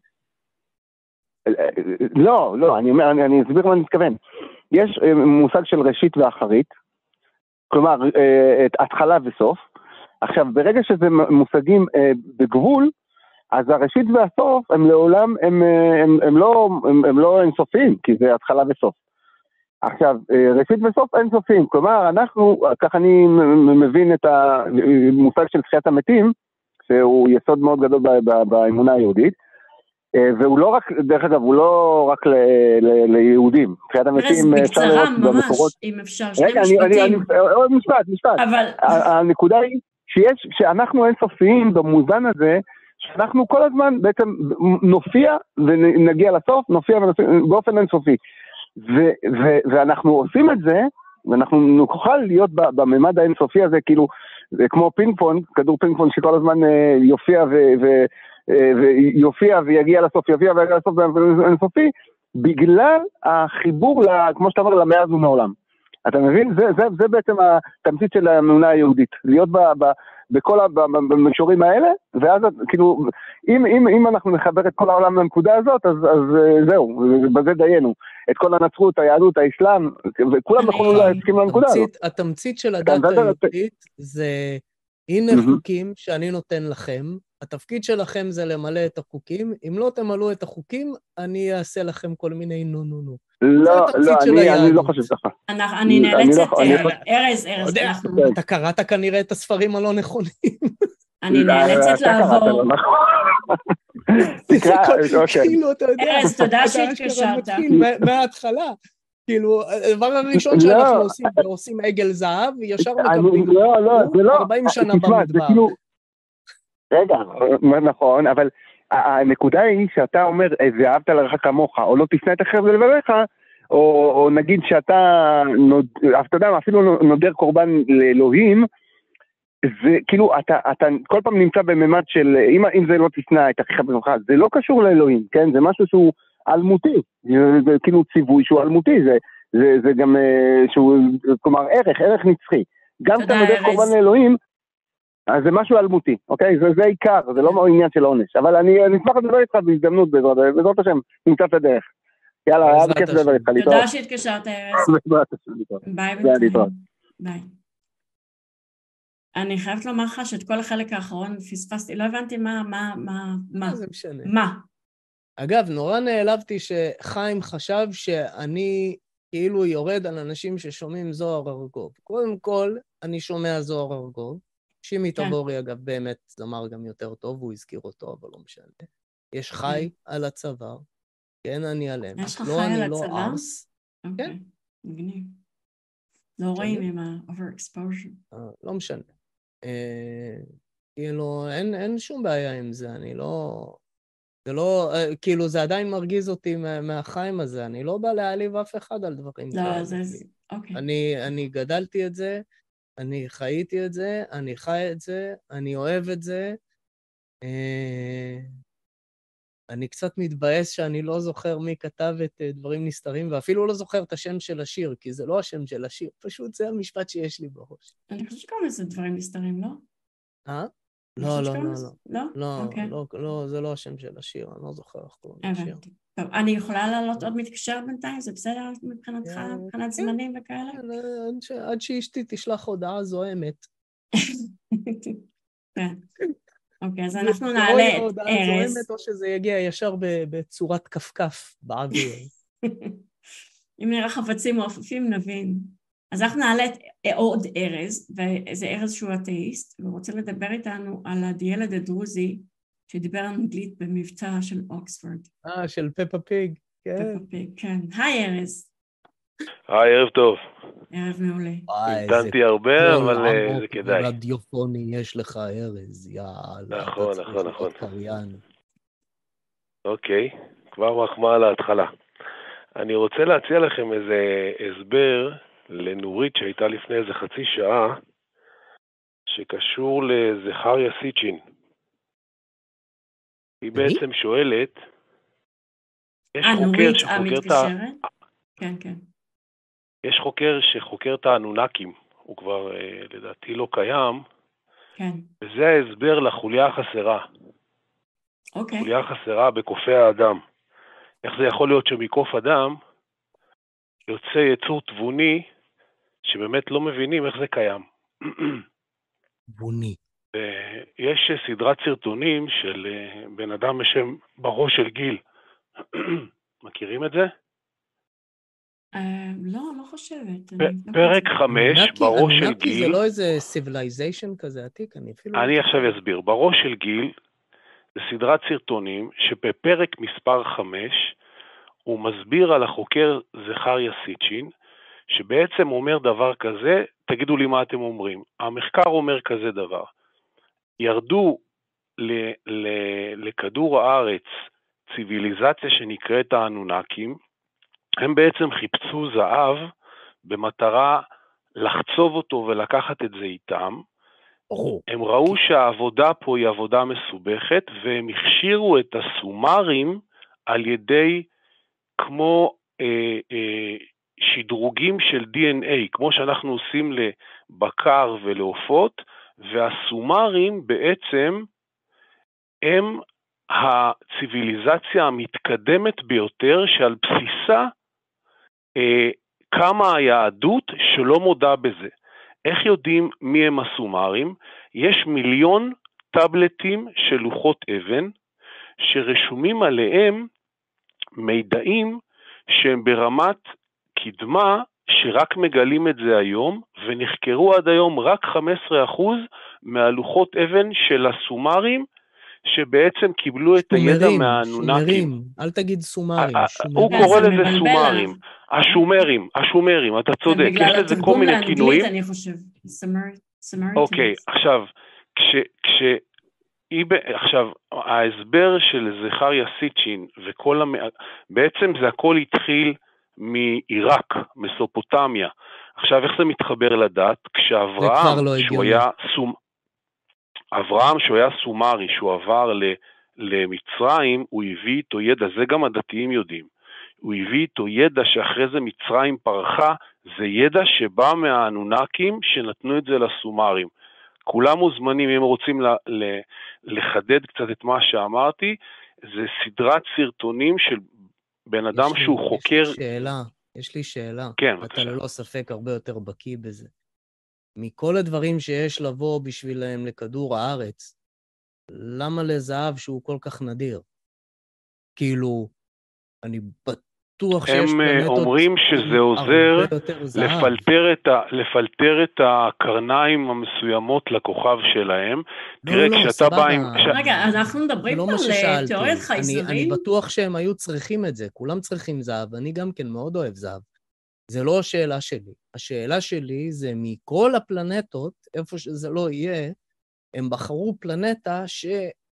לא, לא, אני אומר, אני אסביר מה אני מתכוון, יש מושג של ראשית ואחרית, כלומר, התחלה וסוף, עכשיו, ברגע שזה מושגים בגבול, אז הראשית והסוף הם לעולם, הם, הם, הם לא, הם, הם לא אינסופיים, כי זה התחלה וסוף. עכשיו, ראשית וסוף אינסופיים, כלומר, אנחנו, כך אני מבין את המושג של תחיית המתים, שהוא יסוד מאוד גדול באמונה היהודית, והוא לא רק, דרך אגב, הוא לא רק ליהודים. תחיית המתים אפשר לראות במקורות. אם אפשר, שני משפטים. עוד משפט, משפט. הנקודה היא שיש, שאנחנו אינסופיים במוזן הזה, שאנחנו כל הזמן בעצם נופיע ונגיע לסוף, נופיע באופן אינסופי. ו- ו- ואנחנו עושים את זה, ואנחנו נוכל להיות בממד האינסופי הזה, כאילו, זה כמו פינג פונג, כדור פינג פונג שכל הזמן אה, יופיע ו- ו- אה, ויופיע ויגיע לסוף, יופיע ויגיע לסוף באינסופי, בגלל החיבור, לה, כמו שאתה אומר, למאז ומעולם. אתה מבין? זה, זה, זה בעצם התמצית של האמונה היהודית, להיות ב... ב- בכל המישורים האלה, ואז כאילו, אם, אם, אם אנחנו נחבר את כל העולם לנקודה הזאת, אז, אז זהו, בזה דיינו. את כל הנצרות, היהדות, האסלאם, וכולם יכולו להסכים לנקודה הזאת. התמצית של הדת היהודית זה, הנה חוקים שאני נותן לכם, התפקיד שלכם זה למלא את החוקים, אם לא תמלאו את החוקים, אני אעשה לכם כל מיני נו נו נו. לא, לא, אני לא חושב ככה. אני נאלצת, ארז, ארז, אתה קראת כנראה את הספרים הלא נכונים. אני נאלצת לעבור. תקרא, אוקיי. ארז, תודה שהתקשרת. מההתחלה. כאילו, הדבר הראשון שאנחנו עושים, עושים עגל זהב, וישר מקבלים ארבעים שנה במדבר. רגע, נכון, אבל הנקודה היא שאתה אומר, ואהבת לרעך כמוך, או לא תשנא את אחר ולבביך, או, או נגיד שאתה, אתה יודע, אפילו נודר קורבן לאלוהים, זה כאילו, אתה, אתה כל פעם נמצא בממד של, אם, אם זה לא תשנא את אחיך ולבביך, זה לא קשור לאלוהים, כן? זה משהו שהוא אלמותי, זה, זה כאילו ציווי שהוא אלמותי, זה, זה, זה גם, שהוא, כלומר, ערך, ערך נצחי. גם כשאתה נודר קורבן לאלוהים, אז זה משהו אלמותי, אוקיי? זה, זה עיקר, זה לא עניין של עונש. אבל אני, אני אשמח לדבר איתך בהזדמנות בעזרת, בעזרת השם, נמצא את הדרך. יאללה, היה בכיף לדבר איתך, להתראות. תודה שהתקשרת, ארז. ביי בינתיים. ביי. אני חייבת לומר לך שאת כל החלק האחרון פספסתי, לא הבנתי מה, מה, מה, מה. זה משנה. מה? אגב, נורא נעלבתי שחיים חשב שאני כאילו יורד על אנשים ששומעים זוהר ארגוב. קודם כל, אני שומע זוהר ארגוב. שימי תבורי, אגב, באמת זמר גם יותר טוב, הוא הזכיר אותו, אבל לא משנה. יש חי על הצוואר, כן, אני עליהם. יש לך חי על הצוואר? כן. מגניב. לא רואים עם ה-overexposure. לא משנה. כאילו, אין שום בעיה עם זה, אני לא... זה לא... כאילו, זה עדיין מרגיז אותי מהחיים הזה, אני לא בא להעליב אף אחד על דברים. לא, זה... אוקיי. אני גדלתי את זה, אני חייתי את זה, אני חי את זה, אני אוהב את זה. אני קצת מתבאס שאני לא זוכר מי כתב את דברים נסתרים, ואפילו לא זוכר את השם של השיר, כי זה לא השם של השיר, פשוט זה המשפט שיש לי בראש. אני חושבת שקוראים לזה דברים נסתרים, לא? אה? לא, לא, לא, לא. לא. לא, לא, זה לא השם של השיר, אני לא זוכר איך קוראים לשיר. טוב, אני יכולה לעלות עוד מתקשר בינתיים? זה בסדר מבחינתך, מבחינת זמנים וכאלה? עד שאשתי תשלח הודעה זוהמת. כן. אוקיי, אז אנחנו נעלה את ארז. זוהמת או שזה יגיע ישר בצורת כפכף באוויר. אם נראה חפצים מועפפים נבין. אז אנחנו נעלה את עוד ארז, וזה ארז שהוא אתאיסט, והוא רוצה לדבר איתנו על הילד הדרוזי, שדיבר אנגלית במבצע של אוקספורד. אה, של פפה פיג, כן. פפה פיג, כן. היי ארז. היי, ערב טוב. ערב מעולה. המתנתי הרבה, אבל זה כדאי. רדיופוני יש לך, ארז, יאללה. נכון, נכון, נכון. קריין. אוקיי, כבר מחמאה להתחלה. אני רוצה להציע לכם איזה הסבר לנורית שהייתה לפני איזה חצי שעה, שקשור לזכריה סיצ'ין. היא בעצם שואלת, יש חוקר שחוקר את ה... כן, כן. יש חוקר שחוקר את האנונקים, הוא כבר לדעתי לא קיים, כן. וזה ההסבר לחוליה החסרה. אוקיי. חוליה חסרה בקופי האדם. איך זה יכול להיות שמקוף אדם יוצא יצור תבוני שבאמת לא מבינים איך זה קיים. תבוני. יש סדרת סרטונים של בן אדם בשם בראש של גיל. מכירים את זה? לא, לא חושבת. פרק חמש, בראש של גיל. זה לא איזה סיביליזיישן כזה עתיק? אני עכשיו אסביר. בראש של גיל זה סדרת סרטונים שבפרק מספר חמש הוא מסביר על החוקר זכריה סיצ'ין, שבעצם אומר דבר כזה, תגידו לי מה אתם אומרים. המחקר אומר כזה דבר. ירדו ל- ל- לכדור הארץ ציוויליזציה שנקראת האנונקים, הם בעצם חיפשו זהב במטרה לחצוב אותו ולקחת את זה איתם. הם ראו שהעבודה פה היא עבודה מסובכת, והם הכשירו את הסומרים על ידי כמו אה, אה, שדרוגים של די אן איי, כמו שאנחנו עושים לבקר ולעופות, והסומרים בעצם הם הציוויליזציה המתקדמת ביותר, שעל בסיסה אה, כמה היהדות שלא מודע בזה. איך יודעים מי הם הסומרים? יש מיליון טאבלטים של לוחות אבן, שרשומים עליהם מידעים שהם ברמת קדמה, שרק מגלים את זה היום, ונחקרו עד היום רק חמישה עשר אחוז מהלוחות אבן של הסומרים, שבעצם קיבלו את הידע מהאנונקים. שומרים, אל תגיד סומרים. הוא קורא לזה סומרים. השומרים, השומרים, אתה צודק. יש לזה כל מיני כינויים. אני חושב, אוקיי, עכשיו, כש... עכשיו, ההסבר של זכריה סיצ'ין וכל המ... בעצם זה הכל התחיל מעיראק, מסופוטמיה. עכשיו, איך זה מתחבר לדת? כשאברהם, לא שהוא היה סומ... אברהם, שהוא היה סומרי, שהוא עבר ל... למצרים, הוא הביא איתו ידע, זה גם הדתיים יודעים. הוא הביא איתו ידע שאחרי זה מצרים פרחה, זה ידע שבא מהאנונקים שנתנו את זה לסומרים. כולם מוזמנים, אם רוצים ל- ל- לחדד קצת את מה שאמרתי, זה סדרת סרטונים של בן אדם לי, שהוא חוקר... יש לי שאלה, יש לי שאלה. כן, אתה בבקשה. ללא ספק הרבה יותר בקיא בזה. מכל הדברים שיש לבוא בשבילהם לכדור הארץ, למה לזהב שהוא כל כך נדיר? כאילו, אני בטוח שיש פלנטות... הם אומרים שזה עוזר לפלטר את, ה, לפלטר את הקרניים המסוימות לכוכב שלהם. לא, תראה, לא, כשאתה סבבה. בא עם... רגע, אנחנו מדברים לא פה על תיאוריית חייזרים? אני, אני בטוח שהם היו צריכים את זה, כולם צריכים זהב, אני גם כן מאוד אוהב זהב. זה לא השאלה שלי. השאלה שלי זה מכל הפלנטות, איפה שזה לא יהיה, הם בחרו פלנטה ש...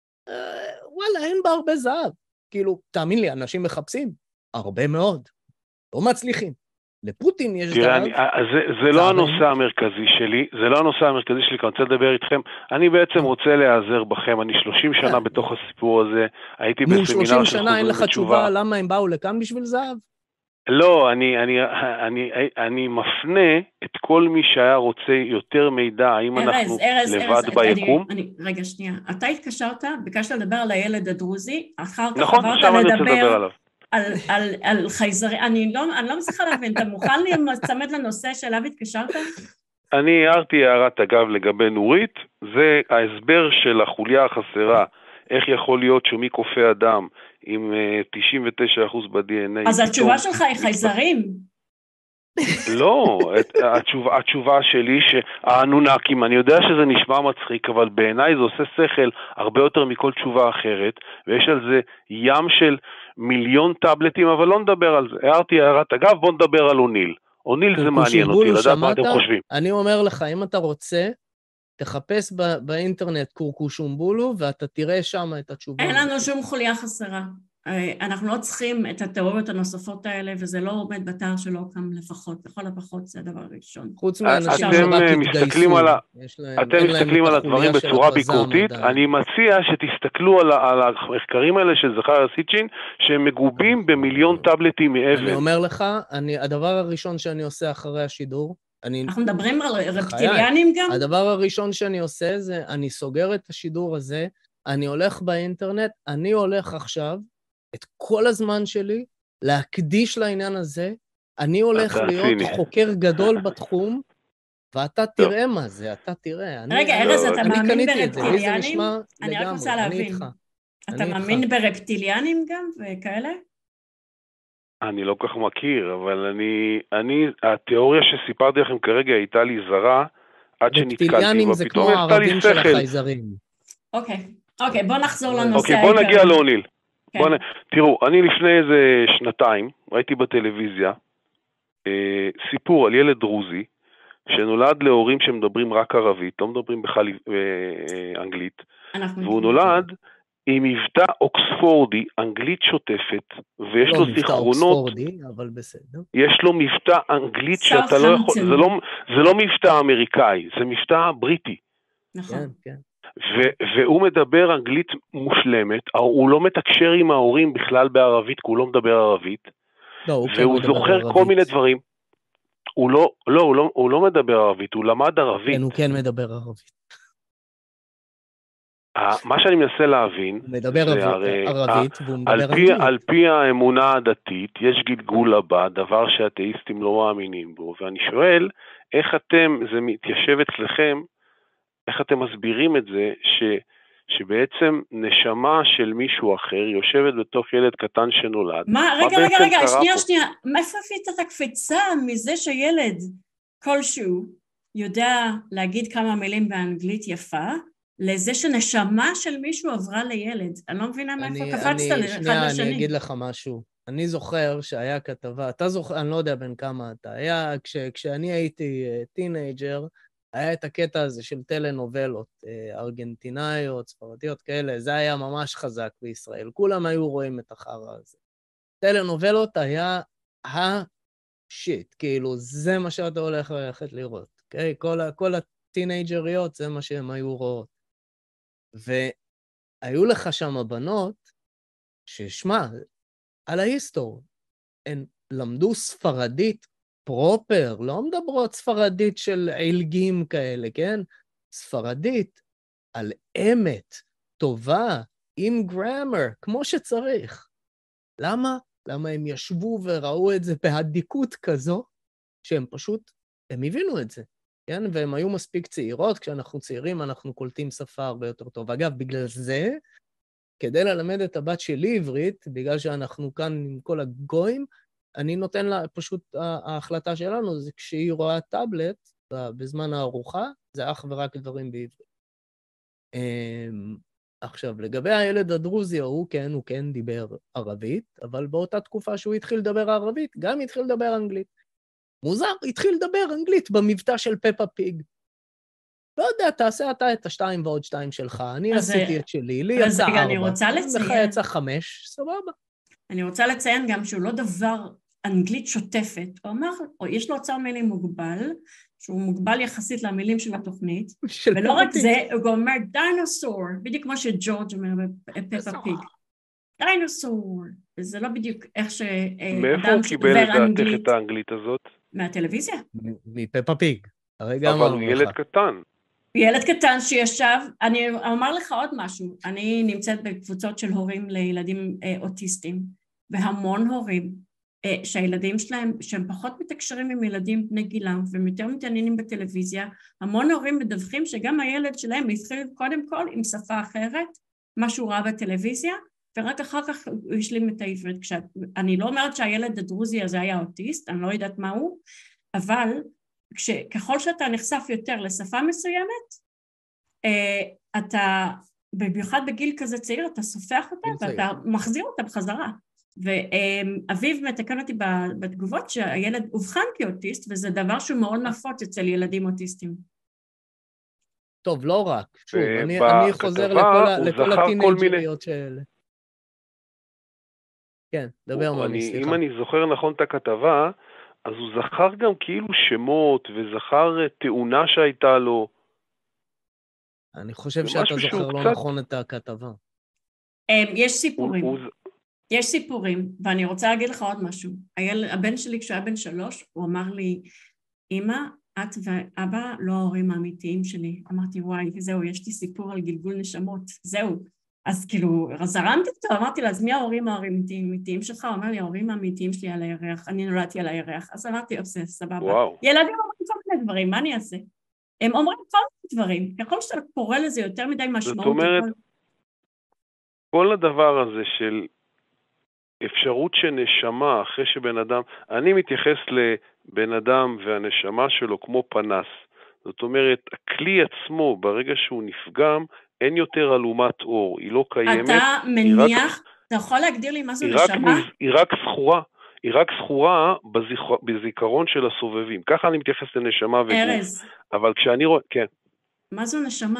וואלה, אין בה הרבה זהב. כאילו, תאמין לי, אנשים מחפשים הרבה מאוד. לא מצליחים. לפוטין יש זהב. תראה, אני, זה, זה לא הנושא המרכזי שלי, זה לא הנושא המרכזי שלי, כי אני רוצה לדבר איתכם. אני בעצם רוצה להיעזר בכם, אני שלושים שנה בתוך הסיפור הזה, הייתי בסמינר של חוזרים בתשובה. שלושים שנה אין לך תשובה למה הם באו לכאן בשביל זהב? לא, אני, אני, אני, אני מפנה את כל מי שהיה רוצה יותר מידע, האם ארז, אנחנו ארז, לבד ארז, ביקום. אני, אני, רגע, שנייה. אתה התקשרת, ביקשת לדבר על הילד הדרוזי, אחר כך נכון, עברת לדבר על, על, על חייזרי, אני לא, אני לא מצליחה להבין, אתה מוכן להצמד לנושא שאליו התקשרת? אני הערתי הערת אגב לגבי נורית, זה ההסבר של החוליה החסרה, איך יכול להיות שמי קופא אדם עם תשעים ותשעה אחוז ב-די אן איי. אז התשובה שלך היא חייזרים? לא, התשובה, התשובה שלי שהאנונקים, אני יודע שזה נשמע מצחיק, אבל בעיניי זה עושה שכל הרבה יותר מכל תשובה אחרת, ויש על זה ים של מיליון טאבלטים, אבל לא נדבר על זה. הערתי הערת אגב, בוא נדבר על אוניל. אוניל זה מעניין אותי, לדעת מה אתם חושבים. אני אומר לך, אם אתה רוצה, תחפש באינטרנט קורקושומבולו, ואתה תראה שם את התשובה. אין לנו שום חוליה חסרה. אנחנו לא צריכים את התיאוריות הנוספות האלה, וזה לא עומד בתאר שלא קם לפחות, לכל הפחות זה הדבר הראשון. חוץ מהאנשים שרק התגייסו. אתם מסתכלים על הדברים בצורה ביקורתית, אני מציע שתסתכלו על המחקרים האלה של זכריה סיטשין, שהם מגובים במיליון טאבלטים מאבן. אני אומר לך, הדבר הראשון שאני עושה אחרי השידור, אנחנו מדברים על רפטיליאנים גם? הדבר הראשון שאני עושה זה, אני סוגר את השידור הזה, אני הולך באינטרנט, אני הולך עכשיו, את כל הזמן שלי, להקדיש לעניין הזה, אני הולך להיות חוקר גדול בתחום, ואתה תראה מה זה, אתה תראה. רגע, ארז, אתה מאמין ברפטיליאנים? אני רק רוצה להבין. אתה מאמין ברפטיליאנים גם וכאלה? אני לא כך מכיר, אבל אני, אני, התיאוריה שסיפרתי לכם כרגע הייתה לי זרה, עד שנתקלתי בה, רפטיליאנים זה כמו הערבים של החייזרים. אוקיי, אוקיי, בוא נחזור לנושא. אוקיי, בוא נגיע לאוניל. בוא נ... תראו, אני לפני איזה שנתיים, ראיתי בטלוויזיה, אה, סיפור על ילד דרוזי, שנולד להורים שמדברים רק ערבית, לא מדברים בכלל אה, אנגלית, והוא נולד עם מבטא אוקספורדי, אנגלית שוטפת, ויש לא לו זיכרונות, אבל בסדר. יש לו מבטא אנגלית שאתה לא יכול, זה לא, זה לא מבטא אמריקאי, זה מבטא בריטי. נכון. כן, כן. ו- והוא מדבר אנגלית מושלמת, הוא לא מתקשר עם ההורים בכלל בערבית, כי הוא לא מדבר ערבית, לא, הוא והוא כן זוכר ערבית. כל מיני דברים. הוא לא, לא, הוא לא, הוא לא מדבר ערבית, הוא למד ערבית. כן, הוא כן מדבר ערבית. מה שאני מנסה להבין, הוא מדבר הרי, ערבית, והוא מדבר על פי, אנגלית. על פי האמונה הדתית, יש גלגול הבא, דבר שהאתאיסטים לא מאמינים בו, ואני שואל, איך אתם, זה מתיישב אצלכם, איך אתם מסבירים את זה ש, שבעצם נשמה של מישהו אחר יושבת בתוך ילד קטן שנולד? מה, רגע, רגע, רגע, שנייה, פה? שנייה, מאיפה הבאת את הקפיצה מזה שילד כלשהו יודע להגיד כמה מילים באנגלית יפה, לזה שנשמה של מישהו עברה לילד? אני לא מבינה מאיפה קפצת לאחד לשני. שנייה, אני אגיד לך משהו. אני זוכר שהיה כתבה, אתה זוכר, אני לא יודע בין כמה אתה, היה, כש, כשאני הייתי טינג'ר, היה את הקטע הזה של טלנובלות, ארגנטינאיות, ספרדיות כאלה, זה היה ממש חזק בישראל, כולם היו רואים את החרא הזה. טלנובלות היה השיט, כאילו זה מה שאתה הולך ללכת לראות, אוקיי? כל, כל הטינג'ריות זה מה שהם היו רואות. והיו לך שם בנות ששמע, על ההיסטור, הן למדו ספרדית פרופר, לא מדברות ספרדית של עילגים כאלה, כן? ספרדית על אמת, טובה, עם גרמר, כמו שצריך. למה? למה הם ישבו וראו את זה בהדיקות כזו, שהם פשוט, הם הבינו את זה, כן? והם היו מספיק צעירות, כשאנחנו צעירים אנחנו קולטים שפה הרבה יותר טוב. אגב, בגלל זה, כדי ללמד את הבת שלי עברית, בגלל שאנחנו כאן עם כל הגויים, אני נותן לה, פשוט ההחלטה שלנו, זה כשהיא רואה טאבלט, בזמן הארוחה, זה אך ורק דברים בעברית. עכשיו, לגבי הילד הדרוזי, הוא כן, הוא כן דיבר ערבית, אבל באותה תקופה שהוא התחיל לדבר ערבית, גם התחיל לדבר אנגלית. מוזר, התחיל לדבר אנגלית במבטא של פפה פיג. לא יודע, תעשה אתה את השתיים ועוד שתיים שלך, אני עשיתי את שלי, לי יצא ארבע. אני רוצה לציין. לך יצא חמש, סבבה. אני רוצה לציין גם שהוא לא דבר אנגלית שוטפת, הוא אמר, או יש לו אוצר מילים מוגבל, שהוא מוגבל יחסית למילים של התוכנית, ולא רק זה, הוא אומר דיינוסור, בדיוק כמו שג'ורג' אומר בפפה פיג. דיינוסור, וזה לא בדיוק איך שאדם מאיפה הוא קיבל לדעתך את האנגלית הזאת? מהטלוויזיה. מפפה פיג. אבל הוא ילד קטן. ילד קטן שישב, אני אומר לך עוד משהו, אני נמצאת בקבוצות של הורים לילדים אוטיסטים, והמון הורים שהילדים שלהם, שהם פחות מתקשרים עם ילדים בני גילם, והם יותר מתעניינים בטלוויזיה, המון הורים מדווחים שגם הילד שלהם התחיל קודם כל עם שפה אחרת, מה שהוא ראה בטלוויזיה, ורק אחר כך הוא השלים את העברית. אני לא אומרת שהילד הדרוזי הזה היה אוטיסט, אני לא יודעת מה הוא, אבל ככל שאתה נחשף יותר לשפה מסוימת, אתה, במיוחד בגיל כזה צעיר, אתה סופח אותה ואתה מחזיר אותה בחזרה. ואביב מתקן אותי בתגובות שהילד אובחן כאוטיסט, וזה דבר שהוא מאוד נפוץ אצל ילדים אוטיסטים. טוב, לא רק. שוב, אני, אני חוזר לכל, לכל הטינג'ריות שאלה. כן, דבר מה, סליחה. אם אני זוכר נכון את הכתבה, אז הוא זכר גם כאילו שמות, וזכר תאונה שהייתה לו. אני חושב שאתה זוכר לא נכון את הכתבה. יש סיפורים. יש סיפורים, ואני רוצה להגיד לך עוד משהו. הבן שלי, כשהיה בן שלוש, הוא אמר לי, אמא, את ואבא לא ההורים האמיתיים שלי. אמרתי, וואי, זהו, יש לי סיפור על גלגול נשמות, זהו. אז כאילו, זרמתי אותו, אמרתי לה, אז מי ההורים האמיתיים שלך? הוא אומר לי, ההורים האמיתיים שלי על הירח, אני נולדתי על הירח. אז אמרתי, עושה, סבבה. וואו. ילדים אומרים כל מיני דברים, מה אני אעשה? הם אומרים כל מיני דברים, ככל שאתה קורא לזה יותר מדי משמעות. זאת אומרת, כל הדבר הזה של אפשרות שנשמה אחרי שבן אדם, אני מתייחס לבן אדם והנשמה שלו כמו פנס. זאת אומרת, הכלי עצמו, ברגע שהוא נפגם, אין יותר אלומת אור, היא לא קיימת. אתה מניח, רק, אתה יכול להגדיר לי מה זו נשמה? רק, היא רק זכורה, היא רק זכורה בזיכר, בזיכרון של הסובבים. ככה אני מתייחס לנשמה וגוף. ארז. אבל כשאני רואה, כן. מה זו נשמה?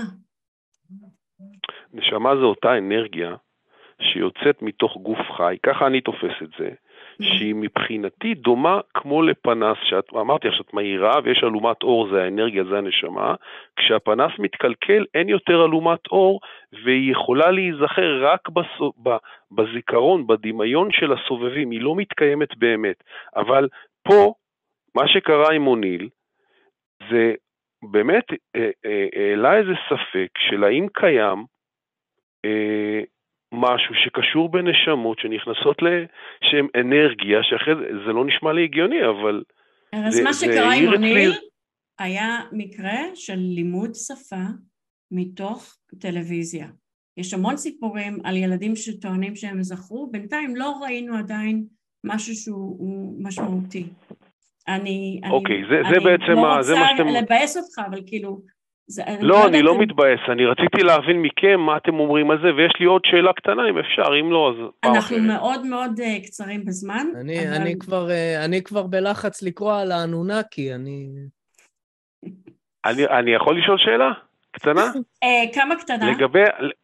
נשמה זה אותה אנרגיה שיוצאת מתוך גוף חי, ככה אני תופס את זה, שהיא מבחינתי דומה כמו לפנס, שאת, אמרתי שאת מהירה ויש אלומת אור, זה האנרגיה, זה הנשמה, כשהפנס מתקלקל אין יותר אלומת אור, והיא יכולה להיזכר רק בסו, בזיכרון, בדמיון של הסובבים, היא לא מתקיימת באמת, אבל פה, מה שקרה עם אוניל, זה באמת העלה איזה ספק של האם קיים, אה, משהו שקשור בנשמות שנכנסות לשם אנרגיה, שאחרי זה, זה לא נשמע לי הגיוני, אבל... אז מה שקרה עם אוניל היה מקרה של לימוד שפה מתוך טלוויזיה. יש המון סיפורים על ילדים שטוענים שהם זכרו, בינתיים לא ראינו עדיין משהו שהוא משמעותי. אני, אוקיי, אני, זה, אני זה בעצם לא מה, רוצה זה מה שאתם... לבאס אותך, אבל כאילו... זה, לא, אני לא אתם... מתבאס, אני רציתי להבין מכם מה אתם אומרים על זה, ויש לי עוד שאלה קטנה אם אפשר, אם לא, אז פעם אנחנו אחרת. מאוד מאוד uh, קצרים בזמן. אני, אבל... אני, כבר, uh, אני כבר בלחץ לקרוא על האנונקי, אני... אני, אני יכול לשאול שאלה? קטנה? uh, כמה קטנה? לגבי...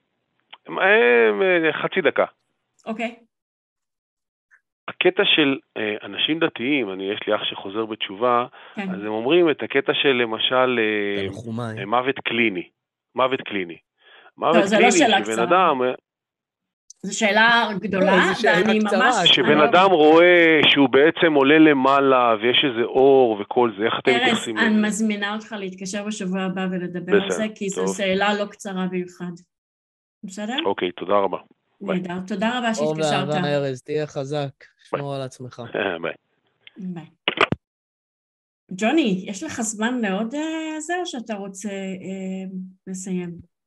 חצי דקה. אוקיי. Okay. הקטע של אה, אנשים דתיים, אני יש לי אח שחוזר בתשובה, כן. אז הם אומרים את הקטע של למשל אה, אה, מוות קליני. מוות קליני. מוות טוב, קליני לא שבן אדם... זו שאלה גדולה, ואני ממש... שבן אדם רואה שהוא בעצם עולה למעלה, ויש איזה אור וכל זה, איך אתם מתייחסים לזה? ארז, אני מזמינה אותך להתקשר בשבוע הבא ולדבר על זה, כי זו שאלה לא קצרה במיוחד. בסדר? אוקיי, תודה רבה. נהדר, תודה רבה שהתקשרת. טוב, ארז, תהיה חזק, שמור על עצמך. ביי. ביי. ג'וני, יש לך זמן לעוד זה, או שאתה רוצה לסיים?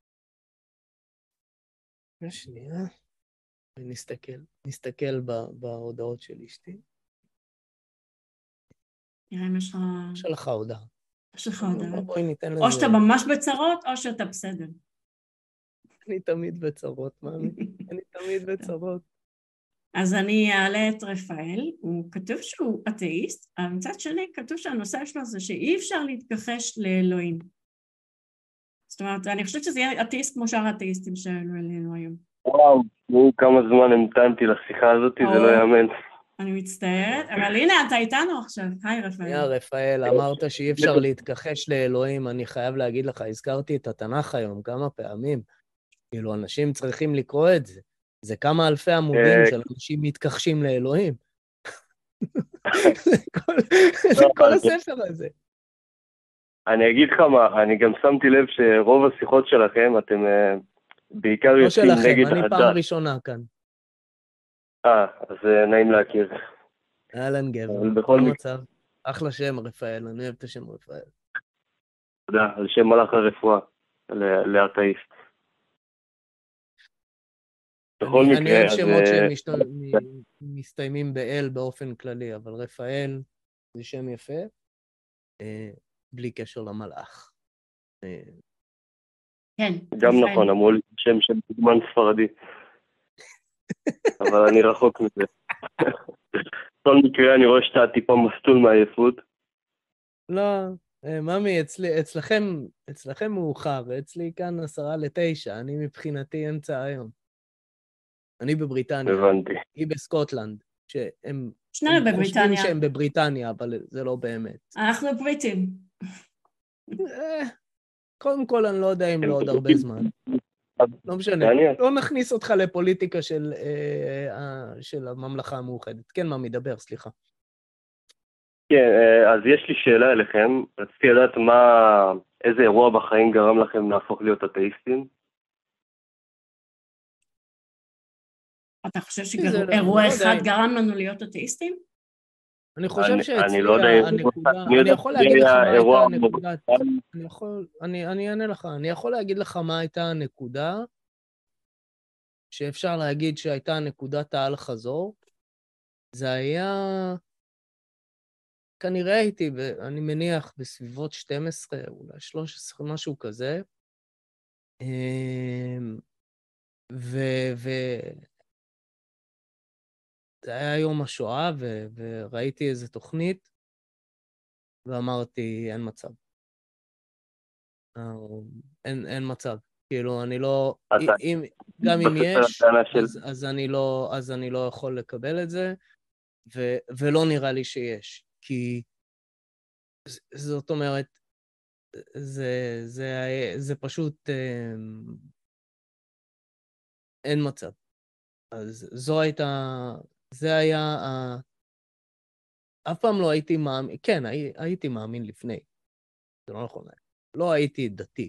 שנייה. ונסתכל, נסתכל בהודעות של אשתי. נראה אם יש לך... יש לך הודעה. יש לך הודעה. בואי ניתן לזה... או שאתה ממש בצרות, או שאתה בסדר. אני תמיד בצרות, מאמי. אני תמיד בצרות. אז אני אעלה את רפאל, הוא כתוב שהוא אתאיסט, אבל מצד שני כתוב שהנושא שלו זה שאי אפשר להתכחש לאלוהים. זאת אומרת, אני חושבת שזה יהיה אתאיסט כמו שאר האתאיסטים שהעלו אלינו היום. וואו, כמה זמן המתנתי לשיחה הזאת, זה לא יאמן. אני מצטערת, אבל הנה, אתה איתנו עכשיו. היי, רפאל. יא, רפאל, אמרת שאי אפשר להתכחש לאלוהים, אני חייב להגיד לך, הזכרתי את התנ"ך היום כמה פעמים. כאילו, אנשים צריכים לקרוא את זה. זה כמה אלפי עמודים של אנשים מתכחשים לאלוהים. זה כל הספר הזה. אני אגיד לך מה, אני גם שמתי לב שרוב השיחות שלכם, אתם בעיקר יוצאים נגד הדת. לא שלכם, אני פעם ראשונה כאן. אה, אז נעים להכיר. אהלן גבר, בכל מצב. אחלה שם, רפאל, אני אוהב את השם רפאל. תודה, על שם מלאך הרפואה, לאתאיסט. אני אוהב שמות שמסתיימים באל באופן כללי, אבל רפאל זה שם יפה, בלי קשר למלאך. כן. גם נכון, אמרו לי שם של דוגמן ספרדי. אבל אני רחוק מזה. בכל מקרה, אני רואה שאתה טיפה מסטול מעייפות. לא, ממי, אצלי, אצלכם, אצלכם מאוחר, אצלי כאן עשרה לתשע, אני מבחינתי אמצע היום. אני בבריטניה. הבנתי. היא בסקוטלנד, שהם שנינו בבריטניה. חושבים שהם בבריטניה, אבל זה לא באמת. אנחנו בריטים. קודם כל, אני לא יודע אם לא עוד הרבה זמן. לא משנה, לא נכניס אותך לפוליטיקה של, של הממלכה המאוחדת. כן, מה מדבר, סליחה. כן, אז יש לי שאלה אליכם. רציתי לדעת מה, איזה אירוע בחיים גרם לכם להפוך להיות אתאיסטים? אתה חושב שאירוע אחד גרם לנו להיות אתאיסטים? אני חושב שאצלי הנקודה, אני יכול להגיד לך מה הייתה הנקודה, אני יכול, אני אענה לך, אני יכול להגיד לך מה הייתה הנקודה, שאפשר להגיד שהייתה נקודת העל חזור, זה היה, כנראה הייתי, אני מניח, בסביבות שתים עשרה, אולי שלוש עשרה, משהו כזה, ו... ו... זה היה יום השואה, ו... וראיתי איזו תוכנית, ואמרתי, אין מצב. אין, אין מצב. כאילו, אני לא... אתה... אם, גם אם יש, אז, אז, אני לא, אז אני לא יכול לקבל את זה, ו... ולא נראה לי שיש. כי זאת אומרת, זה, זה, זה פשוט... אין מצב. אז זו הייתה... זה היה... אף פעם לא הייתי מאמין... כן, הי, הייתי מאמין לפני. זה לא נכון. לא הייתי דתי.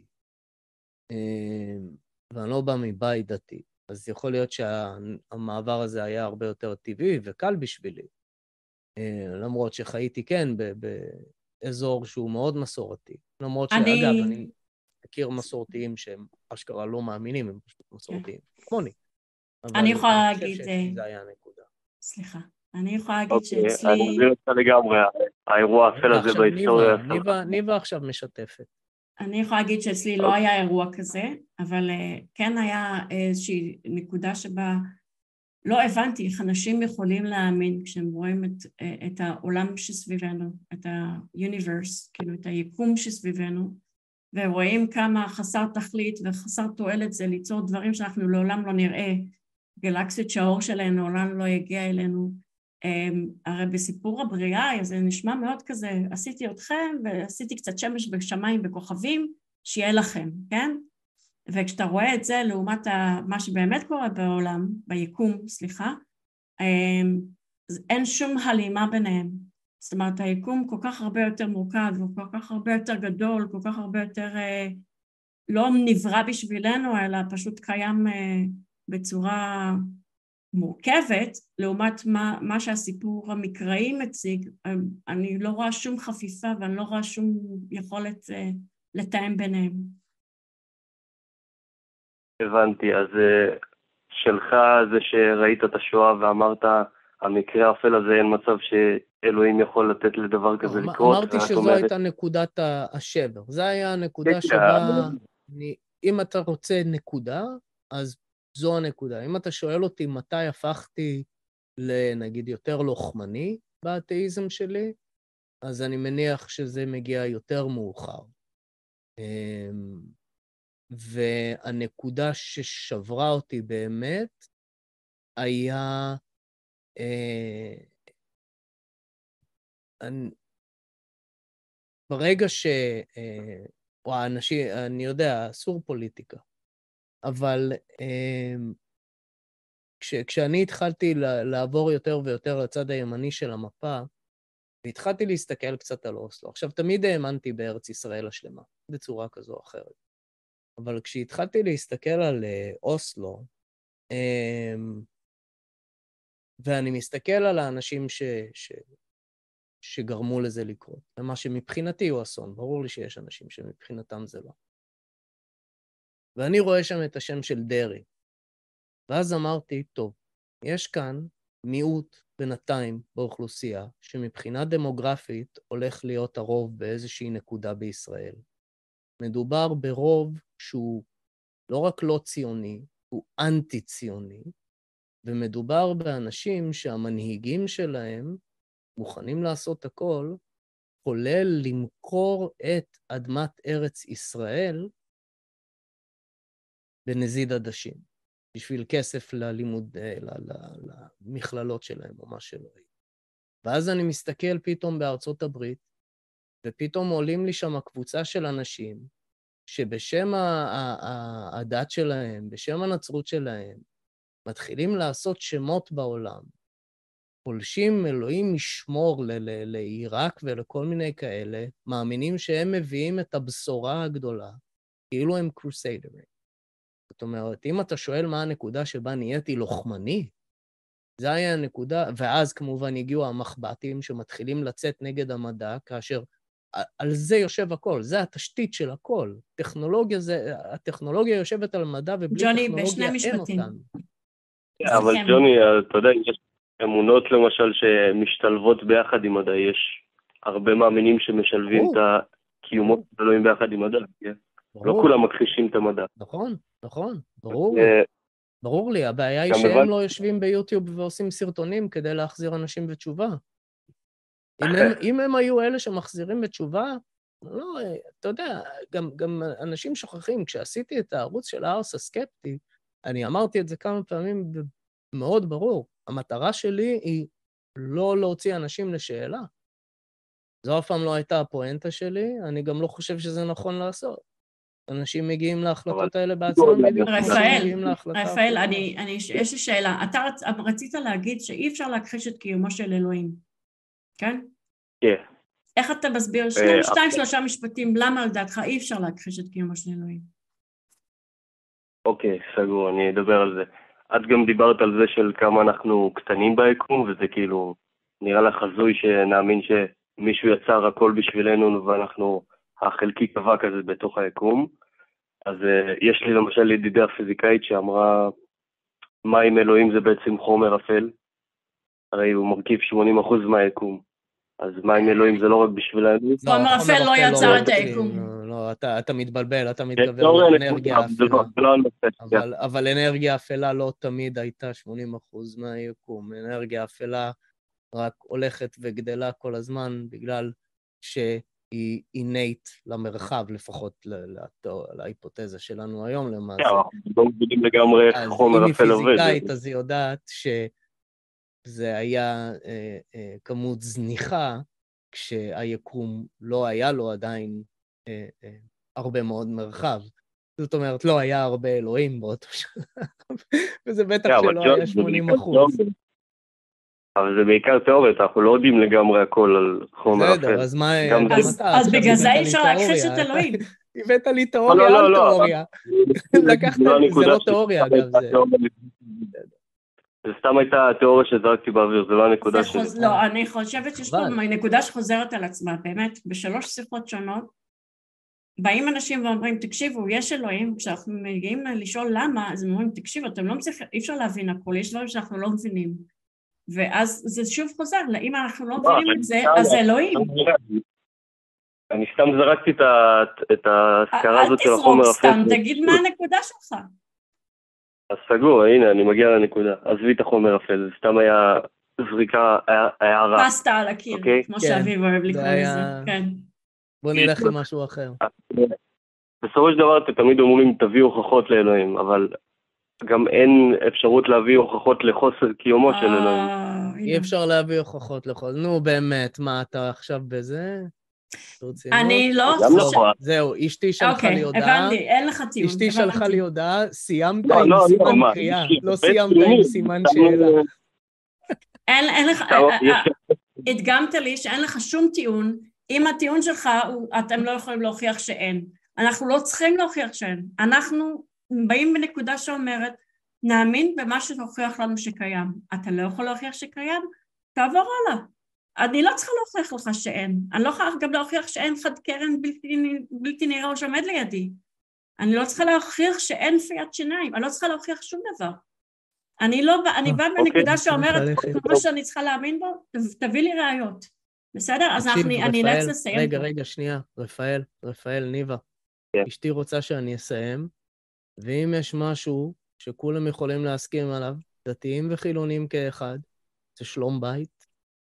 ואני לא בא מבית דתי. אז יכול להיות שהמעבר הזה היה הרבה יותר טבעי וקל בשבילי. למרות שחייתי, כן, באזור שהוא מאוד מסורתי. למרות אני... שאגב, אני מכיר מסורתיים שהם אשכרה לא מאמינים, הם פשוט מסורתיים. כמוני. אני יכולה להגיד... אני חושב שזה היה הנקודה. סליחה. אני יכולה להגיד שאצלי... אני מבין אותה לגמרי, האירוע האפל הזה בהיסטוריה. ניבה עכשיו משתפת. אני יכולה להגיד שאצלי לא היה אירוע כזה, אבל כן היה איזושהי נקודה שבה לא הבנתי איך אנשים יכולים להאמין כשהם רואים את, את העולם שסביבנו, את ה-universe, כאילו את היקום שסביבנו, ורואים כמה חסר תכלית וחסר תועלת זה ליצור דברים שאנחנו לעולם לא נראה, גלקסיות שהאור שלנו לעולם לא יגיע אלינו. הרי בסיפור הבריאה זה נשמע מאוד כזה, עשיתי אתכם ועשיתי קצת שמש בשמיים בכוכבים, שיהיה לכם, כן? וכשאתה רואה את זה לעומת מה שבאמת קורה בעולם, ביקום, סליחה, אין שום הלימה ביניהם. זאת אומרת, היקום כל כך הרבה יותר מורכב, וכל כך הרבה יותר גדול, כל כך הרבה יותר לא נברא בשבילנו, אלא פשוט קיים בצורה מורכבת, לעומת מה, מה שהסיפור המקראי מציג. אני לא רואה שום חפיפה ואני לא רואה שום יכולת לתאם ביניהם. הבנתי, אז שלך זה שראית את השואה ואמרת, המקרה האפל הזה אין מצב שאלוהים יכול לתת לדבר כזה לקרות. אמרתי שזו הייתה נקודת השבר. זו היה הנקודה שבה, אם אתה רוצה נקודה, אז זו הנקודה. אם אתה שואל אותי מתי הפכתי לנגיד יותר לוחמני באתאיזם שלי, אז אני מניח שזה מגיע יותר מאוחר. והנקודה ששברה אותי באמת היה אה, אני, ברגע ש... אה, או האנשים, אני יודע, אסור פוליטיקה, אבל אה, כש, כשאני התחלתי לעבור יותר ויותר לצד הימני של המפה, והתחלתי להסתכל קצת על אוסלו. עכשיו, תמיד האמנתי בארץ ישראל השלמה, בצורה כזו או אחרת. אבל כשהתחלתי להסתכל על אוסלו, ואני מסתכל על האנשים ש, ש, שגרמו לזה לקרות, ומה שמבחינתי הוא אסון, ברור לי שיש אנשים שמבחינתם זה לא. ואני רואה שם את השם של דרי, ואז אמרתי, טוב, יש כאן מיעוט בינתיים באוכלוסייה, שמבחינה דמוגרפית הולך להיות הרוב באיזושהי נקודה בישראל. מדובר ברוב שהוא לא רק לא ציוני, הוא אנטי-ציוני, ומדובר באנשים שהמנהיגים שלהם מוכנים לעשות הכל, כולל למכור את אדמת ארץ ישראל בנזיד עדשים, בשביל כסף ללימוד, למכללות שלהם או מה שלא יהיה. ואז אני מסתכל פתאום בארצות הברית, ופתאום עולים לי שם קבוצה של אנשים, שבשם הדת שלהם, בשם הנצרות שלהם, מתחילים לעשות שמות בעולם, פולשים אלוהים ישמור לעיראק ולכל מיני כאלה, מאמינים שהם מביאים את הבשורה הגדולה, כאילו הם קרוסיידרים. זאת אומרת, אם אתה שואל מה הנקודה שבה נהייתי לוחמני, זה היה הנקודה, ואז כמובן הגיעו המחבטים שמתחילים לצאת נגד המדע, כאשר על זה יושב הכל, זה התשתית של הכל. טכנולוגיה זה, הטכנולוגיה יושבת על מדע, ובלי ג'וני, טכנולוגיה אין אותנו. אבל ג'וני, אתה יודע, יש אמונות למשל שמשתלבות ביחד עם מדע, יש הרבה מאמינים שמשלבים את הקיומות אלוהים ביחד עם מדע, לא כולם מכחישים את המדע. נכון, נכון, ברור לי. ברור לי, הבעיה היא שהם לא יושבים ביוטיוב ועושים סרטונים כדי להחזיר אנשים בתשובה. אם הם, אם הם היו אלה שמחזירים בתשובה, לא, אתה יודע, גם, גם אנשים שוכחים, כשעשיתי את הערוץ של הארס הסקפטי, אני אמרתי את זה כמה פעמים מאוד ברור, המטרה שלי היא לא להוציא אנשים לשאלה. זו אף פעם לא הייתה הפואנטה שלי, אני גם לא חושב שזה נכון לעשות. אנשים מגיעים להחלטות האלה בעצמם בדיוק. רפאל, רפאל, אני, אני, יש לי שאלה. אתה רצ, רצית להגיד שאי אפשר להכחיש את קיומו של אלוהים, כן? כן. איך אתה מסביר שניים, שתיים, שלושה משפטים, למה על דעתך אי אפשר להכחיש את קיומו של אלוהים? אוקיי, סגור, אני אדבר על זה. את גם דיברת על זה של כמה אנחנו קטנים ביקום, וזה כאילו נראה לך הזוי שנאמין שמישהו יצר הכל בשבילנו, ואנחנו החלקי קבע כזה בתוך היקום. אז uh, יש לי למשל ידידה פיזיקאית שאמרה, מים אלוהים זה בעצם חומר אפל, הרי הוא מרכיב שמונים אחוז מהיקום. אז מים אלוהים זה לא רק בשבילנו. חומר אפל לא יצר את היקום. לא, אתה מתבלבל, אתה מתכוון לאנרגיה אפלה. אבל אנרגיה אפלה לא תמיד הייתה שמונים אחוז מהיקום. אנרגיה אפלה רק הולכת וגדלה כל הזמן, בגלל שהיא אינאית למרחב, לפחות להיפותזה שלנו היום למעשה. אנחנו לא מבינים לגמרי איך חומר אפל עובד. אם היא פיזיקאית, אז היא יודעת ש... זה היה אה, אה, כמות זניחה, כשהיקום לא היה לו עדיין אה, אה, הרבה מאוד מרחב. זאת אומרת, לא היה הרבה אלוהים באותו שנה, וזה בטח yeah, שלא היה שמונים אחוז. אבל זה בעיקר תיאוריות, אנחנו לא יודעים לגמרי הכל על חומר אפל. בסדר, אז מה... אז, אז בגלל זה אי אפשר להכחיש את אלוהים. הבאת לי תיאוריה על תיאוריה. לקחת, זה לא תיאוריה אגב, זה... זה סתם הייתה התיאוריה שזרקתי באוויר, זה לא הנקודה שלי. לא, אני חושבת שיש פה נקודה שחוזרת על עצמה, באמת, בשלוש שיחות שונות, באים אנשים ואומרים, תקשיבו, יש אלוהים, כשאנחנו מגיעים לשאול למה, אז הם אומרים, תקשיבו, אתם לא מצליחים, אי אפשר להבין הכל, יש דברים שאנחנו לא מבינים. ואז זה שוב חוזר, אם אנחנו לא מבינים את זה, אז זה אלוהים. אני סתם זרקתי את ההזכרה הזאת של החומר אפל. אל תזרוק סתם, תגיד מה הנקודה שלך. אז סגור, הנה, אני מגיע לנקודה. עזבי את החומר אפל, זה סתם היה זריקה, הערה. פסטה על הקיר, כמו שאביב אוהב לקרוא לזה, כן. בוא נלך למשהו אחר. בסופו של דבר, אתם תמיד אומרים, תביאו הוכחות לאלוהים, אבל גם אין אפשרות להביא הוכחות לחוסר קיומו של אלוהים. אי אפשר להביא הוכחות לחוסר. נו, באמת, מה אתה עכשיו בזה? אני לא... זהו, אשתי שלחה לי הודעה. אוקיי, הבנתי, אין לך טיעון. אשתי שלחה לי הודעה, סיימת עם סימן קריאה, לא סיימת עם סימן שאלה. אין לך... הדגמת לי שאין לך שום טיעון, אם הטיעון שלך, אתם לא יכולים להוכיח שאין. אנחנו לא צריכים להוכיח שאין. אנחנו באים בנקודה שאומרת, נאמין במה שתוכיח לנו שקיים. אתה לא יכול להוכיח שקיים? תעבור הלאה. אני לא צריכה להוכיח לך שאין. אני לא יכולה גם להוכיח שאין חד קרן בלתי, בלתי נראה שעומד לידי. אני לא צריכה להוכיח שאין פיית שיניים. אני לא צריכה להוכיח שום דבר. אני לא, אני באה בנקודה שאומרת, מה שאני צריכה להאמין בו, תביא לי ראיות. בסדר? אז אני נאלץ לסיים. רגע, רגע, שנייה. רפאל, רפאל, ניבה. אשתי רוצה שאני אסיים, ואם יש משהו שכולם יכולים להסכים עליו, דתיים וחילונים כאחד, זה שלום בית.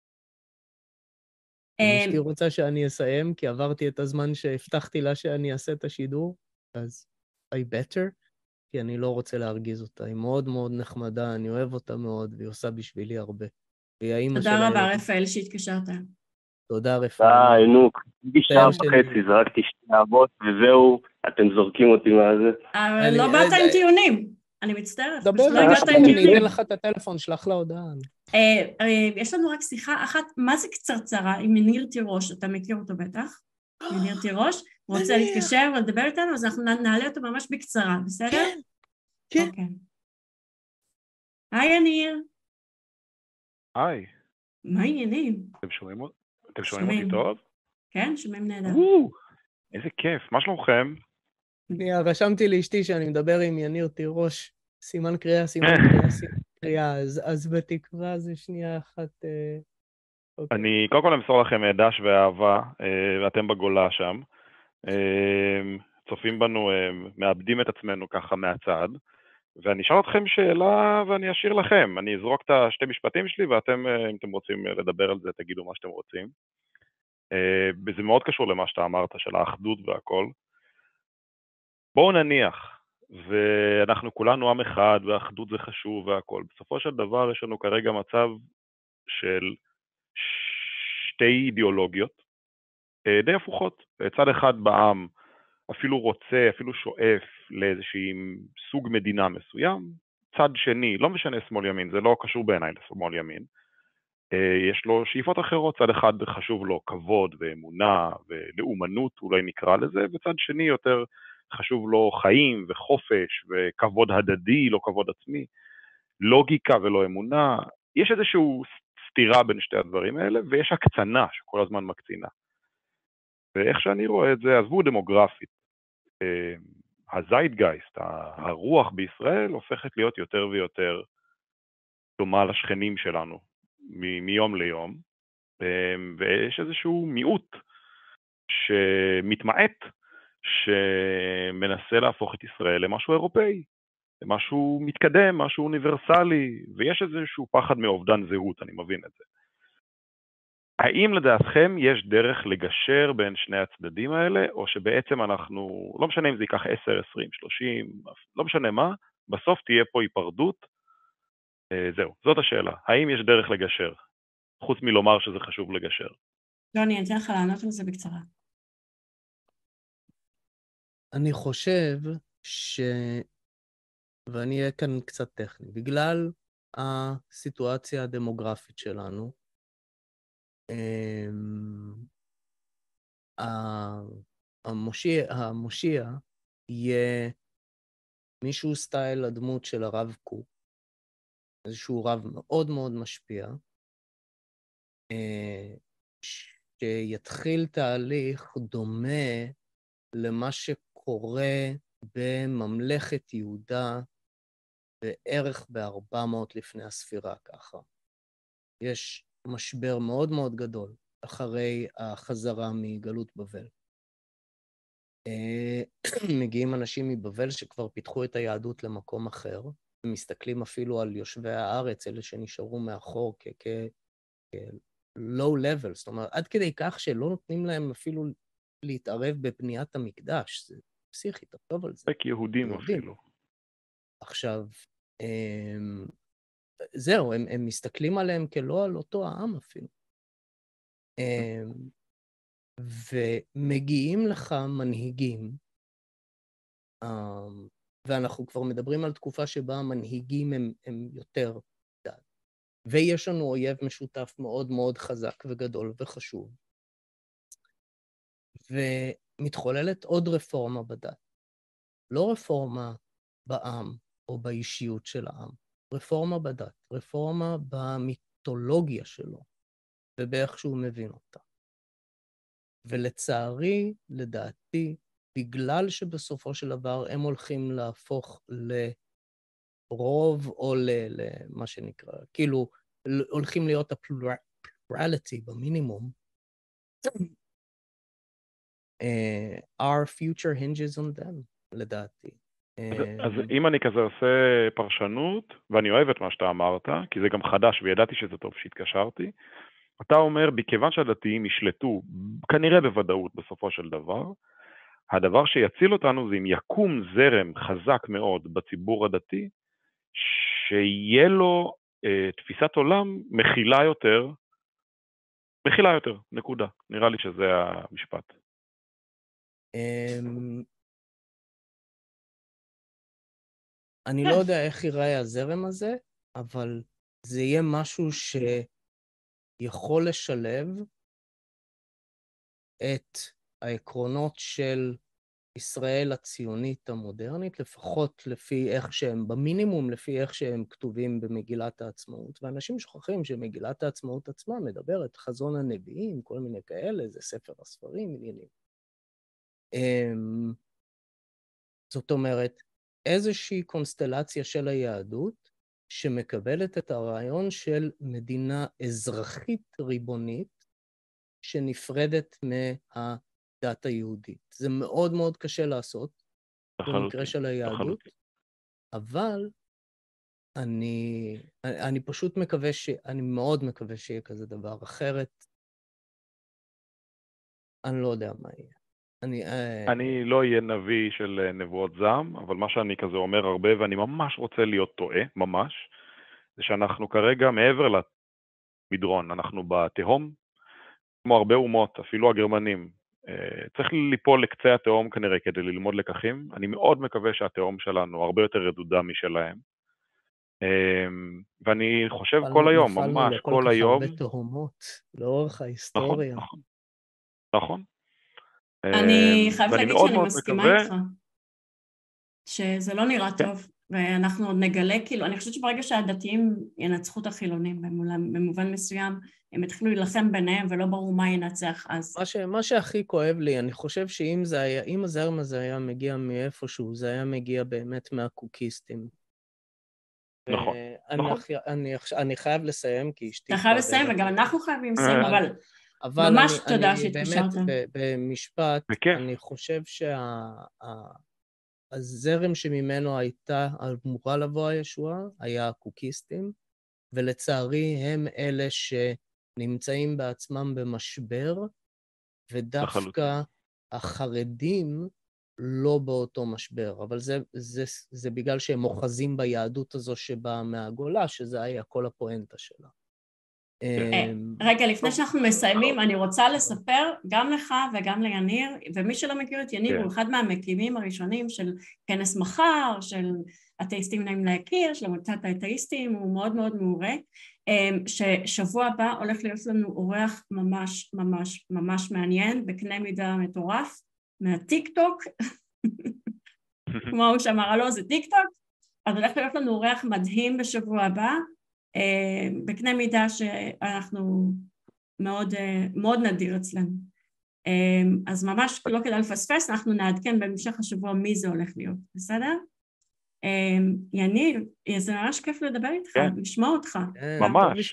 אשתי רוצה שאני אסיים, כי עברתי את הזמן שהבטחתי לה שאני אעשה את השידור, אז I better, כי אני לא רוצה להרגיז אותה. היא מאוד מאוד נחמדה, אני אוהב אותה מאוד, והיא עושה בשבילי הרבה. תודה רבה, רפאל, שהתקשרת. תודה, רפאל. די, נו, שעה וחצי, זרקתי שתי אבות, וזהו, אתם זורקים אותי מהזה. אבל לא באת עם טיעונים, אני מצטערת. דבר, אני אתן לך את הטלפון, שלח לה הודעה. יש לנו רק שיחה אחת, מה זה קצרצרה עם יניר תירוש, אתה מכיר אותו בטח? יניר תירוש, רוצה להתקשר ולדבר איתנו, אז אנחנו נעלה אותו ממש בקצרה, בסדר? כן, כן. היי יניר. היי. מה העניינים? אתם שומעים אותי? אתם שומעים אותי טוב? כן, שומעים נהדר. איזה כיף, מה שלומכם? שנייה, רשמתי לאשתי שאני מדבר עם יניר תירוש, סימן קריאה, סימן קריאה, סימן קריאה, אז בתקווה זה שנייה אחת... אני קודם כל אמסור לכם דש ואהבה, ואתם בגולה שם. צופים בנו, מאבדים את עצמנו ככה מהצד, ואני אשאל אתכם שאלה ואני אשאיר לכם. אני אזרוק את השתי משפטים שלי, ואתם, אם אתם רוצים לדבר על זה, תגידו מה שאתם רוצים. זה מאוד קשור למה שאתה אמרת, של האחדות והכל. בואו נניח, ואנחנו כולנו עם אחד, והאחדות זה חשוב והכל. בסופו של דבר יש לנו כרגע מצב של שתי אידיאולוגיות די הפוכות. צד אחד בעם אפילו רוצה, אפילו שואף לאיזושהי סוג מדינה מסוים. צד שני, לא משנה שמאל ימין, זה לא קשור בעיניי לשמאל ימין. יש לו שאיפות אחרות, צד אחד חשוב לו כבוד ואמונה ולאומנות, אולי נקרא לזה, וצד שני יותר חשוב לו חיים וחופש וכבוד הדדי, לא כבוד עצמי, לוגיקה ולא אמונה. יש איזשהו סתירה בין שתי הדברים האלה, ויש הקצנה שכל הזמן מקצינה. ואיך שאני רואה את זה, עזבו דמוגרפית, הזיידגייסט, הרוח בישראל הופכת להיות יותר ויותר דומה לשכנים שלנו, מיום ליום, ויש איזשהו מיעוט שמתמעט, שמנסה להפוך את ישראל למשהו אירופאי, למשהו מתקדם, משהו אוניברסלי, ויש איזשהו פחד מאובדן זהות, אני מבין את זה. האם לדעתכם יש דרך לגשר בין שני הצדדים האלה, או שבעצם אנחנו, לא משנה אם זה ייקח עשר, עשרים, שלושים, לא משנה מה, בסוף תהיה פה היפרדות, זהו, זאת השאלה. האם יש דרך לגשר? חוץ מלומר שזה חשוב לגשר. ג'וני, אני אתן לך לענות על זה בקצרה. אני חושב ש... ואני אהיה כאן קצת טכני. בגלל הסיטואציה הדמוגרפית שלנו, המושיע, המושיע יהיה מישהו סטייל הדמות של הרב קוק, איזשהו רב מאוד מאוד משפיע, שיתחיל תהליך דומה למה שקורה בממלכת יהודה בערך ב-ארבע מאות לפני הספירה ככה. יש משבר מאוד מאוד גדול אחרי החזרה מגלות בבל. מגיעים אנשים מבבל שכבר פיתחו את היהדות למקום אחר, ומסתכלים אפילו על יושבי הארץ, אלה שנשארו מאחור כ-low level, זאת אומרת, עד כדי כך שלא נותנים להם אפילו להתערב בבניית המקדש, זה פסיכי, תחשוב על זה. רק יהודים אפילו. עכשיו, זהו, הם, הם מסתכלים עליהם כלא על אותו העם אפילו. ומגיעים לך מנהיגים, ואנחנו כבר מדברים על תקופה שבה המנהיגים הם, הם יותר דת. ויש לנו אויב משותף מאוד מאוד חזק וגדול וחשוב. ומתחוללת עוד רפורמה בדת. לא רפורמה בעם או באישיות של העם. רפורמה בדת, רפורמה במיתולוגיה שלו, ובאיך שהוא מבין אותה. ולצערי, לדעתי, בגלל שבסופו של דבר הם הולכים להפוך לרוב או למה שנקרא, כאילו הולכים להיות הפלורליטי במינימום, uh, our future hinges on them, לדעתי. אז אם אני כזה עושה פרשנות, ואני אוהב את מה שאתה אמרת, כי זה גם חדש וידעתי שזה טוב שהתקשרתי, אתה אומר, בכיוון שהדתיים ישלטו, כנראה בוודאות בסופו של דבר, הדבר שיציל אותנו זה אם יקום זרם חזק מאוד בציבור הדתי, שיהיה לו אה, תפיסת עולם מכילה יותר, מכילה יותר, נקודה. נראה לי שזה המשפט. אני לא יודע איך ייראה הזרם הזה, אבל זה יהיה משהו שיכול לשלב את העקרונות של ישראל הציונית המודרנית, לפחות לפי איך שהם, במינימום לפי איך שהם כתובים במגילת העצמאות. ואנשים שוכחים שמגילת העצמאות עצמה מדברת חזון הנביאים, כל מיני כאלה, זה ספר הספרים, עניינים. זאת אומרת, איזושהי קונסטלציה של היהדות שמקבלת את הרעיון של מדינה אזרחית ריבונית שנפרדת מהדת היהודית. זה מאוד מאוד קשה לעשות במקרה של היהדות, אבל אני, אני פשוט מקווה ש... אני מאוד מקווה שיהיה כזה דבר. אחרת, אני לא יודע מה יהיה. אני, אני לא אהיה נביא של נבואות זעם, אבל מה שאני כזה אומר הרבה, ואני ממש רוצה להיות טועה, ממש, זה שאנחנו כרגע מעבר למדרון, אנחנו בתהום, כמו הרבה אומות, אפילו הגרמנים. צריך ליפול לקצה התהום כנראה כדי ללמוד לקחים. אני מאוד מקווה שהתהום שלנו הרבה יותר רדודה משלהם. ואני חושב כל היום, ממש כל היום. נפלנו לכל כך הרבה תהומות לאורך ההיסטוריה. נכון, נכון. אני חייבת להגיד שאני מסכימה איתך, שזה לא נראה טוב, ואנחנו עוד נגלה, כאילו, אני חושבת שברגע שהדתיים ינצחו את החילונים, במובן מסוים, הם התחילו להילחם ביניהם, ולא ברור מה ינצח אז. מה, ש, מה שהכי כואב לי, אני חושב שאם זה היה, אם הזרם הזה היה מגיע מאיפשהו, זה היה מגיע באמת מהקוקיסטים. נכון, אני, נכון. אני, אני, אני חייב לסיים, כי אשתי... אתה חייב לסיים, וגם אנחנו חייבים לסיים, אבל... אבל ממש אני, תודה אני שהתקשרת. באמת במשפט, בכיף. אני חושב שהזרם שממנו הייתה אמורה לבוא הישועה, היה הקוקיסטים, ולצערי הם אלה שנמצאים בעצמם במשבר, ודווקא החרדים לא באותו משבר, אבל זה, זה, זה בגלל שהם מוחזים ביהדות הזו שבאה מהגולה, שזה היה כל הפואנטה שלה. רגע, לפני שאנחנו מסיימים, אני רוצה לספר גם לך וגם ליניר, ומי שלא מכיר את יניר הוא אחד מהמקימים הראשונים של כנס מחר, של אתאיסטים נעים להכיר, של עמותת האתאיסטים, הוא מאוד מאוד מעורה, ששבוע הבא הולך להיות לנו אורח ממש ממש ממש מעניין, בקנה מידה מטורף, מהטיק טוק, כמו הוא שאמר לו, זה טיק טוק, אז הולך להיות לנו אורח מדהים בשבוע הבא, בקנה מידה שאנחנו מאוד, מאוד נדיר אצלנו. אז ממש לא כדאי לפספס, אנחנו נעדכן בהמשך השבוע מי זה הולך להיות, בסדר? יניר, זה ממש כיף לדבר איתך, לשמוע אותך. ממש.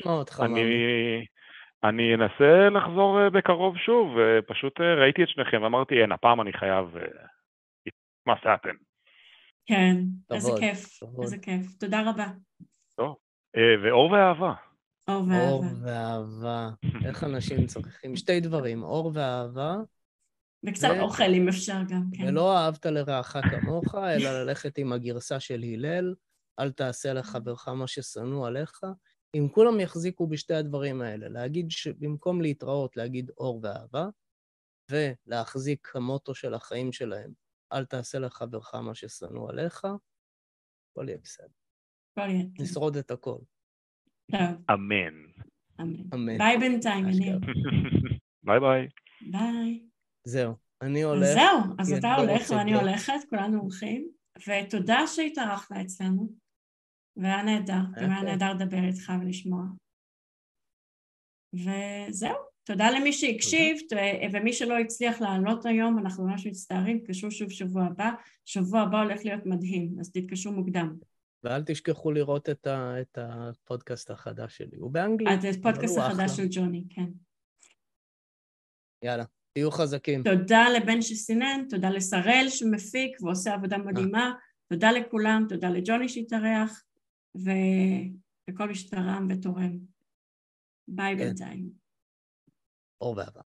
אני אנסה לחזור בקרוב שוב, פשוט ראיתי את שניכם, אמרתי, אין, הפעם אני חייב, מה עשיתם? כן, איזה כיף, איזה כיף. תודה רבה. טוב. ואור ואהבה. אור ואהבה. אור ואהבה. איך אנשים צריכים? שתי דברים, אור ואהבה. וקצת אוכל אם אפשר גם, כן. ולא אהבת לרעך כמוך, אלא ללכת עם הגרסה של הלל, אל תעשה לחברך מה ששנוא עליך. אם כולם יחזיקו בשתי הדברים האלה, להגיד שבמקום להתראות, להגיד אור ואהבה, ולהחזיק המוטו של החיים שלהם, אל תעשה לחברך מה ששנוא עליך, הכל יהיה בסדר. נשרוד את הכל. אמן. אמן. ביי בינתיים, יניר. ביי ביי. ביי. זהו, אני הולך. זהו, אז אתה הולך ואני הולכת, כולנו הולכים, ותודה שהתארחת אצלנו, והיה נהדר, גם היה נהדר לדבר איתך ולשמוע. וזהו, תודה למי שהקשיב, ומי שלא הצליח לעלות היום, אנחנו ממש מצטערים, תתקשרו שוב שבוע הבא, שבוע הבא הולך להיות מדהים, אז תתקשרו מוקדם. ואל תשכחו לראות את, ה, את הפודקאסט החדש שלי. הוא באנגלית. את הפודקאסט החדש של ג'וני, כן. יאללה, תהיו חזקים. תודה לבן שסינן, תודה לשראל שמפיק ועושה עבודה מדהימה, תודה לכולם, תודה לג'וני שהתארח, ולכל מי שתרם ותורם. ביי בינתיים. אור ואהבה.